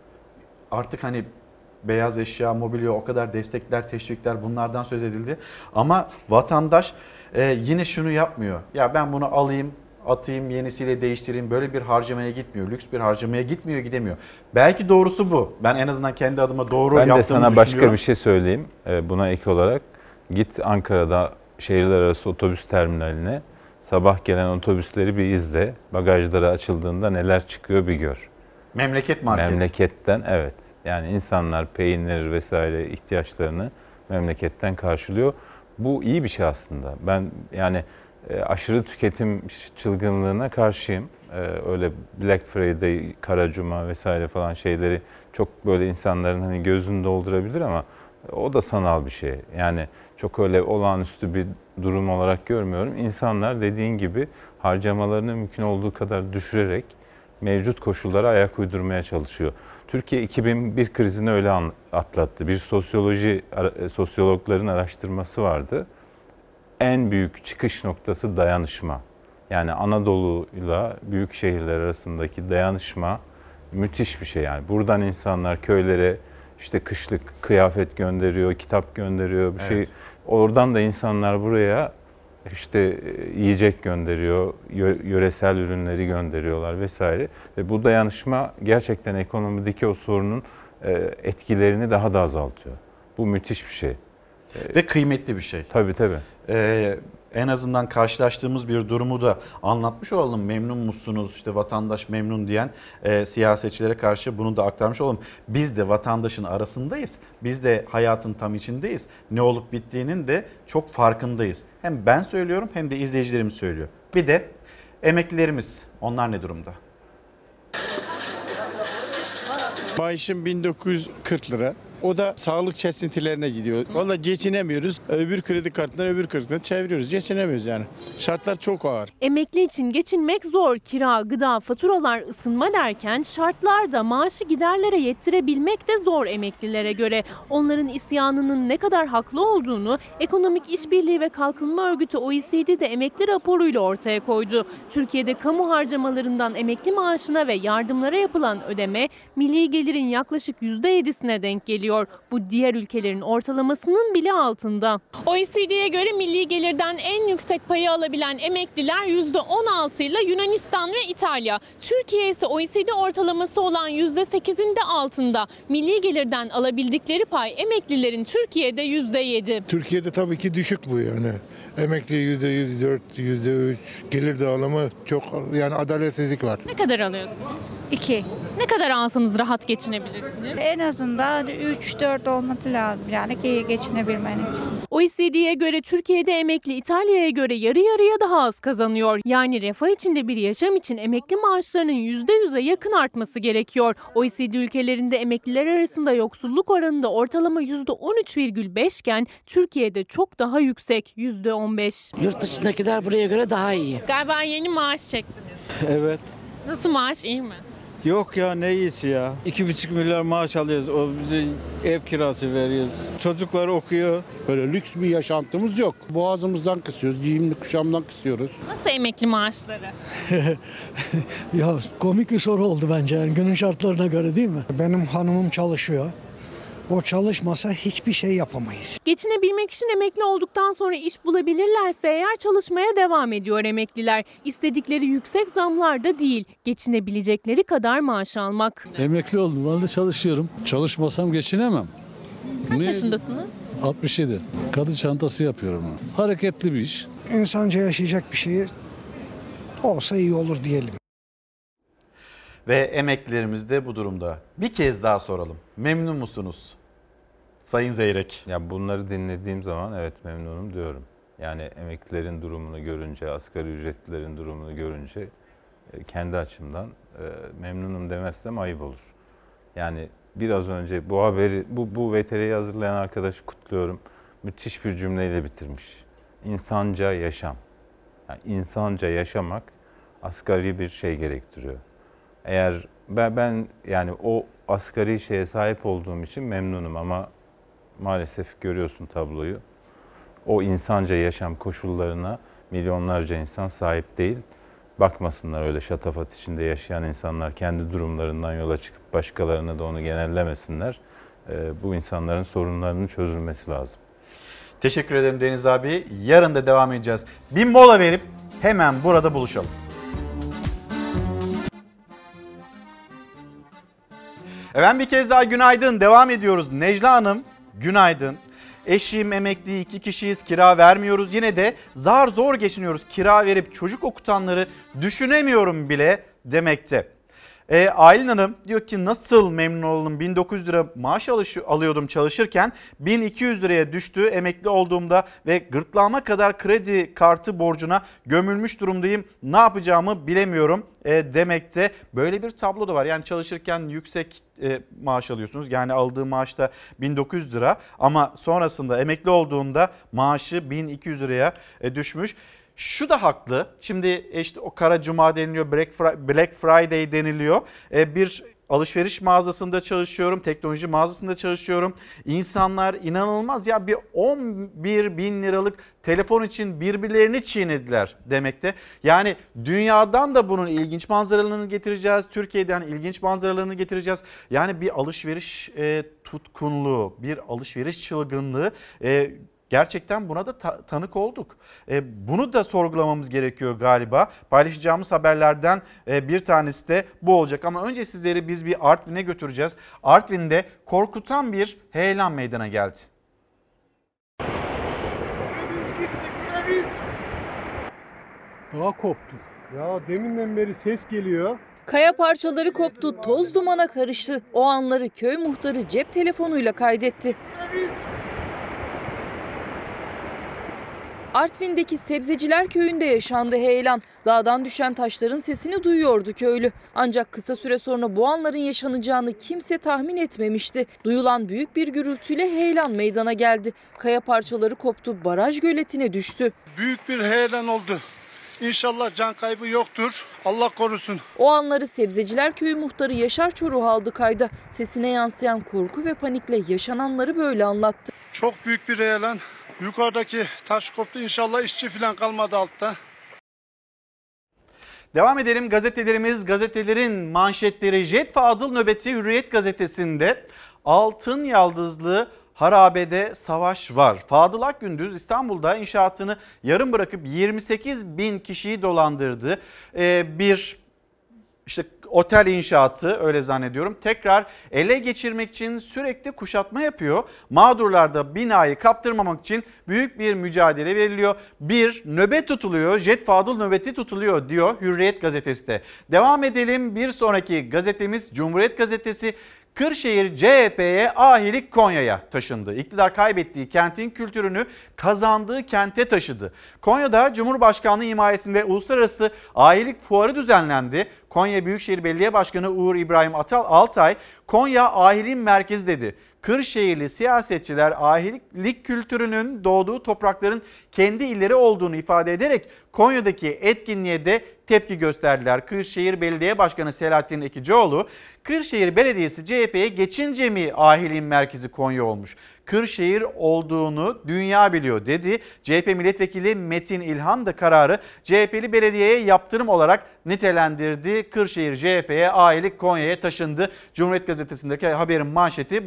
Speaker 1: artık hani beyaz eşya, mobilya o kadar destekler, teşvikler bunlardan söz edildi. Ama vatandaş e, yine şunu yapmıyor. Ya ben bunu alayım, atayım, yenisiyle değiştireyim. Böyle bir harcamaya gitmiyor. Lüks bir harcamaya gitmiyor, gidemiyor. Belki doğrusu bu. Ben en azından kendi adıma doğru
Speaker 16: ben
Speaker 1: yaptığımı
Speaker 16: düşünüyorum. Ben de sana
Speaker 1: düşünüyorum.
Speaker 16: başka bir şey söyleyeyim buna ek olarak. Git Ankara'da şehirler arası otobüs terminaline. Sabah gelen otobüsleri bir izle. Bagajları açıldığında neler çıkıyor bir gör.
Speaker 1: Memleket market.
Speaker 16: Memleketten evet. Yani insanlar peynir vesaire ihtiyaçlarını memleketten karşılıyor. Bu iyi bir şey aslında. Ben yani e, aşırı tüketim çılgınlığına karşıyım. E, öyle Black Friday, Kara Cuma vesaire falan şeyleri çok böyle insanların hani gözünü doldurabilir ama o da sanal bir şey. Yani çok öyle olağanüstü bir durum olarak görmüyorum. İnsanlar dediğin gibi harcamalarını mümkün olduğu kadar düşürerek mevcut koşullara ayak uydurmaya çalışıyor. Türkiye iki bin bir krizini öyle atlattı. Bir sosyoloji, sosyologların araştırması vardı. En büyük çıkış noktası dayanışma. Yani Anadolu'yla büyük şehirler arasındaki dayanışma müthiş bir şey yani. Buradan insanlar köylere işte kışlık kıyafet gönderiyor, kitap gönderiyor bir evet. şey. Oradan da insanlar buraya işte yiyecek gönderiyor, yöresel ürünleri gönderiyorlar vesaire. Ve bu dayanışma gerçekten ekonomideki o sorunun etkilerini daha da azaltıyor. Bu müthiş bir şey.
Speaker 1: Ve kıymetli bir şey.
Speaker 16: Tabii tabii.
Speaker 1: Ee, en azından karşılaştığımız bir durumu da anlatmış olalım. Memnun musunuz? İşte vatandaş memnun diyen e, siyasetçilere karşı bunu da aktarmış olalım. Biz de vatandaşın arasındayız. Biz de hayatın tam içindeyiz. Ne olup bittiğinin de çok farkındayız. Hem ben söylüyorum hem de izleyicilerimiz söylüyor. Bir de emeklilerimiz, onlar ne durumda?
Speaker 3: Maaşım bin dokuz yüz kırk lira. O da sağlık kesintilerine gidiyor. Valla geçinemiyoruz. Öbür kredi kartından öbür kredi kartına çeviriyoruz. Geçinemiyoruz yani. Şartlar çok ağır.
Speaker 12: Emekli için geçinmek zor. Kira, gıda, faturalar, ısınma derken şartlar da maaşı giderlere yettirebilmek de zor emeklilere göre. Onların isyanının ne kadar haklı olduğunu Ekonomik İşbirliği ve Kalkınma Örgütü O E C D'de emekli raporuyla ortaya koydu. Türkiye'de kamu harcamalarından emekli maaşına ve yardımlara yapılan ödeme milli gelirin yaklaşık yüzde yedisine denk geliyor. Bu diğer ülkelerin ortalamasının bile altında. O E C D'ye göre milli gelirden en yüksek payı alabilen emekliler yüzde on altı ile Yunanistan ve İtalya. Türkiye ise O E C D ortalaması olan yüzde sekizin de altında. Milli gelirden alabildikleri pay emeklilerin Türkiye'de yüzde yedi.
Speaker 13: Türkiye'de tabii ki düşük bu yani. Emekli yüzde yüzde dört, yüzde üç, gelir dağılımı çok, yani adaletsizlik var.
Speaker 12: Ne kadar alıyorsunuz?
Speaker 14: İki.
Speaker 12: Ne kadar alsanız rahat geçinebilirsiniz?
Speaker 14: En azından üç dört olması lazım yani ki geçinebilmen için.
Speaker 12: O E C D'ye göre Türkiye'de emekli İtalya'ya göre yarı yarıya daha az kazanıyor. Yani refah içinde bir yaşam için emekli maaşlarının yüzde yüze yakın artması gerekiyor. O E C D ülkelerinde emekliler arasında yoksulluk oranında ortalama yüzde on üç virgül beş iken Türkiye'de çok daha yüksek yüzde on beş.
Speaker 15: Yurt dışındakiler buraya göre daha iyi.
Speaker 12: Galiba yeni maaş çektiniz.
Speaker 28: Evet.
Speaker 12: Nasıl maaş, iyi mi?
Speaker 28: Yok ya ne iyisi ya. iki buçuk milyar maaş alıyoruz. O bize ev kirası veriyoruz. Çocuklar okuyor.
Speaker 13: Böyle lüks bir yaşantımız yok. Boğazımızdan kısıyoruz, giyimli kuşamdan kısıyoruz.
Speaker 12: Nasıl emekli maaşları?
Speaker 17: Ya komik bir soru oldu bence yani günün şartlarına göre değil mi? Benim hanımım çalışıyor. O çalışmasa hiçbir şey yapamayız.
Speaker 12: Geçinebilmek için emekli olduktan sonra iş bulabilirlerse eğer çalışmaya devam ediyor emekliler. İstedikleri yüksek zamlar da değil, geçinebilecekleri kadar maaş almak.
Speaker 18: Emekli oldum, ben de çalışıyorum. Çalışmasam geçinemem.
Speaker 12: Kaç
Speaker 18: Ne?
Speaker 12: yaşındasınız?
Speaker 18: altmış yedi. Kadın çantası yapıyorum. Hareketli bir iş.
Speaker 17: İnsanca yaşayacak bir şey olsa iyi olur diyelim.
Speaker 1: Ve emeklilerimiz de bu durumda. Bir kez daha soralım. Memnun musunuz? Sayın Zeyrek.
Speaker 16: Ya bunları dinlediğim zaman evet memnunum diyorum. Yani emeklilerin durumunu görünce, asgari ücretlilerin durumunu görünce kendi açımdan memnunum demezsem ayıp olur. Yani biraz önce bu haberi, bu, bu V T R'yi hazırlayan arkadaşı kutluyorum. Müthiş bir cümleyle bitirmiş. İnsanca yaşam. Yani insanca yaşamak asgari bir şey gerektiriyor. Eğer ben, ben yani o asgari şeye sahip olduğum için memnunum ama maalesef görüyorsun tabloyu. O insanca yaşam koşullarına milyonlarca insan sahip değil. Bakmasınlar öyle şatafat içinde yaşayan insanlar kendi durumlarından yola çıkıp başkalarına da onu genellemesinler. Ee, bu insanların sorunlarının çözülmesi lazım.
Speaker 1: Teşekkür ederim Deniz abi. Yarın da devam edeceğiz. Bir mola verip hemen burada buluşalım. Efendim bir kez daha günaydın. Devam ediyoruz. Necla Hanım günaydın. Eşim emekli, iki kişiyiz, kira vermiyoruz. Yine de zar zor geçiniyoruz. Kira verip çocuk okutanları düşünemiyorum bile demekte. E, Aylin Hanım diyor ki nasıl memnun oldum, bin dokuz yüz lira maaş alışı, alıyordum çalışırken bin iki yüz liraya düştü emekli olduğumda ve gırtlağıma kadar kredi kartı borcuna gömülmüş durumdayım. Ne yapacağımı bilemiyorum e, demekte. Böyle bir tablo da var. Yani çalışırken yüksek e, maaş alıyorsunuz. Yani aldığı maaş da bin dokuz yüz lira ama sonrasında emekli olduğunda maaşı bin iki yüz liraya e, düşmüş. Şu da haklı. Şimdi işte o kara cuma deniliyor, Black Friday deniliyor. Bir alışveriş mağazasında çalışıyorum, teknoloji mağazasında çalışıyorum. İnsanlar inanılmaz ya bir on bir bin liralık telefon için birbirlerini çiğnediler demekte. Yani dünyadan da bunun ilginç manzaralarını getireceğiz. Türkiye'den ilginç manzaralarını getireceğiz. Yani bir alışveriş e, tutkunluğu, bir alışveriş çılgınlığı e, gerçekten buna da ta- tanık olduk. E, bunu da sorgulamamız gerekiyor galiba. Paylaşacağımız haberlerden e, bir tanesi de bu olacak. Ama önce sizleri biz bir Artvin'e götüreceğiz. Artvin'de korkutan bir heyelan meydana geldi.
Speaker 19: Daha koptu. Ya deminden beri ses geliyor.
Speaker 6: Kaya parçaları koptu, toz dumana karıştı. O anları köy muhtarı cep telefonuyla kaydetti. Artvin'deki Sebzeciler Köyü'nde yaşandı heyelan. Dağdan düşen taşların sesini duyuyordu köylü. Ancak kısa süre sonra bu anların yaşanacağını kimse tahmin etmemişti. Duyulan büyük bir gürültüyle heyelan meydana geldi. Kaya parçaları koptu, baraj göletine düştü.
Speaker 19: Büyük bir heyelan oldu. İnşallah can kaybı yoktur. Allah korusun.
Speaker 6: O anları Sebzeciler Köyü muhtarı Yaşar Çoruh aldı kayda. Sesine yansıyan korku ve panikle yaşananları böyle anlattı.
Speaker 19: Çok büyük bir heyelan. Yukarıdaki taş koptu. İnşallah işçi falan kalmadı altta.
Speaker 1: Devam edelim gazetelerimiz, gazetelerin manşetleri. Jet Fadıl nöbeti Hürriyet gazetesinde altın yaldızlı harabede savaş var. Fadıl Akgündüz İstanbul'da inşaatını yarım bırakıp yirmi sekiz bin kişiyi dolandırdı. Ee, bir işte otel inşaatı öyle zannediyorum. Tekrar ele geçirmek için sürekli kuşatma yapıyor. Mağdurlar da binayı kaptırmamak için büyük bir mücadele veriliyor. Bir nöbet tutuluyor. Jet Fadıl nöbeti tutuluyor diyor Hürriyet gazetesi de. Devam edelim. Bir sonraki gazetemiz Cumhuriyet gazetesi. Kırşehir C H P'ye ahilik Konya'ya taşındı. İktidar kaybettiği kentin kültürünü kazandığı kente taşıdı. Konya'da Cumhurbaşkanlığı himayesinde uluslararası ahilik fuarı düzenlendi. Konya Büyükşehir Belediye Başkanı Uğur İbrahim Atal Altay, Konya ahiliğin merkezi dedi. Kırşehirli siyasetçiler ahilik kültürünün doğduğu toprakların kendi illeri olduğunu ifade ederek Konya'daki etkinliğe de tepki gösterdiler. Kırşehir Belediye Başkanı Selahattin Ekicioğlu, Kırşehir Belediyesi C H P'ye geçince mi ahiliğin merkezi Konya olmuş? Kırşehir olduğunu dünya biliyor dedi. C H P Milletvekili Metin İlhan da kararı C H P'li belediyeye yaptırım olarak nitelendirdi. Kırşehir C H P'ye ahilik Konya'ya taşındı. Cumhuriyet Gazetesi'ndeki haberin manşeti bu şekilde.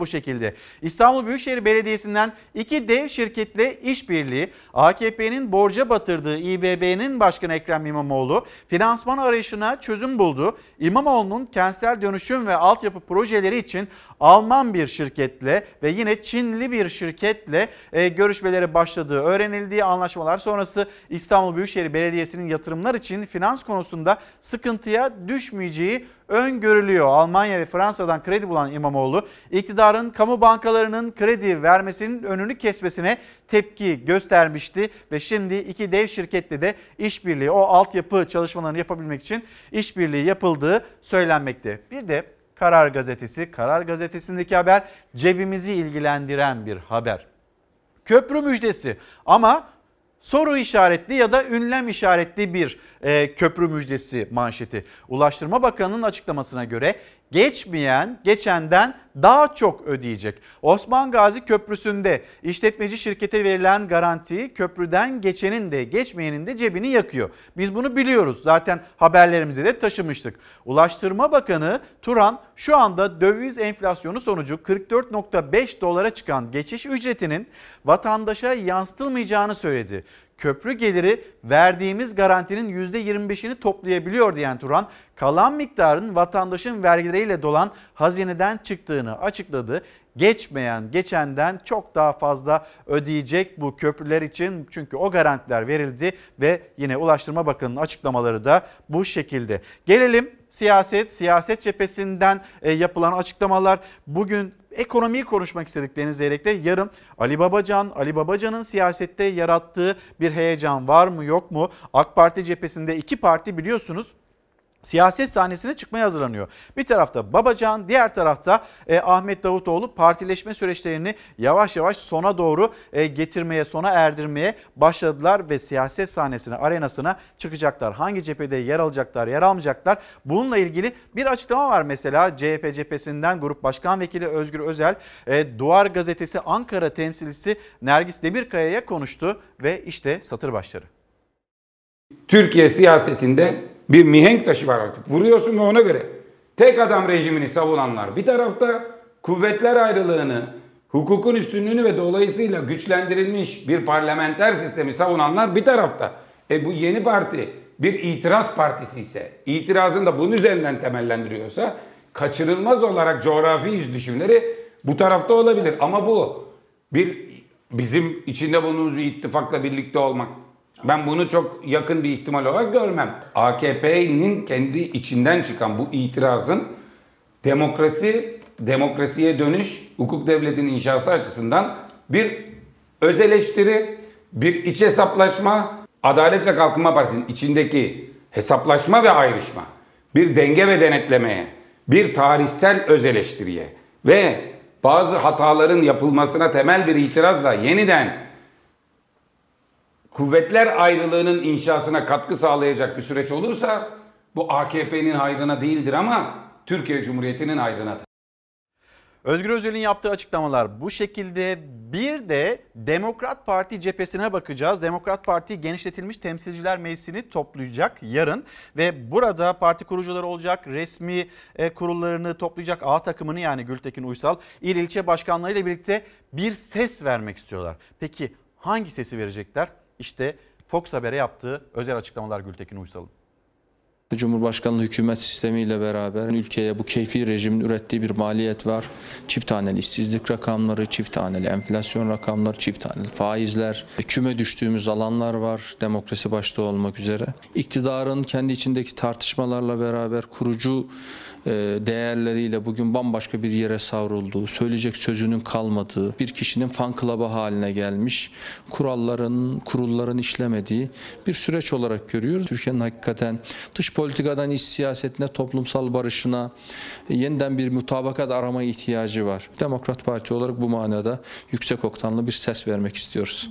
Speaker 1: şekilde. İstanbul Büyükşehir Belediyesi'nden iki dev şirketle işbirliği, A K P'nin borca batırdığı İ B B'nin başkanı Ekrem İmamoğlu finansman arayışına çözüm buldu. İmamoğlu'nun kentsel dönüşüm ve altyapı projeleri için Alman bir şirketle ve yine Çinli bir şirketle e, görüşmelere başladığı öğrenildiği anlaşmalar sonrası İstanbul Büyükşehir Belediyesi'nin yatırımlar için finans konusunda sıkıntıya düşmeyeceği öngörülüyor. Almanya ve Fransa'dan kredi bulan İmamoğlu, iktidarın kamu bankalarının kredi vermesinin önünü kesmesine tepki göstermişti ve şimdi iki dev şirketle de işbirliği, o altyapı çalışmalarını yapabilmek için işbirliği yapıldığı söylenmekte. Bir de Karar Gazetesi, Karar Gazetesi'ndeki haber cebimizi ilgilendiren bir haber. Köprü müjdesi ama soru işaretli ya da ünlem işaretli bir e, köprü müjdesi manşeti. Ulaştırma Bakanı'nın açıklamasına göre geçmeyen geçenden daha çok ödeyecek. Osman Gazi Köprüsü'nde işletmeci şirkete verilen garanti köprüden geçenin de geçmeyenin de cebini yakıyor. Biz bunu biliyoruz, zaten haberlerimize de taşımıştık. Ulaştırma Bakanı Turan şu anda döviz enflasyonu sonucu kırk dört virgül beş dolara çıkan geçiş ücretinin vatandaşa yansıtılmayacağını söyledi. Köprü geliri verdiğimiz garantinin yüzde yirmi beşini toplayabiliyor diyen Turan, kalan miktarın vatandaşın vergileriyle dolan hazineden çıktığını açıkladı. Geçmeyen geçenden çok daha fazla ödeyecek bu köprüler için, çünkü o garantiler verildi ve yine Ulaştırma Bakanı'nın açıklamaları da bu şekilde. Gelelim siyaset, siyaset cephesinden yapılan açıklamalar. Bugün ekonomiyi konuşmak istedik Deniz Zeyrek'le. Yarın Ali Babacan, Ali Babacan'ın siyasette yarattığı bir heyecan var mı yok mu? AK Parti cephesinde iki parti biliyorsunuz siyaset sahnesine çıkmaya hazırlanıyor. Bir tarafta Babacan, diğer tarafta e, Ahmet Davutoğlu partileşme süreçlerini yavaş yavaş sona doğru e, getirmeye, sona erdirmeye başladılar ve siyaset sahnesine, arenasına çıkacaklar. Hangi cephede yer alacaklar, yer almayacaklar? Bununla ilgili bir açıklama var mesela C H P cephesinden Grup Başkan Vekili Özgür Özel, e, Duvar Gazetesi Ankara temsilcisi Nergis Demirkaya'ya konuştu ve işte satır başları.
Speaker 7: Türkiye siyasetinde bir mihenk taşı var artık. Vuruyorsun ve ona göre. Tek adam rejimini savunanlar bir tarafta, kuvvetler ayrılığını, hukukun üstünlüğünü ve dolayısıyla güçlendirilmiş bir parlamenter sistemi savunanlar bir tarafta. E bu yeni parti bir itiraz partisi ise, itirazın da bunun üzerinden temellendiriyorsa, kaçırılmaz olarak coğrafi yüz düşümleri bu tarafta olabilir. Ama bu bir bizim içinde bulunduğumuz bir ittifakla birlikte olmak, ben bunu çok yakın bir ihtimal olarak görmem. A K P'nin kendi içinden çıkan bu itirazın demokrasi, demokrasiye dönüş, hukuk devletinin inşası açısından bir öz eleştiri, bir iç hesaplaşma, Adalet ve Kalkınma Partisi'nin içindeki hesaplaşma ve ayrışma, bir denge ve denetlemeye, bir tarihsel öz eleştiriye ve bazı hataların yapılmasına temel bir itirazla yeniden kuvvetler ayrılığının inşasına katkı sağlayacak bir süreç olursa bu A K P'nin hayrına değildir ama Türkiye Cumhuriyeti'nin hayrınadır.
Speaker 1: Özgür Özel'in yaptığı açıklamalar bu şekilde. Bir de Demokrat Parti cephesine bakacağız. Demokrat Parti genişletilmiş temsilciler meclisini toplayacak yarın ve burada parti kurucuları olacak, resmi kurullarını toplayacak, A takımını yani Gültekin Uysal, il ilçe başkanlarıyla birlikte bir ses vermek istiyorlar. Peki hangi sesi verecekler? İşte Fox Haber'e yaptığı özel açıklamalar Gültekin Uysal'ın.
Speaker 8: Cumhurbaşkanlığı hükümet sistemiyle beraber ülkeye bu keyfi rejimin ürettiği bir maliyet var. Çift taneli işsizlik rakamları, çift taneli enflasyon rakamları, çift taneli faizler, küme düştüğümüz alanlar var demokrasi başta olmak üzere. İktidarın kendi içindeki tartışmalarla beraber kurucu değerleriyle bugün bambaşka bir yere savrulduğu, söyleyecek sözünün kalmadığı, bir kişinin fan club'ı haline gelmiş, kuralların, kurulların işlemediği bir süreç olarak görüyoruz. Türkiye'nin hakikaten dış politikadan iç siyasetine, toplumsal barışına yeniden bir mutabakat arama ihtiyacı var. Demokrat Parti olarak bu manada yüksek oktanlı bir ses vermek istiyoruz.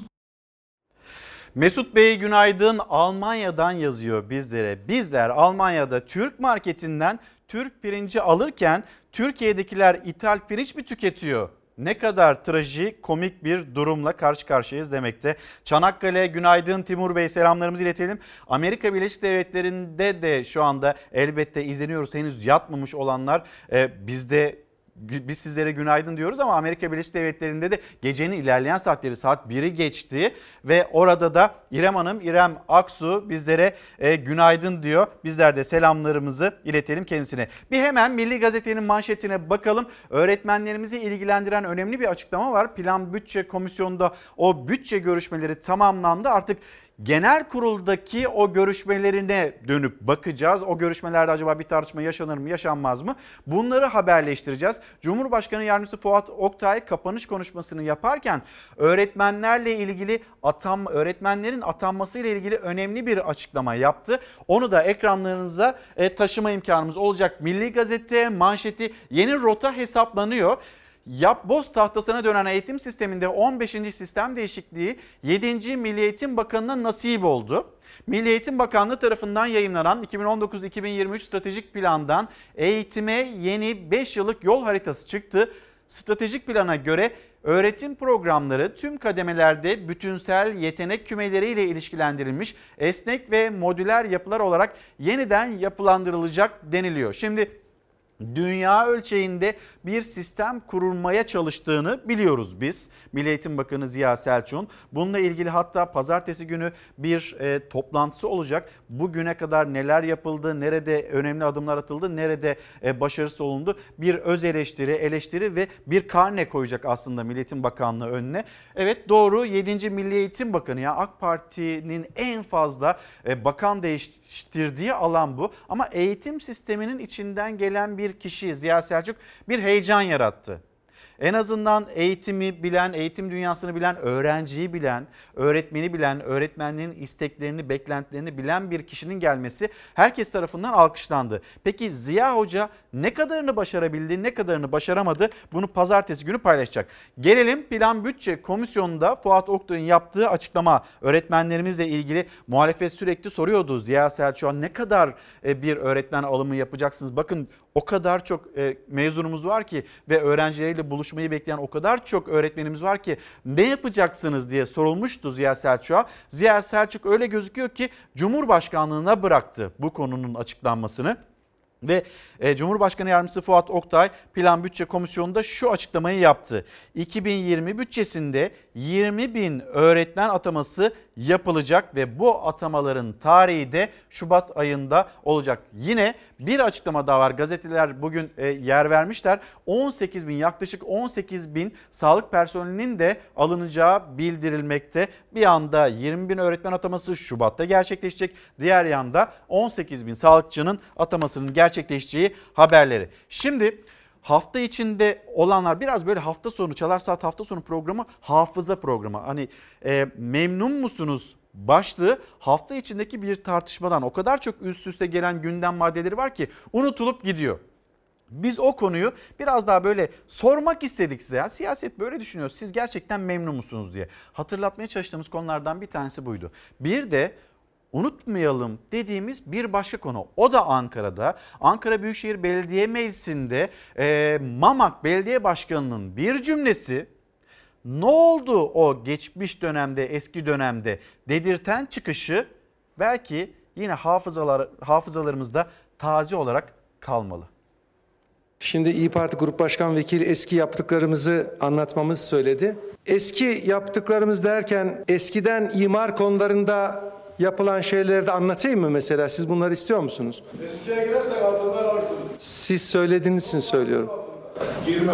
Speaker 1: Mesut Bey günaydın, Almanya'dan yazıyor bizlere. Bizler Almanya'da Türk marketinden Türk pirinci alırken Türkiye'dekiler ithal pirinç mi tüketiyor? Ne kadar trajikomik bir durumla karşı karşıyayız demekte. Çanakkale günaydın Timur Bey, selamlarımızı iletelim. Amerika Birleşik Devletleri'nde de şu anda elbette izleniyoruz. Henüz yatmamış olanlar e, bizde biz sizlere günaydın diyoruz ama Amerika Birleşik Devletleri'nde de gecenin ilerleyen saatleri saat biri geçti ve orada da İrem Hanım, İrem Aksu bizlere e, günaydın diyor. Bizler de selamlarımızı iletelim kendisine. Bir hemen Milli Gazete'nin manşetine bakalım. Öğretmenlerimizi ilgilendiren önemli bir açıklama var. Plan Bütçe Komisyonu'nda o bütçe görüşmeleri tamamlandı. Artık genel kuruldaki o görüşmelerine dönüp bakacağız. O görüşmelerde acaba bir tartışma yaşanır mı, yaşanmaz mı? Bunları haberleştireceğiz. Cumhurbaşkanı Yardımcısı Fuat Oktay kapanış konuşmasını yaparken öğretmenlerle ilgili atam öğretmenlerin atanması ile ilgili önemli bir açıklama yaptı. Onu da ekranlarınıza e, taşıma imkanımız olacak. Milli Gazete manşeti yeni rota hesaplanıyor. Yapboz tahtasına dönen eğitim sisteminde on beşinci sistem değişikliği yedinci Milli Eğitim Bakanı'na nasip oldu. Milli Eğitim Bakanlığı tarafından yayımlanan iki bin on dokuz iki bin yirmi üç stratejik plandan eğitime yeni beş yıllık yol haritası çıktı. Stratejik plana göre öğretim programları tüm kademelerde bütünsel yetenek kümeleriyle ilişkilendirilmiş esnek ve modüler yapılar olarak yeniden yapılandırılacak deniliyor. Şimdi dünya ölçeğinde bir sistem kurulmaya çalıştığını biliyoruz biz. Milli Eğitim Bakanı Ziya Selçuk'un bununla ilgili hatta pazartesi günü bir e, toplantısı olacak. Bugüne kadar neler yapıldı, nerede önemli adımlar atıldı, nerede e, başarısı olundu bir öz eleştiri, eleştiri ve bir karne koyacak aslında Milli Eğitim Bakanlığı önüne. Evet doğru, yedinci Milli Eğitim Bakanı ya AK Parti'nin en fazla e, bakan değiştirdiği alan bu. Ama eğitim sisteminin içinden gelen bir kişi Ziya Selçuk bir heyecan yarattı. En azından eğitimi bilen, eğitim dünyasını bilen, öğrenciyi bilen, öğretmeni bilen, öğretmenlerin isteklerini, beklentilerini bilen bir kişinin gelmesi herkes tarafından alkışlandı. Peki Ziya Hoca ne kadarını başarabildi, ne kadarını başaramadı? Bunu pazartesi günü paylaşacak. Gelelim Plan Bütçe Komisyonu'nda Fuat Oktay'ın yaptığı açıklama. Öğretmenlerimizle ilgili muhalefet sürekli soruyordu Ziya Selçuk'a ne kadar bir öğretmen alımı yapacaksınız? Bakın o kadar çok mezunumuz var ki ve öğrencileriyle buluşmayı bekleyen o kadar çok öğretmenimiz var ki ne yapacaksınız diye sorulmuştu Ziya Selçuk'a. Ziya Selçuk öyle gözüküyor ki Cumhurbaşkanlığına bıraktı bu konunun açıklanmasını. Ve e, Cumhurbaşkanı Yardımcısı Fuat Oktay Plan Bütçe Komisyonu'nda şu açıklamayı yaptı. iki bin yirmi bütçesinde yirmi bin öğretmen ataması yapılacak ve bu atamaların tarihi de Şubat ayında olacak. Yine bir açıklama daha var. Gazeteler bugün e, yer vermişler. on sekiz bin yaklaşık on sekiz bin sağlık personelinin de alınacağı bildirilmekte. Bir yanda yirmi bin öğretmen ataması Şubat'ta gerçekleşecek. Diğer yanda on sekiz bin sağlıkçının atamasının gerçekleşeceği gerçekleşeceği haberleri. Şimdi hafta içinde olanlar biraz böyle hafta sonu Çalar Saat hafta sonu programı hafıza programı. Hani e, memnun musunuz başlığı hafta içindeki bir tartışmadan o kadar çok üst üste gelen gündem maddeleri var ki unutulup gidiyor. Biz o konuyu biraz daha böyle sormak istedik size. Ya, siyaset böyle düşünüyoruz. Siz gerçekten memnun musunuz diye. Hatırlatmaya çalıştığımız konulardan bir tanesi buydu. Bir de unutmayalım dediğimiz bir başka konu. O da Ankara'da. Ankara Büyükşehir Belediye Meclisi'nde e, Mamak Belediye Başkanı'nın bir cümlesi ne oldu o geçmiş dönemde, eski dönemde dedirten çıkışı belki yine hafızalar, hafızalarımızda taze olarak kalmalı.
Speaker 9: Şimdi İYİ Parti Grup Başkan Vekili eski yaptıklarımızı anlatmamızı söyledi. Eski yaptıklarımız derken eskiden imar konularında yapılan şeyleri de anlatayım mı mesela? Siz bunları istiyor musunuz?
Speaker 5: Eskiye girersek altından alırsınız.
Speaker 9: Siz söylediğiniz için söylüyorum.
Speaker 5: Girme.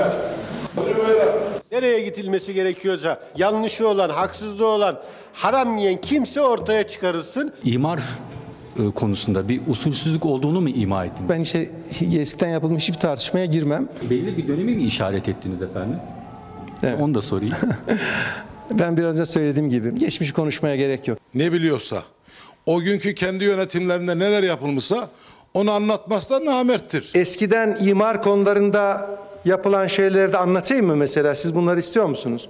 Speaker 5: Böyle.
Speaker 11: Nereye gidilmesi gerekiyorsa yanlışı olan, haksızlığı olan, haram yiyen kimse ortaya çıkarılsın.
Speaker 20: İmar konusunda bir usulsüzlük olduğunu mu ima ettiniz?
Speaker 9: Ben işte eskiden yapılmış hiçbir tartışmaya girmem.
Speaker 20: Belli bir dönemi mi işaret ettiniz efendim? Evet. Onu da sorayım.
Speaker 9: Ben biraz önce söylediğim gibi geçmiş konuşmaya gerek yok.
Speaker 5: Ne biliyorsa, o günkü kendi yönetimlerinde neler yapılmışsa onu anlatmaz da namerttir.
Speaker 9: Eskiden imar konularında yapılan şeyleri de anlatayım mı mesela? Siz bunları istiyor musunuz?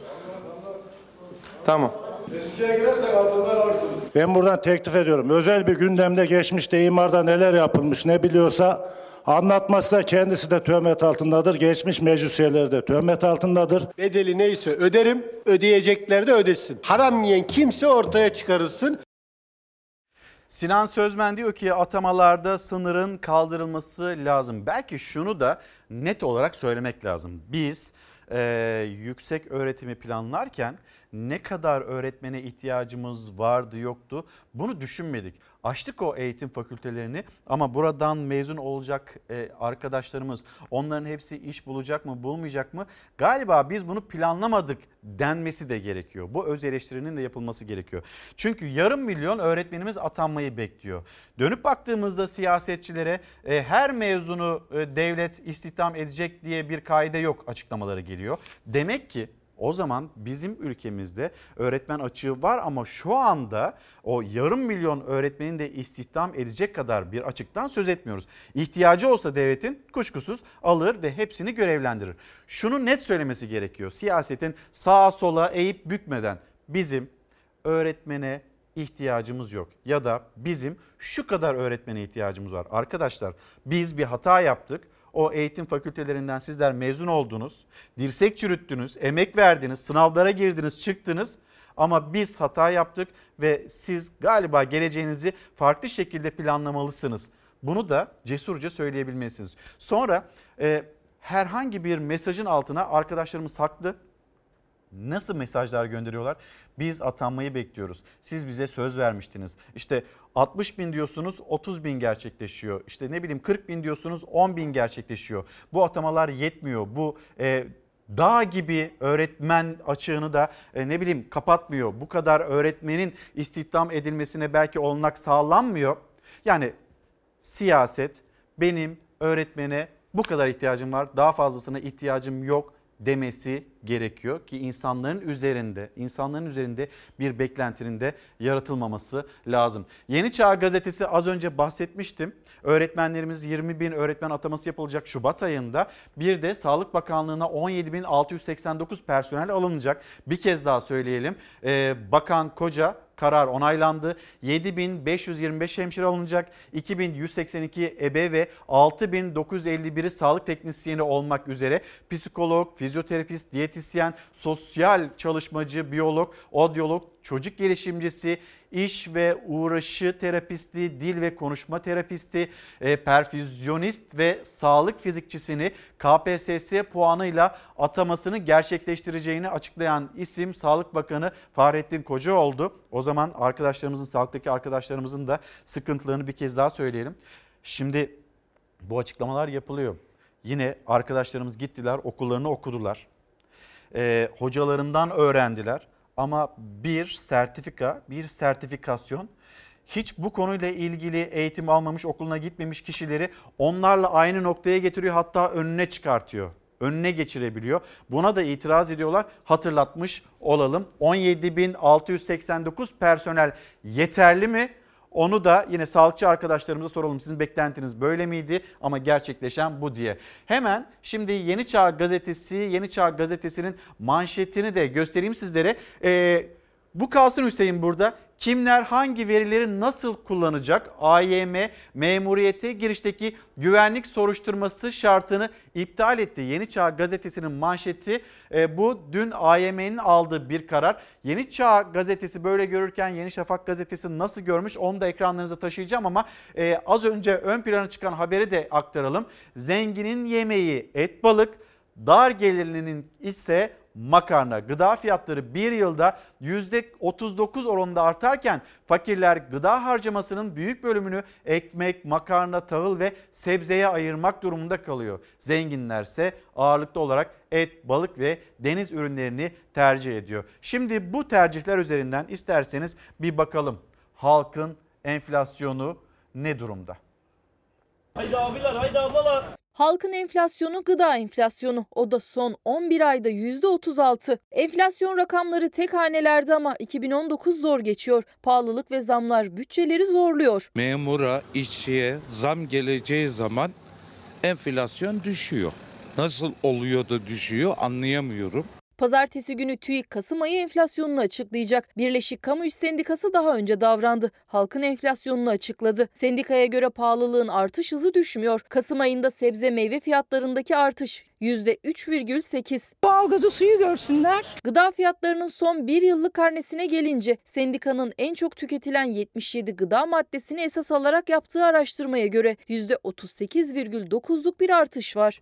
Speaker 9: Tamam.
Speaker 5: Eskiye girersek altından alırsınız.
Speaker 11: Ben buradan teklif ediyorum. Özel bir gündemde geçmişte imarda neler yapılmış ne biliyorsa anlatmazsa kendisi de töhmet altındadır. Geçmiş meclis üyeleri de töhmet altındadır. Bedeli neyse öderim, ödeyecekler de ödesin. Haram yiyen kimse ortaya çıkarılsın.
Speaker 1: Sinan Sözmen diyor ki atamalarda sınırın kaldırılması lazım. Belki şunu da net olarak söylemek lazım. Biz e, yüksek öğretimi planlarken ne kadar öğretmene ihtiyacımız vardı yoktu bunu düşünmedik. Açtık o eğitim fakültelerini ama buradan mezun olacak e, arkadaşlarımız, onların hepsi iş bulacak mı bulmayacak mı? Galiba biz bunu planlamadık denmesi de gerekiyor. Bu öz eleştirinin de yapılması gerekiyor. Çünkü yarım milyon öğretmenimiz atanmayı bekliyor. Dönüp baktığımızda siyasetçilere e, her mezunu e, devlet istihdam edecek diye bir kaide yok açıklamaları geliyor. Demek ki o zaman bizim ülkemizde öğretmen açığı var ama şu anda o yarım milyon öğretmenin de istihdam edecek kadar bir açıktan söz etmiyoruz. İhtiyacı olsa devletin kuşkusuz alır ve hepsini görevlendirir. Şunu net söylemesi gerekiyor. Siyasetin sağa sola eğip bükmeden bizim öğretmene ihtiyacımız yok ya da bizim şu kadar öğretmene ihtiyacımız var. Arkadaşlar biz bir hata yaptık. O eğitim fakültelerinden sizler mezun oldunuz, dirsek çürüttünüz, emek verdiniz, sınavlara girdiniz, çıktınız. Ama biz hata yaptık ve siz galiba geleceğinizi farklı şekilde planlamalısınız. Bunu da cesurca söyleyebilmelisiniz. Sonra e, herhangi bir mesajın altına arkadaşlarımız haklı. Nasıl mesajlar gönderiyorlar? Biz atanmayı bekliyoruz. Siz bize söz vermiştiniz. İşte altmış bin diyorsunuz otuz bin gerçekleşiyor. İşte ne bileyim kırk bin diyorsunuz on bin gerçekleşiyor. Bu atamalar yetmiyor. Bu e, dağ gibi öğretmen açığını da e, ne bileyim kapatmıyor. Bu kadar öğretmenin istihdam edilmesine belki olanak sağlanmıyor. Yani siyaset benim öğretmene bu kadar ihtiyacım var, daha fazlasına ihtiyacım yok demesi gerekiyor ki insanların üzerinde insanların üzerinde bir beklentinin de yaratılmaması lazım. Yeni Çağ Gazetesi az önce bahsetmiştim. Öğretmenlerimiz yirmi bin öğretmen ataması yapılacak Şubat ayında. Bir de Sağlık Bakanlığı'na on yedi bin altı yüz seksen dokuz personel alınacak. Bir kez daha söyleyelim. Ee, Bakan Koca karar onaylandı. yedi bin beş yüz yirmi beş hemşire alınacak. iki bin yüz seksen iki ebe ve altı bin dokuz yüz elli biri sağlık teknisyeni olmak üzere psikolog, fizyoterapist, diyetisyen, sosyal çalışmacı, biyolog, odyolog, çocuk gelişimcisi, iş ve uğraşı terapisti, dil ve konuşma terapisti, e, perfüzyonist ve sağlık fizikçisini K P S S puanıyla atamasını gerçekleştireceğini açıklayan isim Sağlık Bakanı Fahrettin Koca oldu. O zaman arkadaşlarımızın, sağlıktaki arkadaşlarımızın da sıkıntılarını bir kez daha söyleyelim. Şimdi bu açıklamalar yapılıyor. Yine arkadaşlarımız gittiler, okullarını okudular. E, hocalarından öğrendiler. Ama bir sertifika, bir sertifikasyon hiç bu konuyla ilgili eğitim almamış, okuluna gitmemiş kişileri onlarla aynı noktaya getiriyor, hatta önüne çıkartıyor. Önüne geçirebiliyor. Buna da itiraz ediyorlar. Hatırlatmış olalım. on yedi bin altı yüz seksen dokuz personel yeterli mi? Onu da yine sağlıkçı arkadaşlarımıza soralım. Sizin beklentiniz böyle miydi? Ama gerçekleşen bu diye. Hemen şimdi Yeni Çağ Gazetesi, Yeni Çağ Gazetesi'nin manşetini de göstereyim sizlere. Ee, bu kalsın Hüseyin burada. Kimler hangi verileri nasıl kullanacak? A Y M memuriyete girişteki güvenlik soruşturması şartını iptal etti. Yeni Çağ Gazetesi'nin manşeti e, bu. Dün A Y M'nin aldığı bir karar. Yeni Çağ Gazetesi böyle görürken Yeni Şafak Gazetesi nasıl görmüş onu da ekranlarınıza taşıyacağım ama e, az önce ön plana çıkan haberi de aktaralım. Zenginin yemeği et balık, dar gelirlinin ise makarna. Gıda fiyatları bir yılda yüzde otuz dokuz oranında artarken fakirler gıda harcamasının büyük bölümünü ekmek, makarna, tahıl ve sebzeye ayırmak durumunda kalıyor. Zenginlerse ağırlıklı olarak et, balık ve deniz ürünlerini tercih ediyor. Şimdi bu tercihler üzerinden isterseniz bir bakalım. Halkın enflasyonu ne durumda?
Speaker 2: Haydi abiler, haydi ablalar.
Speaker 6: Halkın enflasyonu gıda enflasyonu. O da son on bir ayda yüzde otuz altı. Enflasyon rakamları tek hanelerde ama iki bin on dokuz zor geçiyor. Pahalılık ve zamlar bütçeleri zorluyor.
Speaker 10: Memura, işçiye zam geleceği zaman enflasyon düşüyor. Nasıl oluyor da düşüyor anlayamıyorum.
Speaker 6: Pazartesi günü TÜİK Kasım ayı enflasyonunu açıklayacak. Birleşik Kamu İş Sendikası daha önce davrandı. Halkın enflasyonunu açıkladı. Sendikaya göre pahalılığın artış hızı düşmüyor. Kasım ayında sebze meyve fiyatlarındaki artış yüzde üç virgül sekiz.
Speaker 4: Doğalgazı suyu görsünler.
Speaker 6: Gıda fiyatlarının son bir yıllık karnesine gelince sendikanın en çok tüketilen yetmiş yedi gıda maddesini esas alarak yaptığı araştırmaya göre yüzde otuz sekiz virgül dokuzluk bir artış var.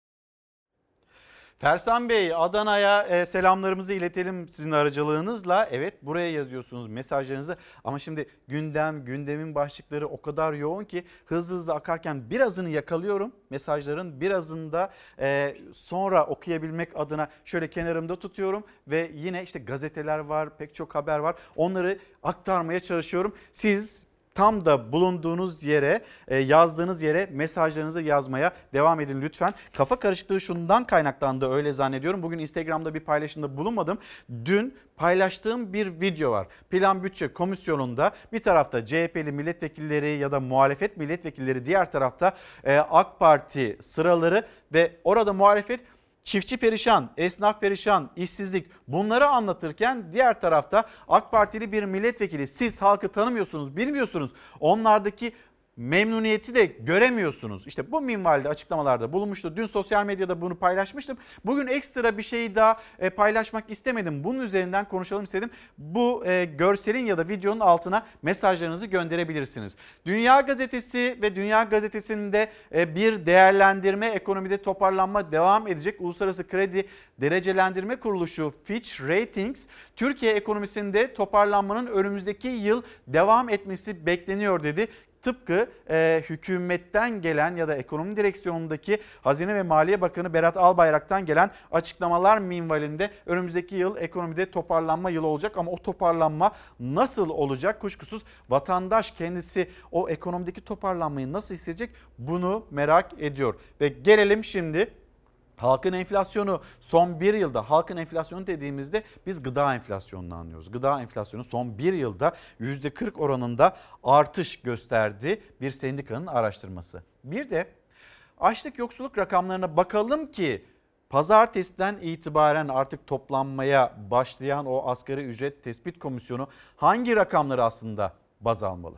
Speaker 1: Fersan Bey, Adana'ya e, selamlarımızı iletelim sizin aracılığınızla. Evet, buraya yazıyorsunuz mesajlarınızı ama şimdi gündem, gündemin başlıkları o kadar yoğun ki hızlı hızlı akarken birazını yakalıyorum. Mesajların birazını da e, sonra okuyabilmek adına şöyle kenarımda tutuyorum ve yine işte gazeteler var, pek çok haber var. Onları aktarmaya çalışıyorum. Siz tam da bulunduğunuz yere, yazdığınız yere mesajlarınızı yazmaya devam edin lütfen. Kafa karışıklığı şundan kaynaklandı, öyle zannediyorum. Bugün Instagram'da bir paylaşımda bulunmadım. Dün paylaştığım bir video var. Plan Bütçe Komisyonu'nda bir tarafta C H P'li milletvekilleri ya da muhalefet milletvekilleri, diğer tarafta AK Parti sıraları ve orada muhalefet çiftçi perişan, esnaf perişan, işsizlik, bunları anlatırken diğer tarafta AK Partili bir milletvekili, siz halkı tanımıyorsunuz, bilmiyorsunuz, onlardaki memnuniyeti de göremiyorsunuz. İşte bu minvalde açıklamalarda bulunmuştu. Dün sosyal medyada bunu paylaşmıştım. Bugün ekstra bir şey daha paylaşmak istemedim. Bunun üzerinden konuşalım istedim. Bu görselin ya da videonun altına mesajlarınızı gönderebilirsiniz. Dünya Gazetesi ve Dünya Gazetesi'nde bir değerlendirme, ekonomide toparlanma devam edecek. Uluslararası Kredi Derecelendirme Kuruluşu Fitch Ratings, Türkiye ekonomisinde toparlanmanın önümüzdeki yıl devam etmesi bekleniyor dedi. Tıpkı e, hükümetten gelen ya da ekonomi direksiyonundaki Hazine ve Maliye Bakanı Berat Albayrak'tan gelen açıklamalar minvalinde önümüzdeki yıl ekonomide toparlanma yılı olacak. Ama o toparlanma nasıl olacak? Kuşkusuz vatandaş kendisi o ekonomideki toparlanmayı nasıl hissedecek, bunu merak ediyor. Ve gelelim şimdi halkın enflasyonu. Son bir yılda halkın enflasyonu dediğimizde biz gıda enflasyonunu anlıyoruz. Gıda enflasyonu son bir yılda yüzde kırk oranında artış gösterdi bir sendikanın araştırması. Bir de açlık yoksulluk rakamlarına bakalım ki pazartesiden itibaren artık toplanmaya başlayan o asgari ücret tespit komisyonu hangi rakamları aslında baz almalı?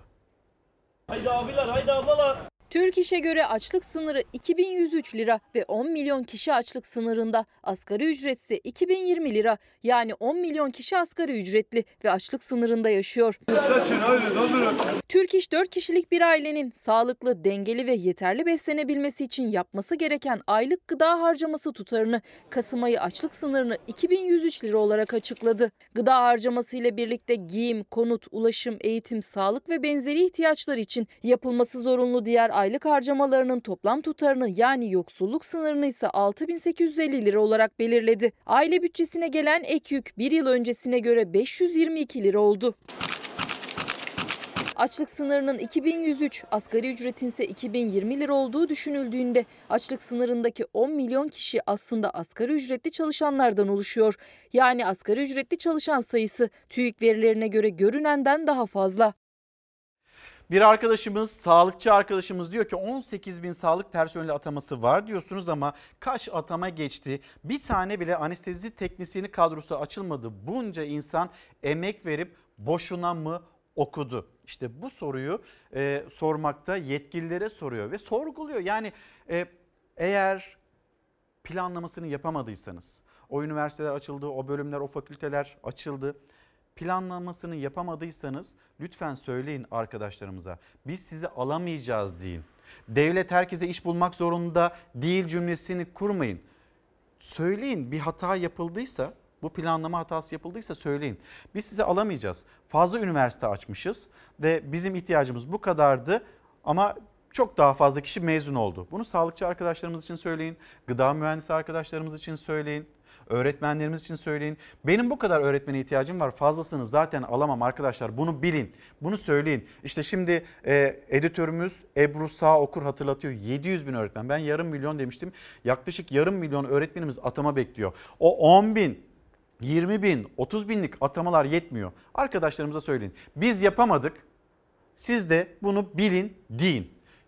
Speaker 2: Haydi abiler, haydi ablalar.
Speaker 6: Türk İş'e göre açlık sınırı iki bin yüz üç lira ve on milyon kişi açlık sınırında. Asgari ücret ise iki bin yirmi lira, yani on milyon kişi asgari ücretli ve açlık sınırında yaşıyor. Türk İş dört kişilik bir ailenin sağlıklı, dengeli ve yeterli beslenebilmesi için yapması gereken aylık gıda harcaması tutarını, Kasım ayı açlık sınırını iki bin yüz üç lira olarak açıkladı. Gıda harcaması ile birlikte giyim, konut, ulaşım, eğitim, sağlık ve benzeri ihtiyaçlar için yapılması zorunlu diğer aylık harcamalarının toplam tutarını, yani yoksulluk sınırını ise altı bin sekiz yüz elli lira olarak belirledi. Aile bütçesine gelen ek yük bir yıl öncesine göre beş yüz yirmi iki lira oldu. Açlık sınırının iki bin yüz üç, asgari ücretin ise iki bin yirmi lira olduğu düşünüldüğünde açlık sınırındaki on milyon kişi aslında asgari ücretli çalışanlardan oluşuyor. Yani asgari ücretli çalışan sayısı TÜİK verilerine göre görünenden daha fazla.
Speaker 1: Bir arkadaşımız, sağlıkçı arkadaşımız diyor ki on sekiz bin sağlık personeli ataması var diyorsunuz ama kaç atama geçti? Bir tane bile anestezi teknisyeni kadrosu açılmadı. Bunca insan emek verip boşuna mı okudu? İşte bu soruyu e, sormakta yetkililere soruyor ve sorguluyor. Yani e, eğer planlamasını yapamadıysanız, o üniversiteler açıldı, o bölümler, o fakülteler açıldı. Planlamasını yapamadıysanız lütfen söyleyin arkadaşlarımıza. Biz sizi alamayacağız deyin. Devlet herkese iş bulmak zorunda değil cümlesini kurmayın. Söyleyin, bir hata yapıldıysa, bu planlama hatası yapıldıysa söyleyin. Biz sizi alamayacağız. Fazla üniversite açmışız ve bizim ihtiyacımız bu kadardı ama çok daha fazla kişi mezun oldu. Bunu sağlıkçı arkadaşlarımız için söyleyin, gıda mühendisi arkadaşlarımız için söyleyin. Öğretmenlerimiz için söyleyin. Benim bu kadar öğretmene ihtiyacım var. Fazlasını zaten alamam arkadaşlar. Bunu bilin. Bunu söyleyin. İşte şimdi e, editörümüz Ebru Sağokur hatırlatıyor. yedi yüz bin öğretmen. Ben yarım milyon demiştim. Yaklaşık yarım milyon öğretmenimiz atama bekliyor. O on bin, yirmi bin, otuz binlik atamalar yetmiyor. Arkadaşlarımıza söyleyin. Biz yapamadık. Siz de bunu bilin, deyin.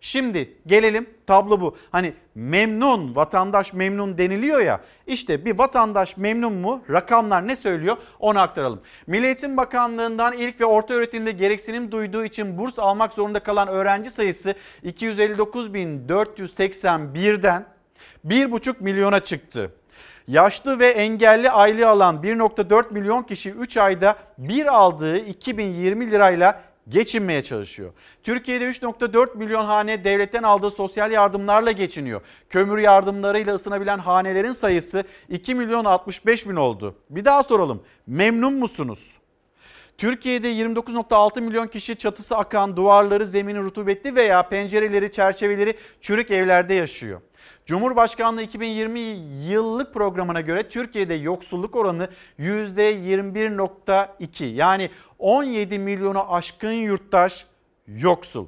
Speaker 1: Şimdi gelelim, tablo bu. Hani memnun, vatandaş memnun deniliyor ya. İşte bir vatandaş memnun mu? Rakamlar ne söylüyor? Onu aktaralım. Milli Eğitim Bakanlığı'ndan ilk ve orta öğretimde gereksinim duyduğu için burs almak zorunda kalan öğrenci sayısı iki yüz elli dokuz bin dört yüz seksen birden bir buçuk milyona çıktı. Yaşlı ve engelli aylığı alan bir virgül dört milyon kişi üç ayda bir aldığı iki bin yirmi lirayla geçinmeye çalışıyor. Türkiye'de üç virgül dört milyon hane devletten aldığı sosyal yardımlarla geçiniyor. Kömür yardımlarıyla ısınabilen hanelerin sayısı iki milyon altmış beş bin oldu. Bir daha soralım. Memnun musunuz? Türkiye'de yirmi dokuz virgül altı milyon kişi çatısı akan, duvarları, zemini rutubetli veya pencereleri, çerçeveleri çürük evlerde yaşıyor. Cumhurbaşkanlığı iki bin yirmi yıllık programına göre Türkiye'de yoksulluk oranı yüzde yirmi bir virgül iki, yani on yedi milyonu aşkın yurttaş yoksul.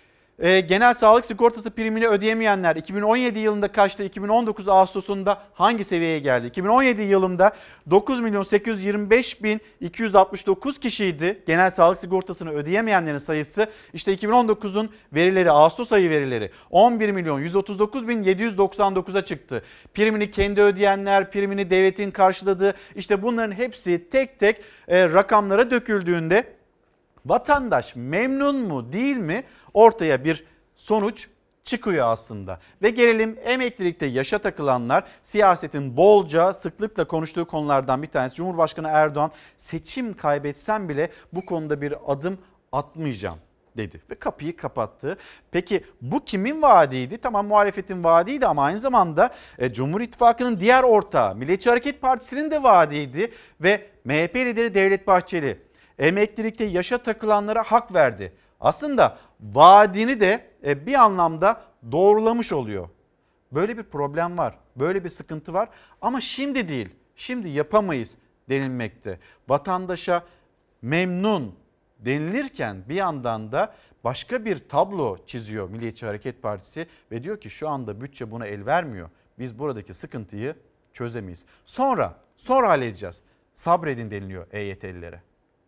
Speaker 1: E, genel sağlık sigortası primini ödeyemeyenler iki bin on yedi yılında kaçtı? iki bin on dokuz Ağustos'unda hangi seviyeye geldi? iki bin on yedi yılında dokuz milyon sekiz yüz yirmi beş bin iki yüz altmış dokuz kişiydi. Genel sağlık sigortasını ödeyemeyenlerin sayısı. İşte iki bin on dokuzun verileri, Ağustos ayı verileri on bir milyon yüz otuz dokuz bin yedi yüz doksan dokuza çıktı. Primini kendi ödeyenler, primini devletin karşıladığı, işte bunların hepsi tek tek e, rakamlara döküldüğünde vatandaş memnun mu değil mi ortaya bir sonuç çıkıyor aslında. Ve gelelim emeklilikte yaşa takılanlar, siyasetin bolca sıklıkla konuştuğu konulardan bir tanesi. Cumhurbaşkanı Erdoğan seçim kaybetsem bile bu konuda bir adım atmayacağım dedi ve kapıyı kapattı. Peki bu kimin vaadiydi? Tamam, muhalefetin vaadiydi ama aynı zamanda e, Cumhur İttifakı'nın diğer ortağı Milliyetçi Hareket Partisi'nin de vaadiydi ve M H P lideri Devlet Bahçeli emeklilikte yaşa takılanlara hak verdi. Aslında vaadini de bir anlamda doğrulamış oluyor. Böyle bir problem var, böyle bir sıkıntı var ama şimdi değil, şimdi yapamayız denilmekte. Vatandaşa memnun denilirken bir yandan da başka bir tablo çiziyor Milliyetçi Hareket Partisi ve diyor ki şu anda bütçe buna el vermiyor. Biz buradaki sıkıntıyı çözemeyiz. Sonra, sonra halledeceğiz. Sabredin deniliyor E Y T'lilere.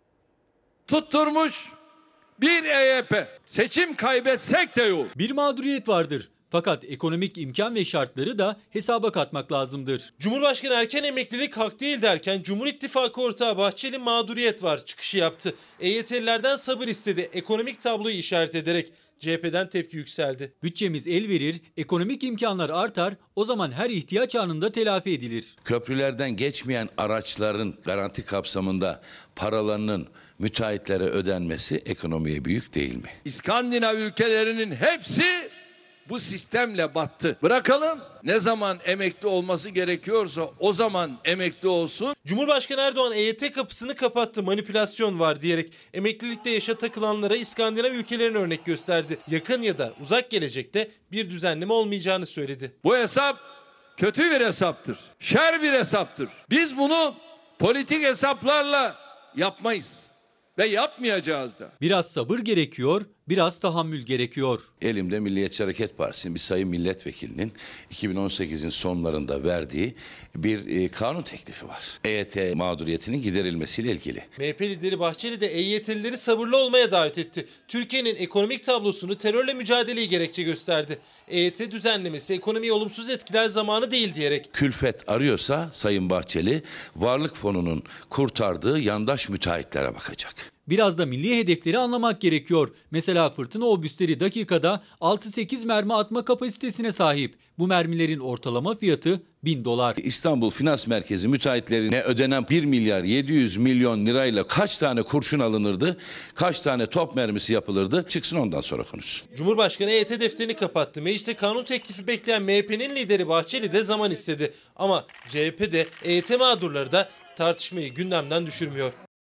Speaker 3: Tutturmuş bir E Y P. Seçim kaybetsek de yok.
Speaker 20: Bir mağduriyet vardır. Fakat ekonomik imkan ve şartları da hesaba katmak lazımdır.
Speaker 2: Cumhurbaşkanı erken emeklilik hak değil derken Cumhur İttifakı ortağı Bahçeli mağduriyet var çıkışı yaptı. E Y T'lilerden sabır istedi. Ekonomik tabloyu işaret ederek C H P'den tepki yükseldi.
Speaker 20: Bütçemiz el verir, ekonomik imkanlar artar, o zaman her ihtiyaç anında telafi edilir.
Speaker 3: Köprülerden geçmeyen araçların garanti kapsamında paralarının müteahhitlere ödenmesi ekonomiye büyük değil mi? İskandinav ülkelerinin hepsi bu sistemle battı. Bırakalım. Ne zaman emekli olması gerekiyorsa o zaman emekli olsun.
Speaker 2: Cumhurbaşkanı Erdoğan E Y T kapısını kapattı, manipülasyon var diyerek emeklilikte yaşa takılanlara İskandinav ülkelerini örnek gösterdi. Yakın ya da uzak gelecekte bir düzenleme olmayacağını söyledi.
Speaker 3: Bu hesap kötü bir hesaptır. Şer bir hesaptır. Biz bunu politik hesaplarla yapmayız. Ve yapmayacağız da.
Speaker 20: Biraz sabır gerekiyor, biraz tahammül gerekiyor.
Speaker 3: Elimde Milliyetçi Hareket Partisi'nin bir sayın milletvekilinin iki bin on sekizin sonlarında verdiği bir kanun teklifi var. E Y T mağduriyetinin giderilmesiyle ilgili.
Speaker 2: M H P lideri Bahçeli de E Y T'lileri sabırlı olmaya davet etti. Türkiye'nin ekonomik tablosunu terörle mücadeleyi gerekçe gösterdi. E Y T düzenlemesi ekonomiyi olumsuz etkiler zamanı değil diyerek.
Speaker 3: Külfet arıyorsa Sayın Bahçeli Varlık Fonu'nun kurtardığı yandaş müteahhitlere bakacak.
Speaker 20: Biraz da milli hedefleri anlamak gerekiyor. Mesela fırtına obüsleri dakikada altı sekiz mermi atma kapasitesine sahip. Bu mermilerin ortalama fiyatı bin dolar.
Speaker 3: İstanbul Finans Merkezi müteahhitlerine ödenen bir milyar yedi yüz milyon lirayla kaç tane kurşun alınırdı? Kaç tane top mermisi yapılırdı? Çıksın ondan sonra konuşsun.
Speaker 2: Cumhurbaşkanı E Y T defterini kapattı. Mecliste kanun teklifi bekleyen M H P'nin lideri Bahçeli de zaman istedi. Ama C H P de E Y T mağdurları da tartışmayı gündemden düşürmüyor.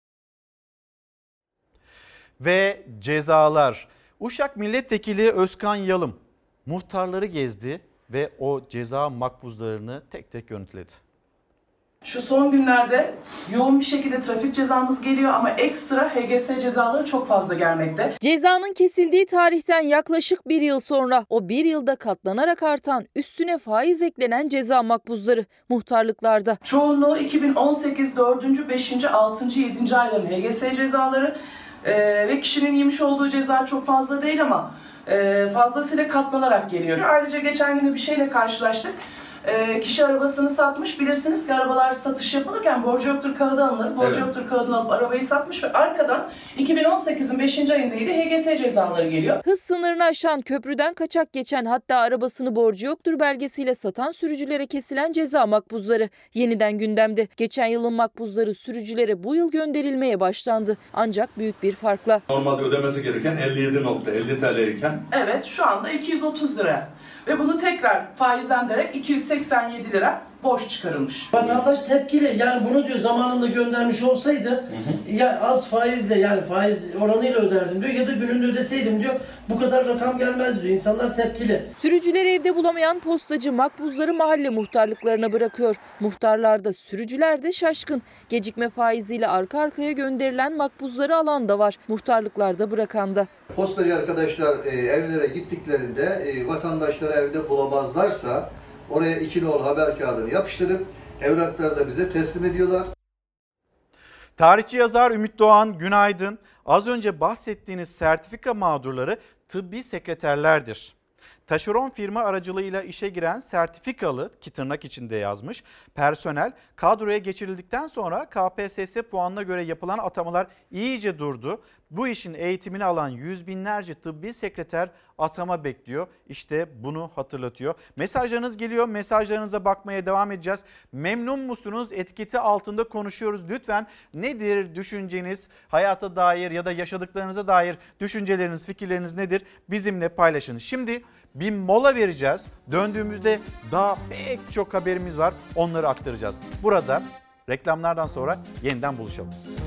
Speaker 1: Ve cezalar. Uşak Milletvekili Özkan Yalım muhtarları gezdi ve o ceza makbuzlarını tek tek görüntüledi.
Speaker 21: Şu son günlerde yoğun bir şekilde trafik cezamız geliyor ama ekstra H G S cezaları çok fazla gelmekte.
Speaker 6: Cezanın kesildiği tarihten yaklaşık bir yıl sonra o bir yılda katlanarak artan, üstüne faiz eklenen ceza makbuzları muhtarlıklarda.
Speaker 21: Çoğunluğu iki bin on sekiz dördüncü, beşinci, altıncı, yedinci ayların H G S cezaları. Ee, ve kişinin yemiş olduğu ceza çok fazla değil ama e, fazlasıyla katlanarak geliyor. Ayrıca geçen gün de bir şeyle karşılaştık. E, kişi arabasını satmış. Bilirsiniz ki arabalar satış yapılırken borcu yoktur kağıdı alınır. Borcu
Speaker 1: Evet.
Speaker 21: yoktur kağıdını alıp arabayı satmış ve arkadan iki bin on sekizin beşinci ayındaydı H G S cezaları geliyor.
Speaker 6: Hız sınırını aşan, köprüden kaçak geçen, hatta arabasını borcu yoktur belgesiyle satan sürücülere kesilen ceza makbuzları yeniden gündemde. Geçen yılın makbuzları sürücülere bu yıl gönderilmeye başlandı. Ancak büyük bir farkla.
Speaker 14: Normalde ödemesi gereken elli yedi nokta elli T L iken
Speaker 21: Evet, şu anda iki yüz otuz lira. Ve bunu tekrar faizlendirerek iki yüz seksen yedi lira borç çıkarılmış.
Speaker 15: Vatandaş tepkili, yani bunu diyor zamanında göndermiş olsaydı hı hı. ya az faizle, yani faiz oranıyla öderdim diyor ya da gününde ödeseydim diyor, bu kadar rakam gelmez diyor. İnsanlar tepkili.
Speaker 6: Sürücüleri evde bulamayan postacı makbuzları mahalle muhtarlıklarına bırakıyor. Muhtarlar da sürücüler de şaşkın. Gecikme faiziyle arka arkaya gönderilen makbuzları alan da var. Muhtarlıklarda bırakan da.
Speaker 22: Postacı arkadaşlar e, evlere gittiklerinde e, vatandaşları evde bulamazlarsa oraya iki nolu haber kağıdını yapıştırıp evrakları da bize teslim ediyorlar.
Speaker 1: Tarihçi yazar Ümit Doğan günaydın. Az önce bahsettiğiniz sertifika mağdurları tıbbi sekreterlerdir. Taşeron firma aracılığıyla işe giren sertifikalı, ki tırnak içinde yazmış, personel kadroya geçirildikten sonra K P S S puanına göre yapılan atamalar iyice durdu. Bu işin eğitimini alan yüz binlerce tıbbi sekreter atama bekliyor. İşte bunu hatırlatıyor. Mesajlarınız geliyor. Mesajlarınıza bakmaya devam edeceğiz. Memnun musunuz? Etiketi altında konuşuyoruz. Lütfen nedir düşünceniz? Hayata dair ya da yaşadıklarınıza dair düşünceleriniz, fikirleriniz nedir? Bizimle paylaşın. Şimdi bir mola vereceğiz. Döndüğümüzde daha pek çok haberimiz var. Onları aktaracağız. Burada reklamlardan sonra yeniden buluşalım.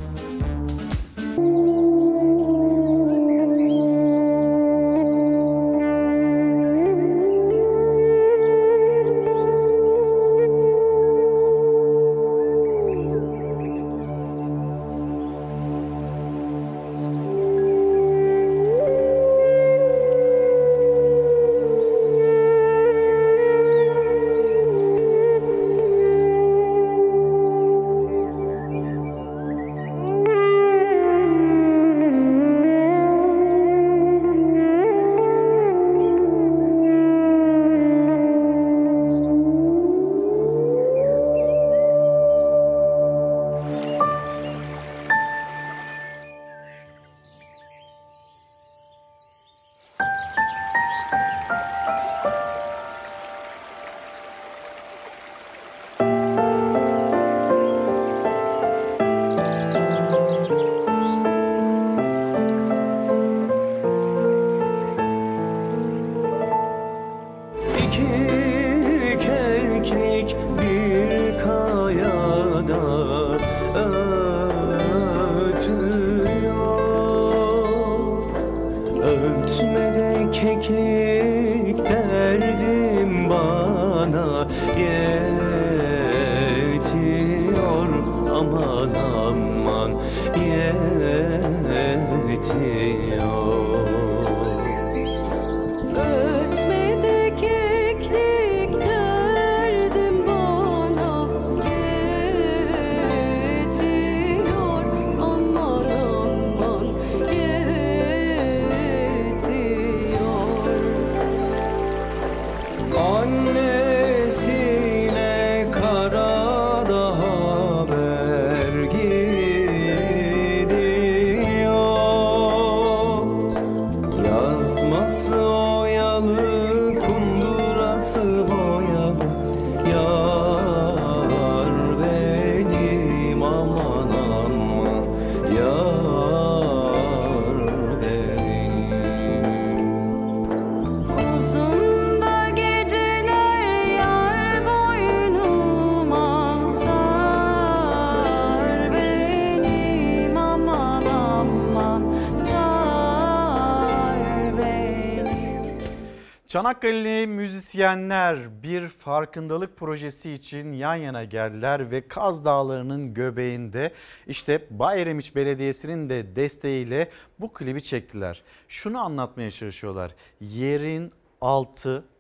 Speaker 1: Çanakkale'li müzisyenler bir farkındalık projesi için yan yana geldiler ve Kaz Dağları'nın göbeğinde işte Bayramiç Belediyesi'nin de desteğiyle bu klibi çektiler. Şunu anlatmaya çalışıyorlar: yerin altı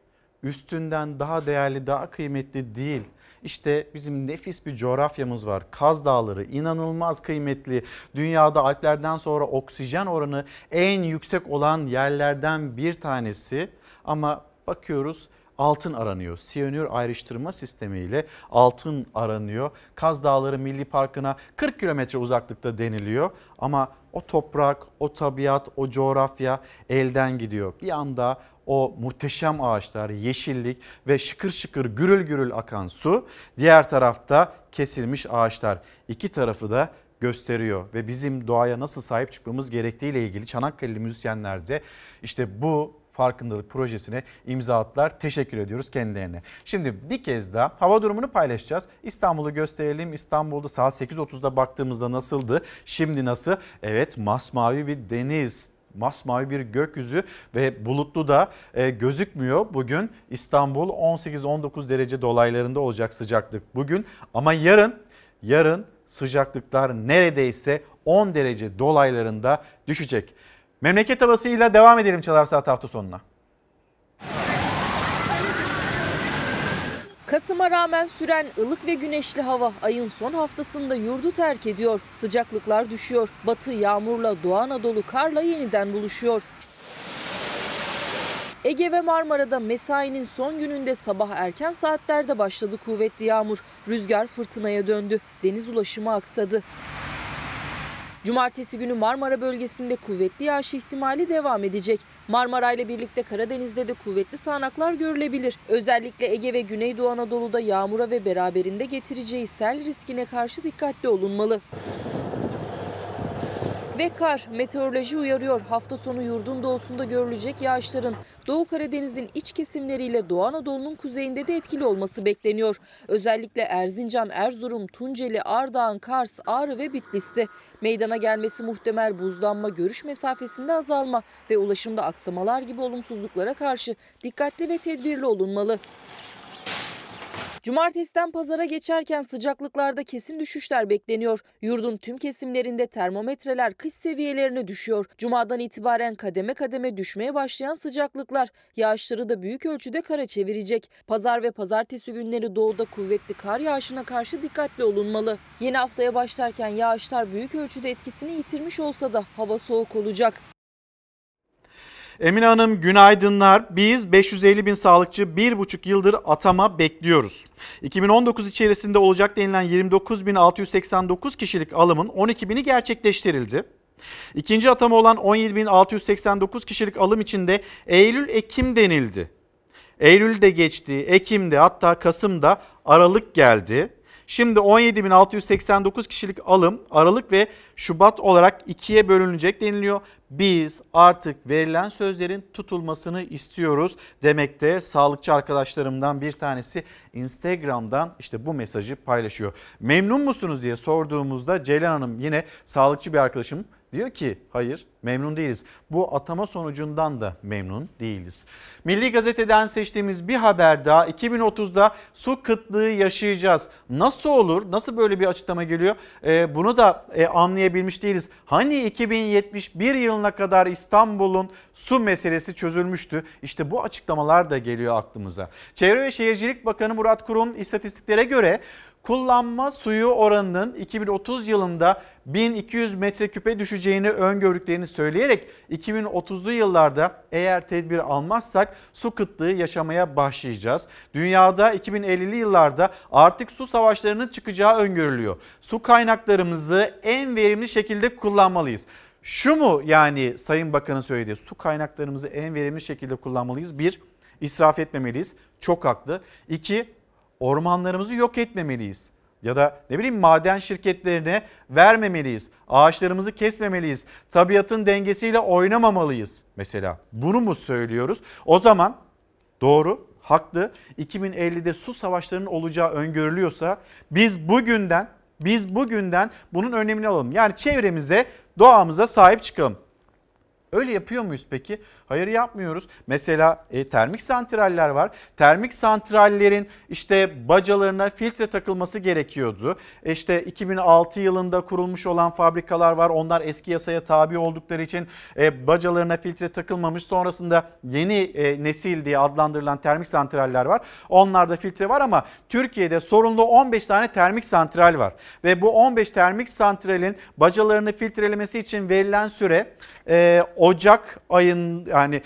Speaker 1: üstünden daha değerli, daha kıymetli değil. İşte bizim nefis bir coğrafyamız var. Kaz Dağları inanılmaz kıymetli. Dünyada Alplerden sonra oksijen oranı en yüksek olan yerlerden bir tanesi. Ama bakıyoruz altın aranıyor. Siyanür ayrıştırma sistemiyle altın aranıyor. Kaz Dağları Milli Parkı'na kırk kilometre uzaklıkta deniliyor. Ama o toprak, o tabiat, o coğrafya elden gidiyor. Bir anda o muhteşem ağaçlar, yeşillik ve şıkır şıkır gürül gürül akan su, diğer tarafta kesilmiş ağaçlar. İki tarafı da gösteriyor ve bizim doğaya nasıl sahip çıkmamız gerektiğiyle ilgili Çanakkale'li müzisyenler de işte bu farkındalık projesine imza attılar. Teşekkür ediyoruz kendilerine. Şimdi bir kez daha hava durumunu paylaşacağız. İstanbul'u gösterelim. İstanbul'da saat sekiz otuzda baktığımızda nasıldı? Şimdi nasıl? Evet, masmavi bir deniz, masmavi bir gökyüzü ve bulutlu da e, gözükmüyor. Bugün İstanbul on sekiz on dokuz derece dolaylarında olacak sıcaklık bugün. Ama yarın, yarın sıcaklıklar neredeyse on derece dolaylarında düşecek. Memleket havasıyla devam edelim Çalar Saat hafta sonuna.
Speaker 6: Kasım'a rağmen süren ılık ve güneşli hava ayın son haftasında yurdu terk ediyor. Sıcaklıklar düşüyor. Batı yağmurla, Doğu Anadolu karla yeniden buluşuyor. Ege ve Marmara'da mesainin son gününde sabah erken saatlerde başladı kuvvetli yağmur. Rüzgar fırtınaya döndü. Deniz ulaşımı aksadı. Cumartesi günü Marmara bölgesinde kuvvetli yağış ihtimali devam edecek. Marmara ile birlikte Karadeniz'de de kuvvetli sağanaklar görülebilir. Özellikle Ege ve Güneydoğu Anadolu'da yağmura ve beraberinde getireceği sel riskine karşı dikkatli olunmalı. Ve kar, meteoroloji uyarıyor. Hafta sonu yurdun doğusunda görülecek yağışların Doğu Karadeniz'in iç kesimleriyle Doğu Anadolu'nun kuzeyinde de etkili olması bekleniyor. Özellikle Erzincan, Erzurum, Tunceli, Ardahan, Kars, Ağrı ve Bitlis'te meydana gelmesi muhtemel buzlanma, görüş mesafesinde azalma ve ulaşımda aksamalar gibi olumsuzluklara karşı dikkatli ve tedbirli olunmalı. Cumartesiden pazara geçerken sıcaklıklarda kesin düşüşler bekleniyor. Yurdun tüm kesimlerinde termometreler kış seviyelerine düşüyor. Cumadan itibaren kademe kademe düşmeye başlayan sıcaklıklar yağışları da büyük ölçüde kara çevirecek. Pazar ve pazartesi günleri doğuda kuvvetli kar yağışına karşı dikkatli olunmalı. Yeni haftaya başlarken yağışlar büyük ölçüde etkisini yitirmiş olsa da hava soğuk olacak.
Speaker 1: Emine Hanım günaydınlar. Biz beş yüz elli bin sağlıkçı bir buçuk yıldır atama bekliyoruz. iki bin on dokuz içerisinde olacak denilen yirmi dokuz bin altı yüz seksen dokuz kişilik alımın on iki bini gerçekleştirildi. İkinci atama olan on yedi bin altı yüz seksen dokuz kişilik alım içinde Eylül-Ekim denildi. Eylül'de geçti, Ekim'de hatta Kasım'da Aralık geldi. Şimdi on yedi bin altı yüz seksen dokuz kişilik alım Aralık ve Şubat olarak ikiye bölünecek deniliyor. Biz artık verilen sözlerin tutulmasını istiyoruz demekte. Sağlıkçı arkadaşlarımdan bir tanesi Instagram'dan işte bu mesajı paylaşıyor. Memnun musunuz diye sorduğumuzda Ceylan Hanım, yine sağlıkçı bir arkadaşım, diyor ki hayır, memnun değiliz. Bu atama sonucundan da memnun değiliz. Milli Gazete'den seçtiğimiz bir haber daha, iki bin otuzda su kıtlığı yaşayacağız. Nasıl olur? Nasıl böyle bir açıklama geliyor? Ee, bunu da e, anlayabilmiş değiliz. Hani iki bin yetmiş bir yılına kadar İstanbul'un su meselesi çözülmüştü. İşte bu açıklamalar da geliyor aklımıza. Çevre ve Şehircilik Bakanı Murat Kurum'un istatistiklere göre kullanma suyu oranının iki bin otuz yılında bin iki yüz metreküpe düşeceğini öngördüklerini söyleyerek iki bin otuzlu yıllarda eğer tedbir almazsak su kıtlığı yaşamaya başlayacağız. Dünyada iki bin ellili yıllarda artık su savaşlarının çıkacağı öngörülüyor. Su kaynaklarımızı en verimli şekilde kullanmalıyız. Şu mu yani Sayın Bakan'ın söylediği, su kaynaklarımızı en verimli şekilde kullanmalıyız? Bir, israf etmemeliyiz. Çok haklı. İki, ormanlarımızı yok etmemeliyiz. Ya da ne bileyim maden şirketlerine vermemeliyiz. Ağaçlarımızı kesmemeliyiz. Tabiatın dengesiyle oynamamalıyız mesela. Bunu mu söylüyoruz? O zaman doğru, haklı. iki bin ellide su savaşlarının olacağı öngörülüyorsa biz bugünden biz bugünden bunun önemini alalım. Yani çevremize, doğamıza sahip çıkalım. Öyle yapıyor muyuz peki? Hayır, yapmıyoruz. Mesela e, termik santraller var. Termik santrallerin işte bacalarına filtre takılması gerekiyordu. E işte iki bin altı yılında kurulmuş olan fabrikalar var. Onlar eski yasaya tabi oldukları için e, bacalarına filtre takılmamış. Sonrasında yeni e, nesil diye adlandırılan termik santraller var. Onlarda filtre var ama Türkiye'de sorunlu on beş tane termik santral var. Ve bu on beş termik santralin bacalarını filtrelemesi için verilen süre e, Ocak ayın yani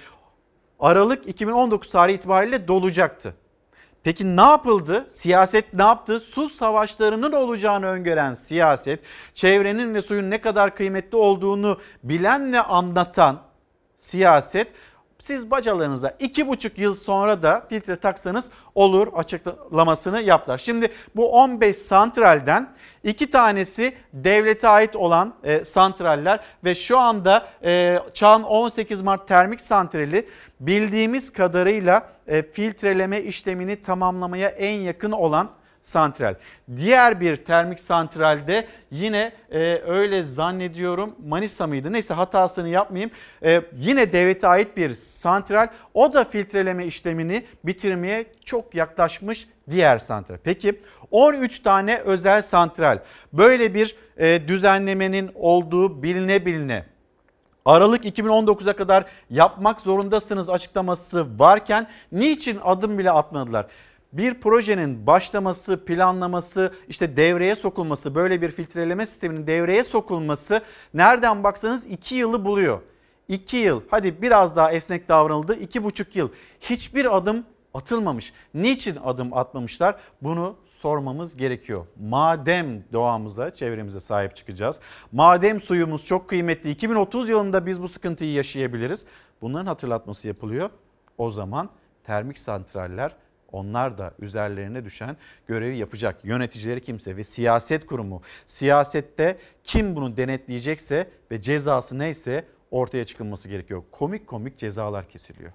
Speaker 1: Aralık iki bin on dokuz tarihi itibariyle dolacaktı. Peki ne yapıldı? Siyaset ne yaptı? Su savaşlarının olacağını öngören siyaset, çevrenin ve suyun ne kadar kıymetli olduğunu bilen ve anlatan siyaset, siz bacalarınıza iki buçuk yıl sonra da filtre taksanız olur açıklamasını yaptılar. Şimdi bu on beş santralden iki tanesi devlete ait olan e, santraller ve şu anda e, Çağın on sekiz Mart Termik Santrali bildiğimiz kadarıyla e, filtreleme işlemini tamamlamaya en yakın olan santral. Diğer bir termik santralde yine e, öyle zannediyorum Manisa mıydı? Neyse, hatasını yapmayayım. E, yine devlete ait bir santral. O da filtreleme işlemini bitirmeye çok yaklaşmış diğer santral. Peki on üç tane özel santral böyle bir e, düzenlemenin olduğu biline biline Aralık iki bin on dokuza kadar yapmak zorundasınız açıklaması varken niçin adım bile atmadılar? Bir projenin başlaması, planlaması, işte devreye sokulması, böyle bir filtreleme sisteminin devreye sokulması nereden baksanız iki yılı buluyor. iki yıl, hadi biraz daha esnek davranıldı, iki buçuk yıl. Hiçbir adım atılmamış. Niçin adım atmamışlar? Bunu sormamız gerekiyor. Madem doğamıza, çevremize sahip çıkacağız, madem suyumuz çok kıymetli, iki bin otuz yılında biz bu sıkıntıyı yaşayabiliriz. Bunların hatırlatması yapılıyor. O zaman termik santraller, onlar da üzerlerine düşen görevi yapacak. Yöneticileri kimse ve siyaset kurumu, siyasette kim bunu denetleyecekse ve cezası neyse ortaya çıkılması gerekiyor. Komik komik cezalar kesiliyor.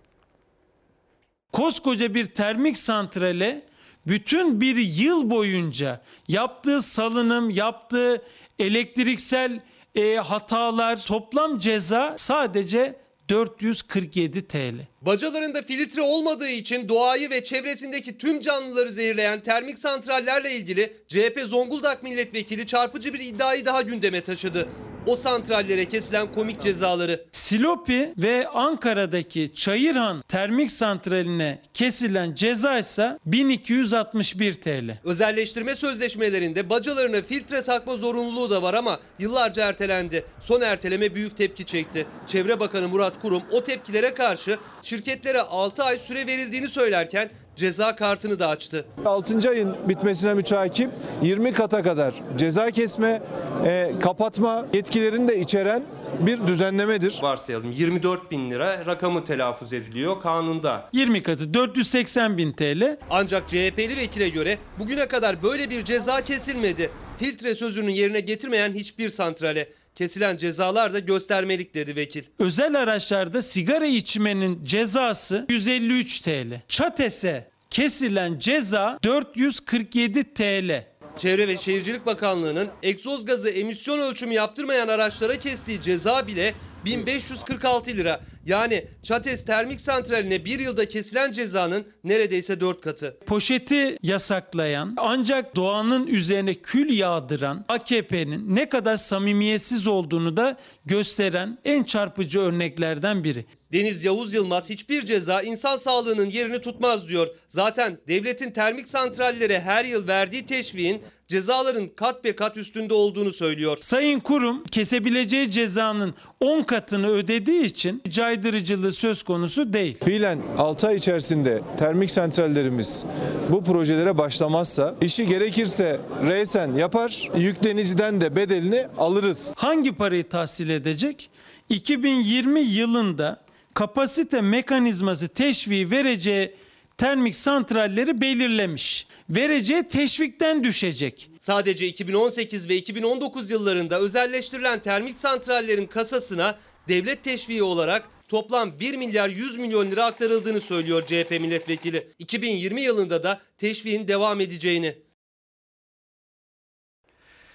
Speaker 12: Koskoca bir termik santrale bütün bir yıl boyunca yaptığı salınım, yaptığı elektriksel e, hatalar, toplam ceza sadece dört yüz kırk yedi TL.
Speaker 13: Bacalarında filtre olmadığı için doğayı ve çevresindeki tüm canlıları zehirleyen termik santrallerle ilgili C H P Zonguldak Milletvekili çarpıcı bir iddiayı daha gündeme taşıdı. O santrallere kesilen komik cezaları.
Speaker 12: Silopi ve Ankara'daki Çayırhan Termik Santrali'ne kesilen ceza ise bin iki yüz altmış bir TL.
Speaker 13: Özelleştirme sözleşmelerinde bacalarına filtre takma zorunluluğu da var ama yıllarca ertelendi. Son erteleme büyük tepki çekti. Çevre Bakanı Murat Kurum o tepkilere karşı şirketlere altı ay süre verildiğini söylerken ceza kartını da açtı.
Speaker 23: altıncı ayın bitmesine müteakip yirmi kata kadar ceza kesme, e, kapatma yetkilerini de içeren bir düzenlemedir.
Speaker 13: Varsayalım yirmi dört bin lira rakamı telaffuz ediliyor kanunda.
Speaker 12: yirmi katı dört yüz seksen bin TL.
Speaker 13: Ancak C H P'li vekile göre bugüne kadar böyle bir ceza kesilmedi. Filtre sözünü yerine getirmeyen hiçbir santrale. Kesilen cezalar da göstermelik dedi vekil.
Speaker 12: Özel araçlarda sigara içmenin cezası yüz elli üç TL. ÇATES'e kesilen ceza dört yüz kırk yedi TL.
Speaker 13: Çevre ve Şehircilik Bakanlığı'nın egzoz gazı emisyon ölçümü yaptırmayan araçlara kestiği ceza bile bin beş yüz kırk altı lira. Yani ÇATES Termik Santrali'ne bir yılda kesilen cezanın neredeyse dört katı.
Speaker 12: Poşeti yasaklayan ancak doğanın üzerine kül yağdıran A K P'nin ne kadar samimiyetsiz olduğunu da gösteren en çarpıcı örneklerden biri.
Speaker 13: Deniz Yavuz Yılmaz hiçbir ceza insan sağlığının yerini tutmaz diyor. Zaten devletin termik santrallere her yıl verdiği teşviğin cezaların kat be kat üstünde olduğunu söylüyor.
Speaker 12: Sayın Kurum kesebileceği cezanın on katını ödediği için caydırıcılığı söz konusu değil.
Speaker 23: Fiilen altı ay içerisinde termik santrallerimiz bu projelere başlamazsa işi gerekirse reysen yapar, yükleniciden de bedelini alırız.
Speaker 12: Hangi parayı tahsil edecek? iki bin yirmi yılında kapasite mekanizması teşviği vereceği termik santralleri belirlemiş. Vereceği teşvikten düşecek.
Speaker 13: Sadece iki bin on sekiz ve iki bin on dokuz yıllarında özelleştirilen termik santrallerin kasasına devlet teşviği olarak toplam bir milyar yüz milyon lira aktarıldığını söylüyor C H P milletvekili. iki bin yirmi yılında da teşviğin devam edeceğini.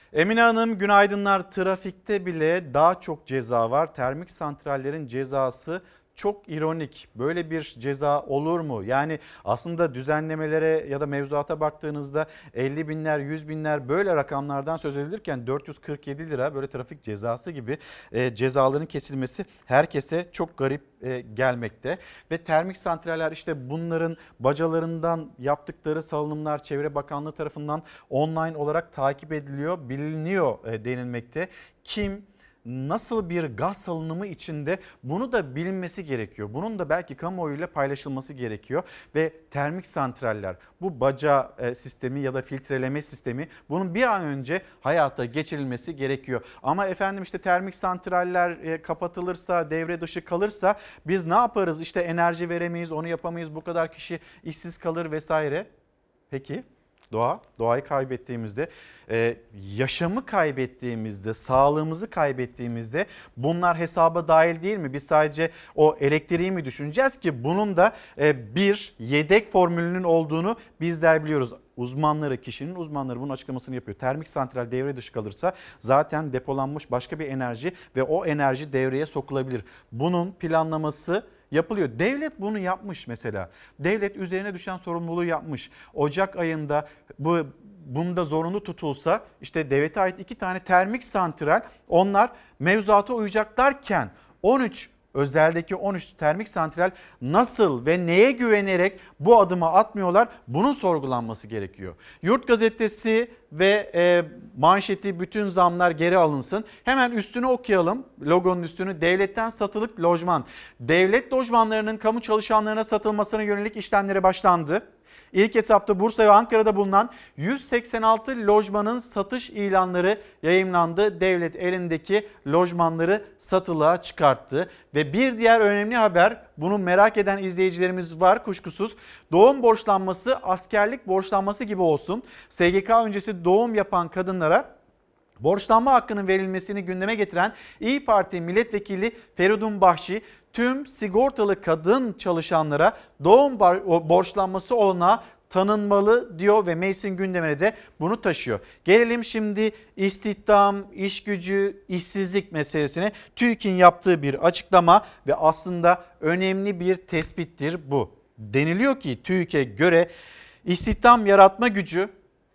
Speaker 1: Emine Hanım günaydınlar. Trafikte bile daha çok ceza var. Termik santrallerin cezası çok ironik. Böyle bir ceza olur mu? Yani aslında düzenlemelere ya da mevzuata baktığınızda elli binler, yüz binler böyle rakamlardan söz edilirken dört yüz kırk yedi lira böyle trafik cezası gibi e, cezaların kesilmesi herkese çok garip e, gelmekte. Ve termik santraller işte bunların bacalarından yaptıkları salınımlar Çevre Bakanlığı tarafından online olarak takip ediliyor, biliniyor e, denilmekte. Kim nasıl bir gaz salınımı içinde bunu da bilinmesi gerekiyor. Bunun da belki kamuoyuyla paylaşılması gerekiyor ve termik santraller bu baca sistemi ya da filtreleme sistemi bunun bir an önce hayata geçirilmesi gerekiyor. Ama efendim işte termik santraller kapatılırsa, devre dışı kalırsa biz ne yaparız? İşte enerji veremeyiz, onu yapamayız, bu kadar kişi işsiz kalır vesaire. Peki doğa, doğayı kaybettiğimizde, e, yaşamı kaybettiğimizde, sağlığımızı kaybettiğimizde bunlar hesaba dahil değil mi? Biz sadece o elektriği mi düşüneceğiz ki bunun da e, bir yedek formülünün olduğunu bizler biliyoruz. Uzmanları, kişinin uzmanları bunun açıklamasını yapıyor. Termik santral devre dışı kalırsa zaten depolanmış başka bir enerji ve o enerji devreye sokulabilir. Bunun planlaması yapılıyor. Devlet bunu yapmış mesela. Devlet üzerine düşen sorumluluğu yapmış. Ocak ayında bu bunda zorunlu tutulsa işte devlete ait iki tane termik santral onlar mevzuata uyacaklarken on üç özeldeki on üç termik santral nasıl ve neye güvenerek bu adımı atmıyorlar? Bunun sorgulanması gerekiyor. Yurt Gazetesi ve e, manşeti bütün zamlar geri alınsın. Hemen üstünü okuyalım. Logonun üstünü devletten satılık lojman. Devlet lojmanlarının kamu çalışanlarına satılmasına yönelik işlemlere başlandı. İlk etapta Bursa ve Ankara'da bulunan yüz seksen altı lojmanın satış ilanları yayımlandı. Devlet elindeki lojmanları satılığa çıkarttı. Ve bir diğer önemli haber, bunu merak eden izleyicilerimiz var kuşkusuz. Doğum borçlanması askerlik borçlanması gibi olsun. S G K öncesi doğum yapan kadınlara borçlanma hakkının verilmesini gündeme getiren İYİ Parti Milletvekili Feridun Bahçi, tüm sigortalı kadın çalışanlara doğum borçlanması olanağı tanınmalı diyor ve meclisin gündemine de bunu taşıyor. Gelelim şimdi istihdam, iş gücü, işsizlik meselesine. TÜİK'in yaptığı bir açıklama ve aslında önemli bir tespittir bu. Deniliyor ki TÜİK'e göre istihdam yaratma gücü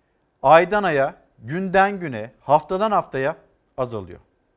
Speaker 1: aydan aya, günden güne, haftadan haftaya azalıyor.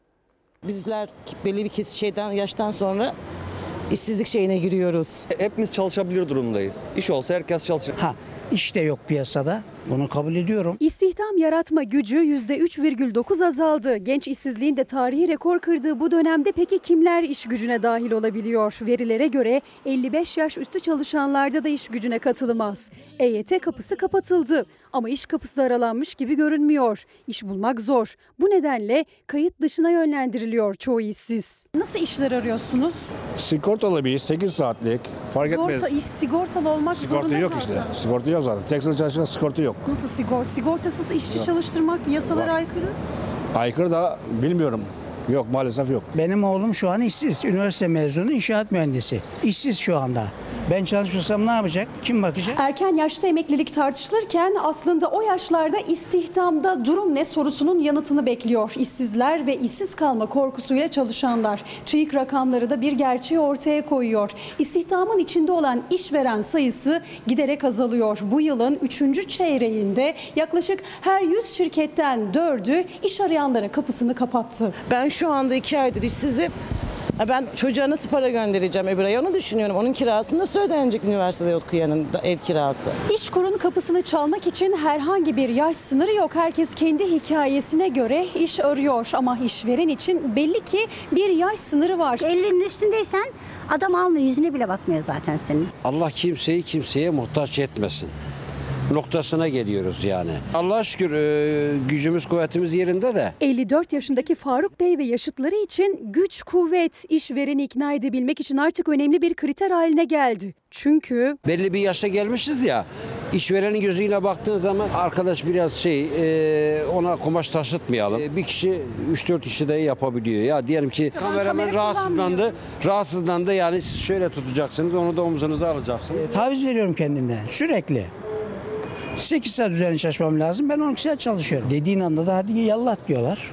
Speaker 16: Bizler belli bir kesim şeyden yaştan sonra işsizlik şeyine giriyoruz.
Speaker 17: Hepimiz çalışabilir durumdayız. İş olsa herkes çalışır.
Speaker 18: Ha, iş de yok piyasada. Bunu kabul ediyorum.
Speaker 24: İstihdam yaratma gücü yüzde üç virgül dokuz azaldı. Genç işsizliğin de tarihi rekor kırdığı bu dönemde peki kimler iş gücüne dahil olabiliyor? Verilere göre elli beş yaş üstü çalışanlarda da iş gücüne katılım az. E Y T kapısı kapatıldı ama iş kapısı da aralanmış gibi görünmüyor. İş bulmak zor. Bu nedenle kayıt dışına yönlendiriliyor çoğu işsiz. Nasıl işler arıyorsunuz?
Speaker 25: Sigortalı bir iş, sekiz saatlik fark
Speaker 24: Sigorta,
Speaker 25: etmez.
Speaker 24: iş sigortalı olmak
Speaker 25: Sigorta
Speaker 24: zorunda
Speaker 25: yok
Speaker 24: zaten.
Speaker 25: işte. Sigorta yok zaten. Tekstil çalışan sigorta yok.
Speaker 24: Nasıl sigorta? Sigortasız işçi
Speaker 25: Yok.
Speaker 24: çalıştırmak yasalara
Speaker 25: Var.
Speaker 24: aykırı.
Speaker 25: Aykırı da bilmiyorum. Yok maalesef yok.
Speaker 18: Benim oğlum şu an işsiz. Üniversite mezunu inşaat mühendisi. İşsiz şu anda. Ben çalışmasam ne yapacak? Kim bakacak?
Speaker 24: Erken yaşta emeklilik tartışılırken aslında o yaşlarda istihdamda durum ne sorusunun yanıtını bekliyor. İşsizler ve işsiz kalma korkusuyla çalışanlar. TÜİK rakamları da bir gerçeği ortaya koyuyor. İstihdamın içinde olan işveren sayısı giderek azalıyor. Bu yılın üçüncü çeyreğinde yaklaşık her yüz şirketten dördü iş arayanlara kapısını kapattı.
Speaker 16: Ben şu anda iki aydır işsizim. Ben çocuğa nasıl para göndereceğim öbür ay onu düşünüyorum. Onun kirası nasıl ödenecek üniversitede okuyanın ev kirası?
Speaker 24: İşkur'un kapısını çalmak için herhangi bir yaş sınırı yok. Herkes kendi hikayesine göre iş arıyor. Ama işveren için belli ki bir yaş sınırı var.
Speaker 26: ellinin üstündeysen adam almıyor, yüzüne bile bakmıyor zaten senin.
Speaker 27: Allah kimseyi kimseye muhtaç etmesin noktasına geliyoruz yani. Allah'a şükür e, gücümüz kuvvetimiz yerinde de.
Speaker 24: elli dört yaşındaki Faruk Bey ve yaşıtları için güç kuvvet işvereni ikna edebilmek için artık önemli bir kriter haline geldi. Çünkü
Speaker 27: Belli bir yaşa gelmişiz ya, işverenin gözüyle baktığın zaman arkadaş biraz şey e, ona kumaş taşıtmayalım. E, bir kişi üç dört işi de yapabiliyor. Ya diyelim ki kameraman rahatsızlandı, rahatsızlandı yani siz şöyle tutacaksınız onu da omuzunuza alacaksınız.
Speaker 18: E, taviz veriyorum kendimden sürekli. sekiz saat üzerine çalışmam lazım. Ben on iki saat çalışıyorum. Dediğin anda da hadi yallah diyorlar.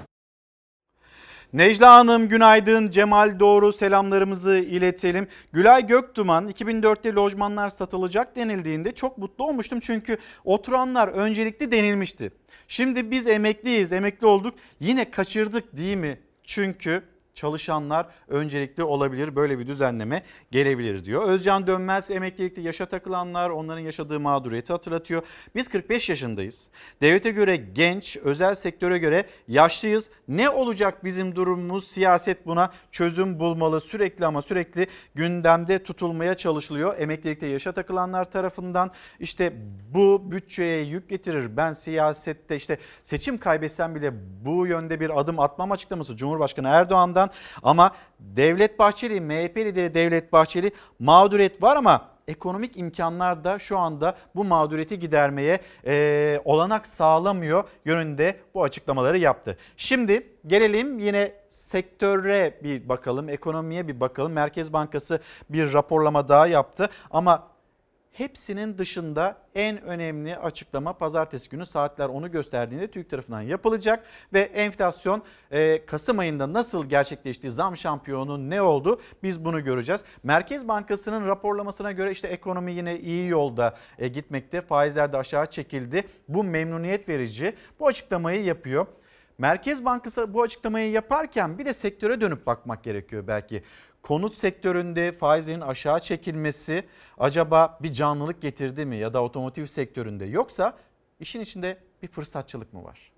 Speaker 1: Necla Hanım günaydın, Cemal Doğru selamlarımızı iletelim. Gülay Göktuman iki bin dörtte lojmanlar satılacak denildiğinde çok mutlu olmuştum. Çünkü oturanlar öncelikli denilmişti. Şimdi biz emekliyiz, emekli olduk, yine kaçırdık değil mi? Çünkü çalışanlar öncelikli olabilir, böyle bir düzenleme gelebilir diyor. Özcan Dönmez emeklilikte yaşa takılanlar, onların yaşadığı mağduriyeti hatırlatıyor. Biz kırk beş yaşındayız. Devlete göre genç, özel sektöre göre yaşlıyız. Ne olacak bizim durumumuz? Siyaset buna çözüm bulmalı. Sürekli ama sürekli gündemde tutulmaya çalışılıyor. Emeklilikte yaşa takılanlar tarafından işte bu bütçeye yük getirir. Ben siyasette işte seçim kaybetsem bile bu yönde bir adım atmam açıklaması Cumhurbaşkanı Erdoğan'dan. Ama Devlet Bahçeli, M H P lideri Devlet Bahçeli mağduriyet var ama ekonomik imkanlar da şu anda bu mağduriyeti gidermeye e, olanak sağlamıyor yönünde bu açıklamaları yaptı. Şimdi gelelim yine sektöre bir bakalım, ekonomiye bir bakalım. Merkez Bankası bir raporlama daha yaptı ama hepsinin dışında en önemli açıklama pazartesi günü saatler onu gösterdiğinde TÜİK tarafından yapılacak ve enflasyon e, Kasım ayında nasıl gerçekleşti, zam şampiyonu ne oldu, biz bunu göreceğiz. Merkez Bankası'nın raporlamasına göre işte ekonomi yine iyi yolda e, gitmekte, faizler de aşağı çekildi, bu memnuniyet verici, bu açıklamayı yapıyor. Merkez Bankası bu açıklamayı yaparken bir de sektöre dönüp bakmak gerekiyor belki. Konut sektöründe faizlerin aşağı çekilmesi acaba bir canlılık getirdi mi ya da otomotiv sektöründe, yoksa işin içinde bir fırsatçılık mı var?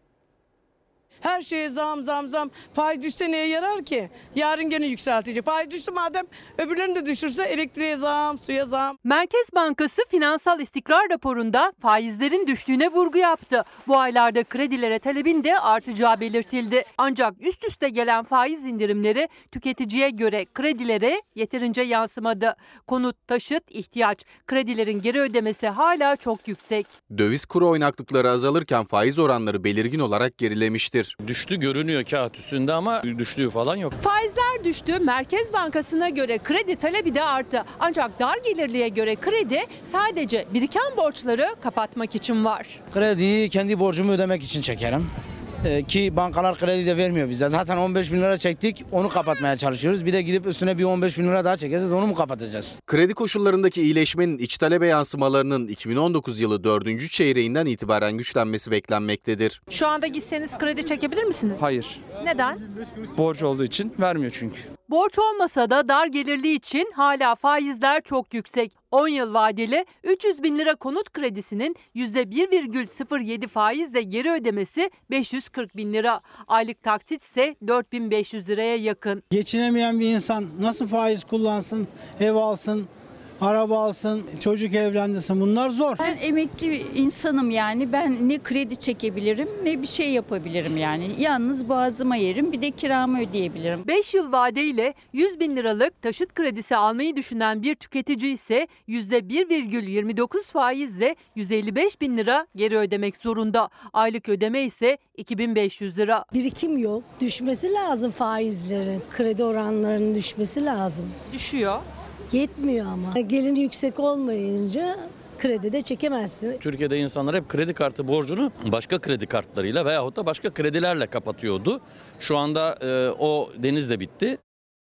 Speaker 5: Her şeye zam zam zam. Faiz düşse neye yarar ki? Yarın gene yükseltecek. Faiz düştü madem, öbürlerini de düşürse elektriğe zam, suya zam.
Speaker 7: Merkez Bankası Finansal İstikrar Raporu'nda faizlerin düştüğüne vurgu yaptı. Bu aylarda kredilere talebin de artacağı belirtildi. Ancak üst üste gelen faiz indirimleri tüketiciye göre kredilere yeterince yansımadı. Konut, taşıt, ihtiyaç, kredilerin geri ödemesi hala çok yüksek.
Speaker 8: Döviz kuru oynaklıkları azalırken faiz oranları belirgin olarak gerilemiştir.
Speaker 9: Düştü görünüyor kağıt üstünde ama düştüğü falan yok.
Speaker 7: Faizler düştü. Merkez Bankası'na göre kredi talebi de arttı. Ancak dar gelirliye göre kredi sadece biriken borçları kapatmak için var.
Speaker 10: Krediyi kendi borcumu ödemek için çekerim. Ee, ki bankalar kredi de vermiyor bize. Zaten on beş bin lira çektik, onu kapatmaya çalışıyoruz. Bir de gidip üstüne bir on beş bin lira daha çekeceğiz, onu mu kapatacağız?
Speaker 8: Kredi koşullarındaki iyileşmenin iç talebe yansımalarının iki bin on dokuz yılı dördüncü çeyreğinden itibaren güçlenmesi beklenmektedir.
Speaker 7: Şu anda gitseniz kredi çekebilir misiniz?
Speaker 11: Hayır.
Speaker 7: Neden?
Speaker 11: Borç olduğu için vermiyor çünkü.
Speaker 7: Borç olmasa da dar gelirli için hala faizler çok yüksek. on yıl vadeli üç yüz bin lira konut kredisinin yüzde bir virgül sıfır yedi faizle geri ödemesi beş yüz kırk bin lira. Aylık taksit ise dört bin beş yüz liraya yakın.
Speaker 18: Geçinemeyen bir insan nasıl faiz kullansın, ev alsın, araba alsın, çocuk evlendirsin, bunlar zor.
Speaker 19: Ben emekli insanım, yani ben ne kredi çekebilirim ne bir şey yapabilirim yani. Yalnız boğazıma yerim, bir de kiramı ödeyebilirim.
Speaker 7: beş yıl vadeyle yüz bin liralık taşıt kredisi almayı düşünen bir tüketici ise yüzde bir virgül yirmi dokuz faizle yüz elli beş bin lira geri ödemek zorunda. Aylık ödeme ise iki bin beş yüz lira.
Speaker 28: Birikim yok, düşmesi lazım faizlerin, kredi oranlarının düşmesi lazım.
Speaker 7: Düşüyor.
Speaker 28: Yetmiyor ama. Geliri yüksek olmayınca kredi de çekemezsin.
Speaker 9: Türkiye'de insanlar hep kredi kartı borcunu başka kredi kartlarıyla veyahut da başka kredilerle kapatıyordu. Şu anda e, o deniz de bitti.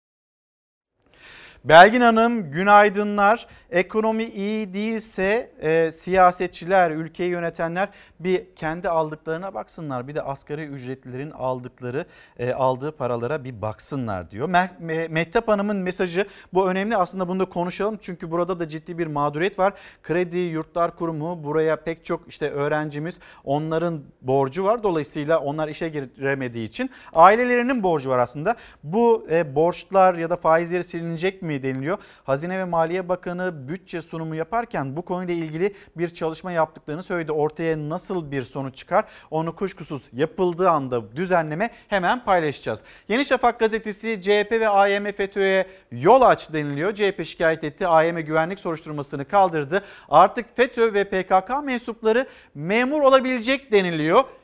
Speaker 1: Belgin Hanım günaydınlar. Ekonomi iyi değilse e, siyasetçiler, ülkeyi yönetenler bir kendi aldıklarına baksınlar. Bir de asgari ücretlilerin aldıkları, e, aldığı paralara bir baksınlar diyor. Me- Mehtap Hanım'ın mesajı bu önemli. Aslında bunu da konuşalım çünkü burada da ciddi bir mağduriyet var. Kredi Yurtlar Kurumu buraya pek çok işte öğrencimiz, onların borcu var. Dolayısıyla onlar işe giremediği için ailelerinin borcu var aslında. Bu e, borçlar ya da faizleri silinecek mi deniliyor. Hazine ve Maliye Bakanı bütçe sunumu yaparken bu konuyla ilgili bir çalışma yaptıklarını söyledi. Ortaya nasıl bir sonuç çıkar onu kuşkusuz yapıldığı anda düzenleme hemen paylaşacağız. Yeni Şafak gazetesi C H P ve A Y M FETÖ'ye yol aç deniliyor. C H P şikayet etti. A Y M güvenlik soruşturmasını kaldırdı. Artık FETÖ ve P K K mensupları memur olabilecek deniliyor.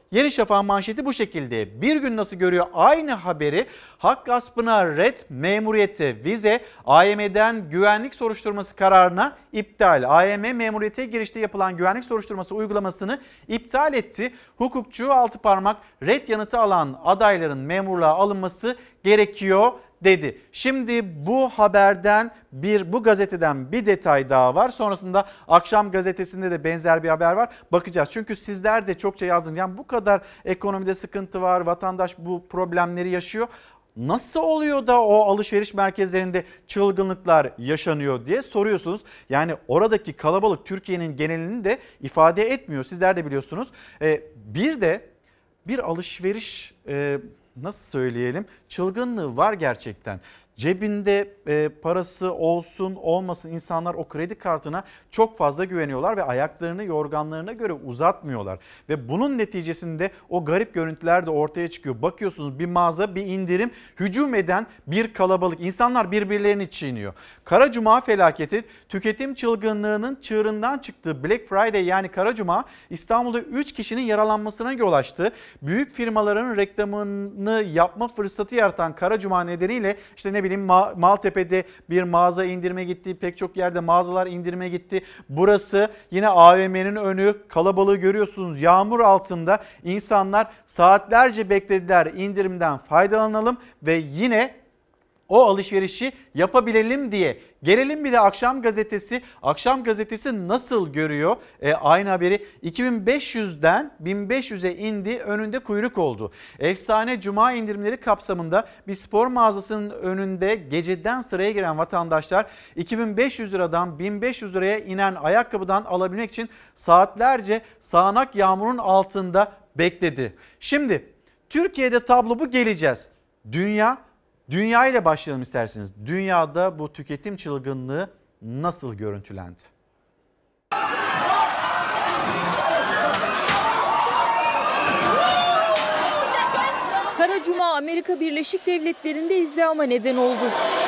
Speaker 1: Yeni Şafak'ın manşeti bu şekilde. Bir gün nasıl görüyor aynı haberi? Hak gaspına red, memuriyete vize, A Y M'den güvenlik soruşturması kararına iptal. A Y M memuriyete girişte yapılan güvenlik soruşturması uygulamasını iptal etti. Hukukçu Altıparmak red yanıtı alan adayların memurluğa alınması gerekiyor dedi. Şimdi bu haberden bir bu gazeteden bir detay daha var. Sonrasında Akşam Gazetesi'nde de benzer bir haber var. Bakacağız. Çünkü sizler de çokça yazdınız. Yani bu kadar ekonomide sıkıntı var. Vatandaş bu problemleri yaşıyor. Nasıl oluyor da o alışveriş merkezlerinde çılgınlıklar yaşanıyor diye soruyorsunuz. Yani oradaki kalabalık Türkiye'nin genelini de ifade etmiyor. Sizler de biliyorsunuz. Ee, bir de bir alışveriş e, nasıl söyleyelim çılgınlığı var gerçekten. Cebinde e, parası olsun olmasın insanlar o kredi kartına çok fazla güveniyorlar ve ayaklarını yorganlarına göre uzatmıyorlar. Ve bunun neticesinde o garip görüntüler de ortaya çıkıyor. Bakıyorsunuz bir mağaza bir indirim hücum eden bir kalabalık insanlar birbirlerini çiğniyor. Kara Cuma felaketi tüketim çılgınlığının çığırından çıktığı Black Friday yani Kara Cuma İstanbul'da üç kişinin yaralanmasına yol açtı. Büyük firmaların reklamını yapma fırsatı yaratan Kara Cuma nedeniyle işte ne bileyim Maltepe'de bir mağaza indirime gitti. Pek çok yerde mağazalar indirime gitti. Burası yine A V M'nin önü kalabalığı görüyorsunuz. Yağmur altında insanlar saatlerce beklediler indirimden faydalanalım ve yine o alışverişi yapabilelim diye. Gelelim bir de Akşam Gazetesi. Akşam Gazetesi nasıl görüyor? E, aynı haberi iki bin beş yüzden bin beş yüze indi önünde kuyruk oldu. Efsane Cuma indirimleri kapsamında bir spor mağazasının önünde geceden sıraya giren vatandaşlar iki bin beş yüz liradan bin beş yüz liraya inen ayakkabıdan alabilmek için saatlerce sağanak yağmurun altında bekledi. Şimdi Türkiye'de tablo bu geleceğiz. Dünya Dünya ile başlayalım isterseniz. Dünyada bu tüketim çılgınlığı nasıl görüntülendi?
Speaker 6: Kara Cuma Amerika Birleşik Devletleri'nde izdihama neden oldu.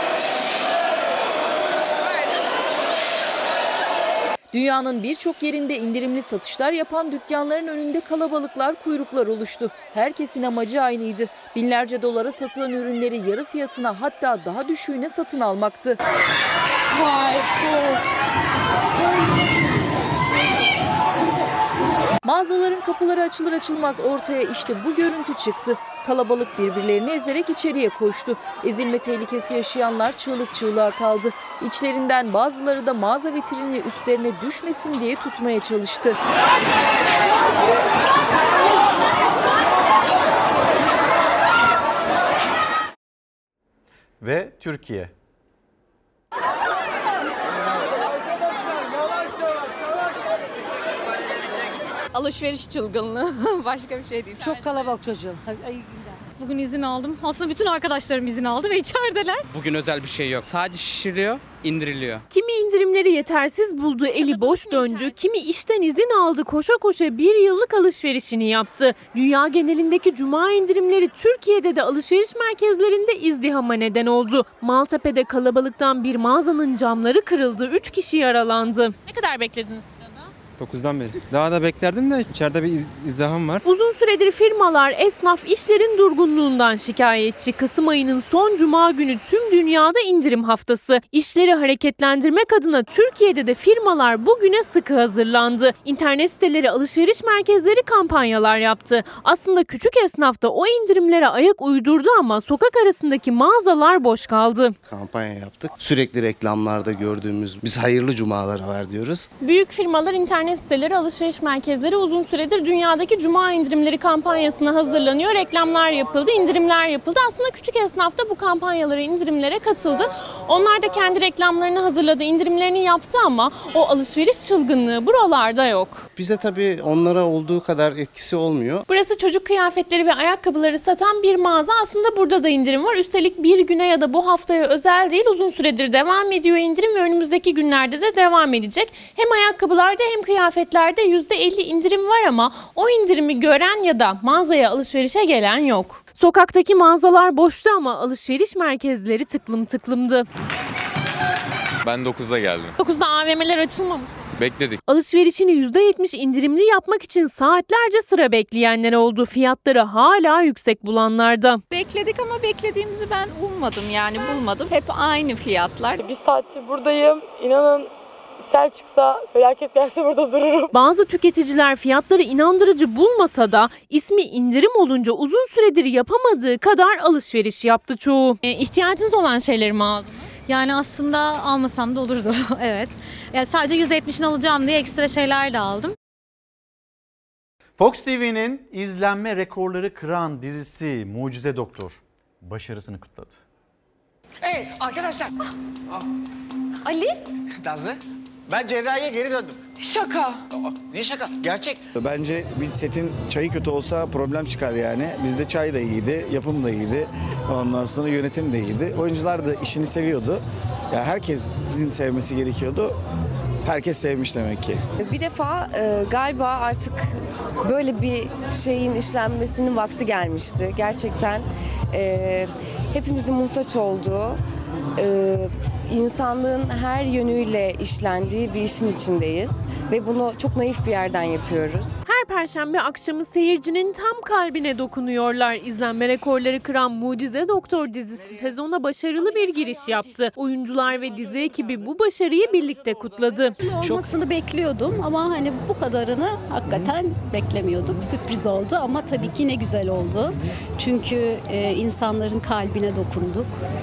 Speaker 6: Dünyanın birçok yerinde indirimli satışlar yapan dükkanların önünde kalabalıklar, kuyruklar oluştu. Herkesin amacı aynıydı. Binlerce dolara satılan ürünleri yarı fiyatına hatta daha düşüğüne satın almaktı. Mağazaların kapıları açılır açılmaz ortaya işte bu görüntü çıktı. Kalabalık birbirlerini ezerek içeriye koştu. Ezilme tehlikesi yaşayanlar çığlık çığlığa kaldı. İçlerinden bazıları da mağaza vitrinini üstlerine düşmesin diye tutmaya çalıştı.
Speaker 1: Ve Türkiye.
Speaker 2: Alışveriş çılgınlığı. Başka bir şey değil.
Speaker 28: Çok kalabalık çocuğum.
Speaker 2: Bugün izin aldım. Aslında bütün arkadaşlarım izin aldı ve içerideler.
Speaker 3: Bugün özel bir şey yok. Sadece şişiriliyor, indiriliyor.
Speaker 4: Kimi indirimleri yetersiz buldu, eli boş döndü. Kimi işten izin aldı, koşa koşa bir yıllık alışverişini yaptı. Dünya genelindeki cuma indirimleri Türkiye'de de alışveriş merkezlerinde izdihama neden oldu. Maltepe'de kalabalıktan bir mağazanın camları kırıldı, üç kişi yaralandı. Ne kadar beklediniz?
Speaker 14: dokuzdan beri. Daha da beklerdim de içeride bir izdiham var.
Speaker 4: Uzun süredir firmalar, esnaf işlerin durgunluğundan şikayetçi. Kasım ayının son cuma günü tüm dünyada indirim haftası. İşleri hareketlendirmek adına Türkiye'de de firmalar bugüne sıkı hazırlandı. İnternet siteleri, alışveriş merkezleri kampanyalar yaptı. Aslında küçük esnaf da o indirimlere ayak uydurdu ama sokak arasındaki mağazalar boş kaldı.
Speaker 15: Kampanya yaptık. Sürekli reklamlarda gördüğümüz biz hayırlı cumalar var diyoruz.
Speaker 4: Büyük firmalar, internet siteleri, alışveriş merkezleri uzun süredir dünyadaki cuma indirimleri kampanyasına hazırlanıyor. Reklamlar yapıldı, indirimler yapıldı. Aslında küçük esnaf da bu kampanyalara, indirimlere katıldı. Onlar da kendi reklamlarını hazırladı, indirimlerini yaptı ama o alışveriş çılgınlığı buralarda yok.
Speaker 15: Bize tabii onlara olduğu kadar etkisi olmuyor.
Speaker 4: Burası çocuk kıyafetleri ve ayakkabıları satan bir mağaza. Aslında burada da indirim var. Üstelik bir güne ya da bu haftaya özel değil, uzun süredir devam ediyor indirim ve önümüzdeki günlerde de devam edecek. Hem ayakkabılarda hem kıyafetlerde yüzde elli indirim var ama o indirimi gören ya da mağazaya alışverişe gelen yok. Sokaktaki mağazalar boştu ama alışveriş merkezleri tıklım tıklımdı.
Speaker 20: Ben dokuzda geldim.
Speaker 4: dokuzda A V M'ler açılmamış mı?
Speaker 9: Bekledik.
Speaker 4: Alışverişini yüzde yetmiş indirimli yapmak için saatlerce sıra bekleyenler oldu. Fiyatları hala yüksek bulanlarda.
Speaker 12: Bekledik ama beklediğimizi ben ummadım, yani bulmadım. Hep aynı fiyatlar.
Speaker 13: Bir saattir buradayım. İnanın sel çıksa, felaket gelse burada dururum.
Speaker 4: Bazı tüketiciler fiyatları inandırıcı bulmasa da ismi indirim olunca uzun süredir yapamadığı kadar alışveriş yaptı çoğu. E, ihtiyacınız olan şeyleri mi aldınız?
Speaker 2: Yani aslında almasam da olurdu. Evet. Yani sadece yüzde yetmişini alacağım diye ekstra şeyler de aldım.
Speaker 1: Fox T V'nin izlenme rekorları kıran dizisi Mucize Doktor başarısını kutladı.
Speaker 17: Hey arkadaşlar.
Speaker 13: Ali?
Speaker 17: Nazlı, ben cerrahiye geri döndüm.
Speaker 13: Şaka.
Speaker 17: Aa, ne şaka? Gerçek.
Speaker 20: Bence bir setin çayı kötü olsa problem çıkar yani. Bizde çay da iyiydi, yapım da iyiydi. Ondan sonra yönetim de iyiydi. Oyuncular da işini seviyordu. Ya herkes dizinin sevmesi gerekiyordu. Herkes sevmiş demek ki.
Speaker 13: Bir defa e, galiba artık böyle bir şeyin işlenmesinin vakti gelmişti. Gerçekten e, hepimizin muhtaç olduğu, e, insanlığın her yönüyle işlendiği bir işin içindeyiz. Ve bunu çok naif bir yerden yapıyoruz.
Speaker 4: Her perşembe akşamı seyircinin tam kalbine dokunuyorlar. İzlenme rekorları kıran Mucize Doktor dizisi sezona başarılı bir giriş yaptı. Oyuncular ve dizi ekibi bu başarıyı birlikte kutladı.
Speaker 24: Olmasını bekliyordum ama hani bu kadarını hakikaten beklemiyorduk. Sürpriz oldu ama tabii ki ne güzel oldu. Çünkü e, insanların kalbine dokunduk.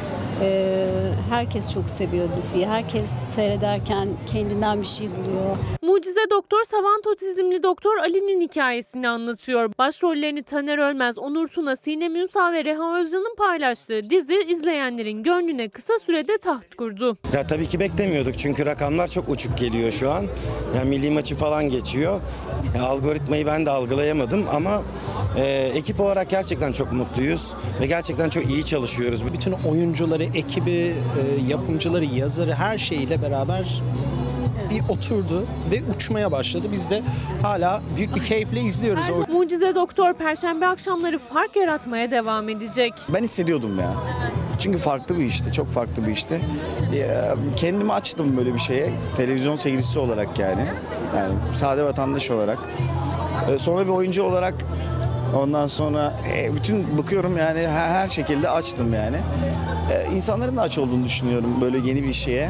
Speaker 24: Ee, herkes çok seviyor diziyi. Herkes seyrederken kendinden bir şey buluyor.
Speaker 4: Mucize Doktor, savant otizmli doktor Ali'nin hikayesini anlatıyor. Başrollerini Taner Ölmez, Onur Tuna, Sinem Ünsal ve Reha Özcan'ın paylaştığı dizi izleyenlerin gönlüne kısa sürede taht kurdu.
Speaker 21: Ya tabii ki beklemiyorduk çünkü rakamlar çok uçuk geliyor şu an. Yani milli maçı falan geçiyor. Ya, algoritmayı ben de algılayamadım ama e, ekip olarak gerçekten çok mutluyuz ve gerçekten çok iyi çalışıyoruz.
Speaker 22: Bütün oyuncuları, ekibi, yapımcıları, yazarı her şeyiyle beraber bir oturdu ve uçmaya başladı. Biz de hala büyük bir keyifle izliyoruz.
Speaker 4: Mucize Doktor perşembe akşamları fark yaratmaya devam edecek.
Speaker 20: Ben hissediyordum ya. Çünkü farklı bir işti, çok farklı bir işti. Ya, kendimi açtım böyle bir şeye, televizyon seyircisi olarak yani. Yani sade vatandaş olarak. Sonra bir oyuncu olarak, ondan sonra bütün bakıyorum yani her, her şekilde açtım yani. İnsanların da aç olduğunu düşünüyorum böyle yeni bir şeye.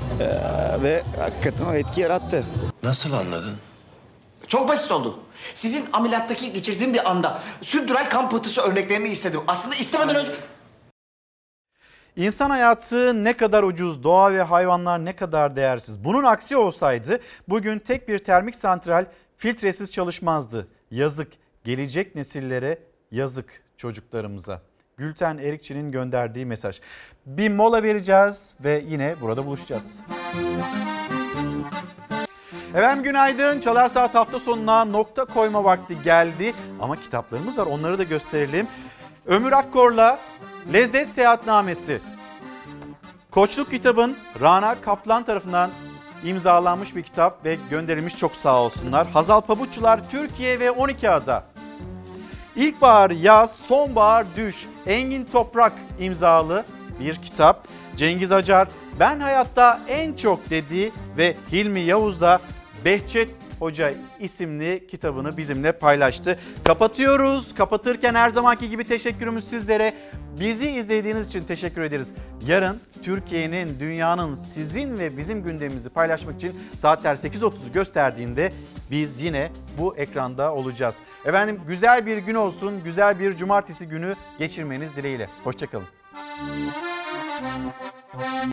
Speaker 20: Ee, ve hakikaten o etki yarattı.
Speaker 17: Nasıl anladın? Çok basit oldu. Sizin ameliyattaki geçirdiğim bir anda sürdürel kan pıhtısı örneklerini istedim. Aslında istemeden önce...
Speaker 1: İnsan hayatı ne kadar ucuz, doğa ve hayvanlar ne kadar değersiz. Bunun aksi olsaydı bugün tek bir termik santral filtresiz çalışmazdı. Yazık, gelecek nesillere yazık, çocuklarımıza. Gülten Erikçi'nin gönderdiği mesaj. Bir mola vereceğiz ve yine burada buluşacağız. Efendim günaydın. Çalar Saat hafta sonuna nokta koyma vakti geldi. Ama kitaplarımız var, onları da gösterelim. Ömür Akkor'la Lezzet Seyahatnamesi. Koçluk kitabın Rana Kaplan tarafından imzalanmış bir kitap ve gönderilmiş, çok sağ olsunlar. Hazal Pabuççular Türkiye ve on iki ada. İlkbahar, yaz, sonbahar, düş, Engin Toprak imzalı bir kitap. Cengiz Acar, ben hayatta en çok dediği ve Hilmi Yavuz da Behçet Hoca isimli kitabını bizimle paylaştı. Kapatıyoruz. Kapatırken her zamanki gibi teşekkürümüz sizlere. Bizi izlediğiniz için teşekkür ederiz. Yarın Türkiye'nin, dünyanın, sizin ve bizim gündemimizi paylaşmak için saatler sekiz otuzu gösterdiğinde biz yine bu ekranda olacağız. Efendim güzel bir gün olsun, güzel bir cumartesi günü geçirmeniz dileğiyle. Hoşçakalın.